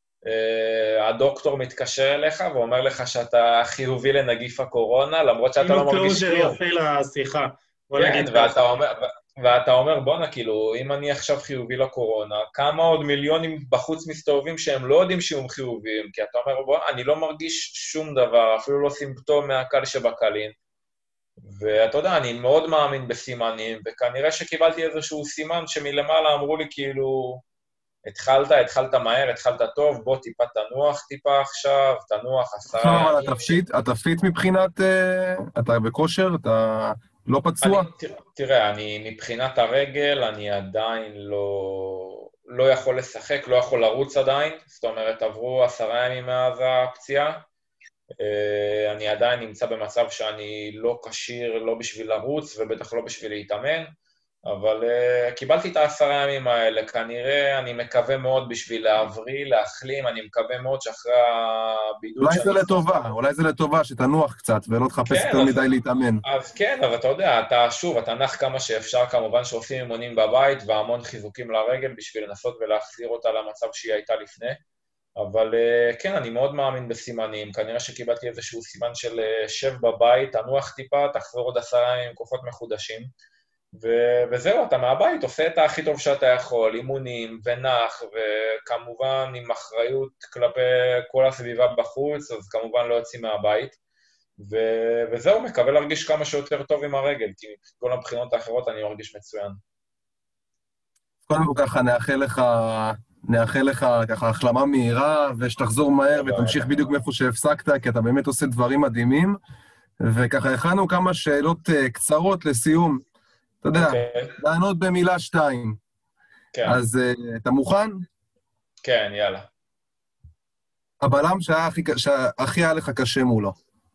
Speaker 3: הדוקטור מתקשר אליך ואומר לך שאתה חיובי לנגיף הקורונה, למרות שאתה לא מרגיש כלום.
Speaker 2: כאילו קלוז'ר יפה לשיחה.
Speaker 3: כן, ואתה אומר, ואתה אומר, בונה, כאילו, אם אני עכשיו חיובי לקורונה, כמה עוד מיליונים בחוץ מסתובבים שהם לא יודעים שהם חיוביים, כי אתה אומר, בונה, אני לא מרגיש שום דבר, אפילו לא סימפטום מהקל שבקלין, ואתה יודע, אני מאוד מאמין בסימנים, וכנראה שקיבלתי איזשהו סימן שמלמעלה אמרו לי, כאילו, התחלת, התחלת מהר, התחלת טוב, בוא טיפה תנוח טיפה עכשיו, תנוח עשרה...
Speaker 4: אבל אתה פיט, אתה פיט מבחינת, אתה בכושר, אתה לא פצוע?
Speaker 3: תראה, אני מבחינת הרגל, אני עדיין לא, לא יכול לשחק, לא יכול לרוץ עדיין, זאת אומרת, עברו עשרה ימים מאז הפציעה, אני עדיין נמצא במצב שאני לא כשיר, לא בשביל לרוץ ובטח לא בשביל להתאמן, אבל uh, קיבלתי את העשרה ימים האלה, כנראה אני מקווה מאוד בשביל להבריא, להחלים, אני מקווה מאוד שאחרי הבידוד...
Speaker 4: אולי זה לטובה, אולי זה לטובה, שתנוח קצת ולא תחפש
Speaker 3: כן,
Speaker 4: יותר
Speaker 3: אז,
Speaker 4: מדי להתאמן.
Speaker 3: אז כן, אבל אתה יודע, אתה שוב, אתה נח כמה שאפשר, כמובן שעושים אימונים בבית והמון חיזוקים לרגל בשביל לנסות ולהחזיר אותה למצב שהיא הייתה לפני, אבל uh, כן, אני מאוד מאמין בסימנים, כנראה שקיבלתי איזשהו סימן של uh, שב בבית, תנוח טיפה, תחזור עוד עשרה ימים עם כוחות מחודשים, ו- וזהו, אתה מהבית, עושה את הכי טוב שאתה יכול, אימונים ונח, וכמובן עם אחריות כלפי כל הסביבה בחוץ, אז כמובן לא יוצאים מהבית, ו- וזהו, מקווה להרגיש כמה שיותר טוב עם הרגל, כי כל הבחינות האחרות אני מרגיש מצוין.
Speaker 4: קודם כל ככה נאחל לך, נאחל לך ככה החלמה מהירה, ושתחזור מהר ותמשיך בדיוק מאיפה שהפסקת, כי אתה באמת עושה דברים מדהימים, וככה הכנו כמה שאלות קצרות לסיום, אתה יודע, okay. לענות במילה שתיים. כן. אז uh, אתה מוכן?
Speaker 3: כן, יאללה.
Speaker 4: הבלם שהכי, שהכי היה לך קשה מולו.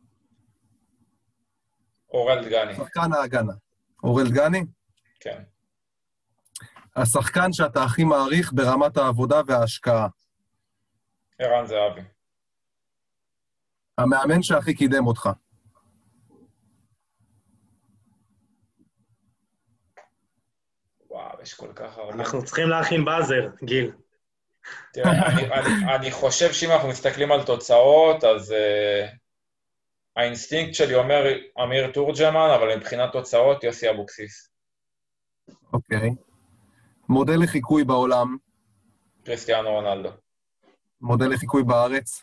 Speaker 3: אורל דגני.
Speaker 4: שחקן ההגנה. אורל דגני?
Speaker 3: כן.
Speaker 4: השחקן שאתה הכי מעריך ברמת העבודה וההשקעה.
Speaker 3: ערן זהבי.
Speaker 4: המאמן שהכי קידם אותך.
Speaker 3: יש כל כך הרבה.
Speaker 2: אנחנו צריכים להכין באזר, גיל.
Speaker 3: תראה, אני, אני, אני חושב שאם אנחנו מסתכלים על תוצאות, אז uh, האינסטינקט שלי אומר אמיר תורג'מן, אבל מבחינת תוצאות, יוסי אבוקסיס.
Speaker 4: אוקיי. מודל לחיקוי בעולם.
Speaker 3: קריסטיאנו רונלדו.
Speaker 4: מודל לחיקוי בארץ.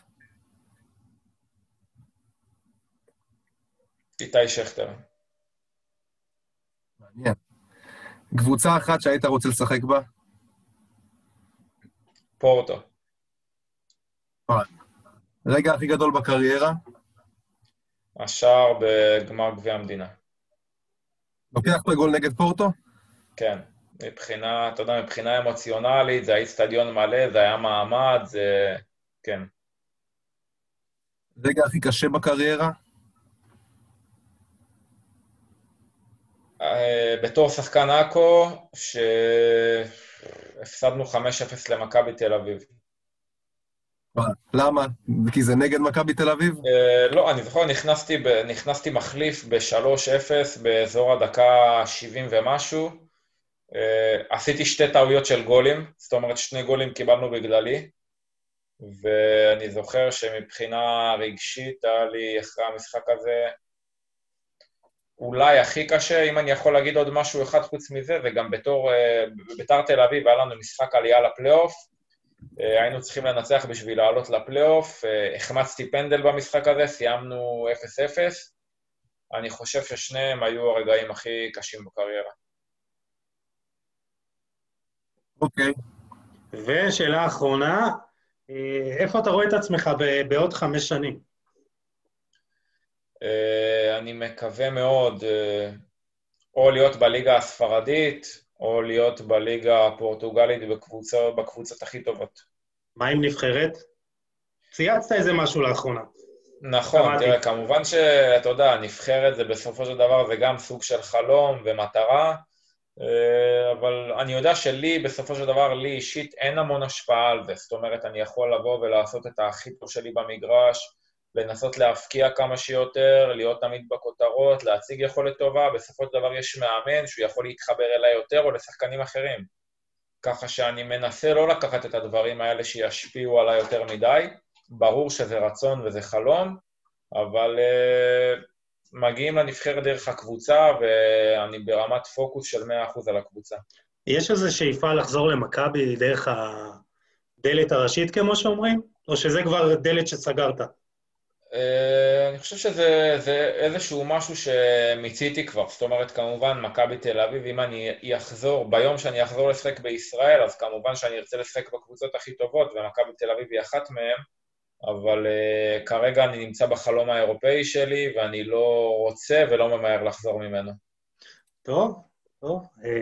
Speaker 3: איתי שכטר.
Speaker 4: מעניין. קבוצה אחת שהיית רוצה לשחק בה?
Speaker 3: פורטו.
Speaker 4: רגע הכי גדול בקריירה?
Speaker 3: השער בגמר גביע המדינה.
Speaker 4: לוקח פה גול נגד פורטו?
Speaker 3: כן. מבחינה, אתה יודע, מבחינה אמוציונלית, זה היה סטדיון מלא, זה היה מעמד, זה... כן.
Speaker 4: רגע הכי קשה בקריירה?
Speaker 3: בתור שחקן אקו, שהפסדנו חמש אפס למכבי תל אביב.
Speaker 4: למה? כי זה נגד מכבי תל אביב?
Speaker 3: לא, אני זוכר, נכנסתי מחליף ב-שלוש אפס באזור הדקה שבעים ומשהו. עשיתי שתי טעויות של גולים, זאת אומרת שני גולים קיבלנו בגללי, ואני זוכר שמבחינה רגשית היה לי אחרי המשחק הזה, אולי הכי קשה, אם אני יכול להגיד עוד משהו אחד חוץ מזה, וגם בתור, בביתר תל אביב היה לנו משחק עלייה לפלייאוף, היינו צריכים לנצח בשביל לעלות לפלייאוף, החמצתי פנדל במשחק הזה, סיימנו אפס אפס, אני חושב ששניהם היו הרגעים הכי קשים בקריירה.
Speaker 4: אוקיי.
Speaker 2: ושאלה אחרונה, איפה אתה רואה את עצמך בעוד חמש שנים?
Speaker 3: אני מקווה מאוד או להיות בליגה הספרדית, או להיות בליגה הפורטוגלית בקבוצות, בקבוצות הכי טובות.
Speaker 2: מה עם נבחרת? צייצת איזה משהו לאחרונה.
Speaker 3: נכון, תראה, כמובן שאתה יודע, נבחרת זה בסופו של דבר, זה גם סוג של חלום ומטרה, אבל אני יודע שלי, בסופו של דבר, לי אישית אין המון השפעה על זה. זאת אומרת, אני יכול לבוא ולעשות את הכי טוב שלי במגרש, לנסות להפקיע כמה שיותר, להיות תמיד בכותרות, להציג יכולת טובה, בסופו של דבר יש מאמן שהוא יכול להתחבר אליי יותר או לשחקנים אחרים. ככה שאני מנסה לא לקחת את הדברים האלה שישפיעו עליי יותר מדי, ברור שזה רצון וזה חלום, אבל uh, מגיעים לנבחרת דרך הקבוצה, ואני ברמת פוקוס של מאה אחוז על הקבוצה. יש
Speaker 2: איזו שאיפה לחזור למכבי דרך הדלת הראשית, כמו שאומרים? או שזה כבר דלת שסגרת?
Speaker 3: אני חושב שזה איזשהו משהו שמיציתי כבר, זאת אומרת, כמובן, מכבי תל אביב, אם אני אחזור, ביום שאני אחזור לשחק בישראל, אז כמובן שאני ארצה לשחק בקבוצות הכי טובות, ומכבי תל אביב היא אחת מהן, אבל uh, כרגע אני נמצא בחלום האירופאי שלי, ואני לא רוצה ולא ממהר לחזור ממנו.
Speaker 2: טוב, טוב.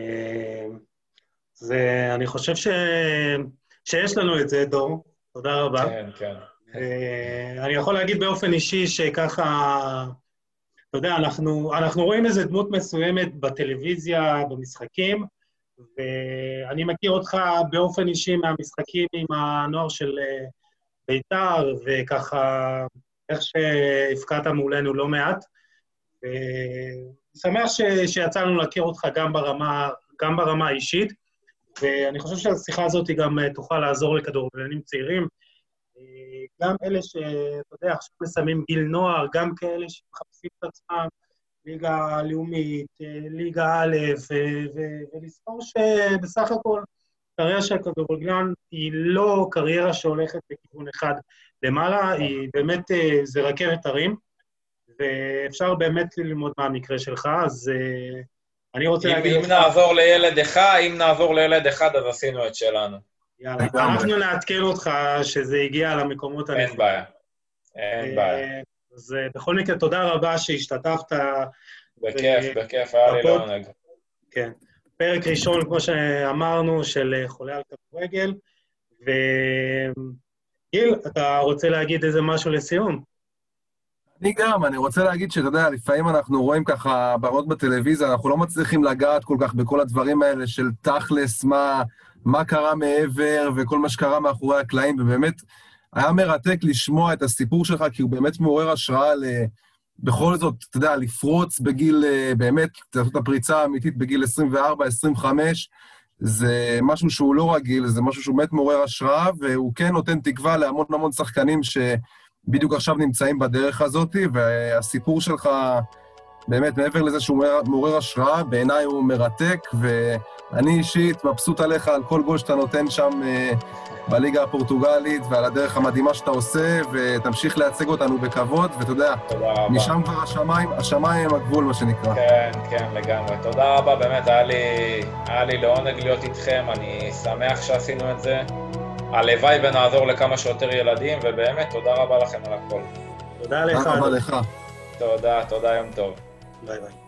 Speaker 2: זה, אני חושב ש... שיש לנו את זה, דור. תודה רבה.
Speaker 3: כן, כן.
Speaker 2: אני יכול להגיד באופן אישי שככה, אתה יודע, אנחנו, אנחנו רואים איזו דמות מסוימת בטלוויזיה, במשחקים, ואני מכיר אותך באופן אישי מהמשחקים עם הנוער של ביתר, וככה, איך שהפקעת מולנו לא מעט. ואני שמח ש, שיצאנו להכיר אותך גם ברמה, גם ברמה האישית, ואני חושב שהשיחה הזאת גם תוכל לעזור לכדורגלנים צעירים, גם אלה שאתה יודע, עכשיו מסיימים גיל נוער, גם כאלה שמחפשים את עצמם, ליגה לאומית, ליגה א', ולזכור שבסך הכל קריירה של כדורגלן היא לא קריירה שהולכת בכיוון אחד למעלה, היא באמת, זה רכבת הרים, ואפשר באמת ללמוד מהמקרה שלך, אז אני רוצה להגיד...
Speaker 3: אם נעבור לילד אחד, אם נעבור לילד אחד, אז עשינו את שלנו.
Speaker 2: יאללה, אנחנו נעדכן אותך שזה הגיע למקומות הנכונים.
Speaker 3: אין בעיה, אין בעיה.
Speaker 2: אז בכל מקרה, תודה רבה שהשתתפת.
Speaker 3: בכיף, בכיף, היה לי לעונג.
Speaker 2: כן. פרק ראשון, כמו שאמרנו, של חולה על כדורגל. וגיל, אתה רוצה להגיד איזה משהו לסיום?
Speaker 4: אני גם, אני רוצה להגיד שאתה יודע, לפעמים אנחנו רואים ככה בראות בטלוויזיה, אנחנו לא מצליחים לגעת כל כך בכל הדברים האלה של תכלס, מה... מה קרה מעבר וכל מה שקרה מאחורי הקלעים, ובאמת היה מרתק לשמוע את הסיפור שלך, כי הוא באמת מעורר השראה ל... בכל זאת, אתה יודע, לפרוץ בגיל, באמת, לעשות את הפריצה האמיתית בגיל עשרים וארבע עשרים וחמש, זה משהו שהוא לא רגיל, זה משהו שהוא באמת מעורר השראה, והוא כן נותן תקווה להמון המון שחקנים שבדיוק עכשיו נמצאים בדרך הזאת, והסיפור שלך, באמת, מעבר לזה שהוא מעורר השראה, בעיניי הוא מרתק, ואני אישית מבסוט עליך על כל גול שאתה נותן שם בליגה הפורטוגלית, ועל הדרך המדהימה שאתה עושה, ותמשיך לייצג אותנו בכבוד, ואתה יודע, משם כבר השמיים, השמיים הם הגבול, מה שנקרא.
Speaker 3: כן, כן, לגמרי. תודה רבה, באמת, היה לי, היה לי לעונג להיות איתכם, אני שמח שעשינו את זה. הלוואי ונעזור לכמה שיותר ילדים, ובאמת, תודה רבה לכם על הכל.
Speaker 2: תודה לך.
Speaker 4: תודה רבה לך.
Speaker 3: תודה, תודה, יום טוב.
Speaker 2: ביי ביי.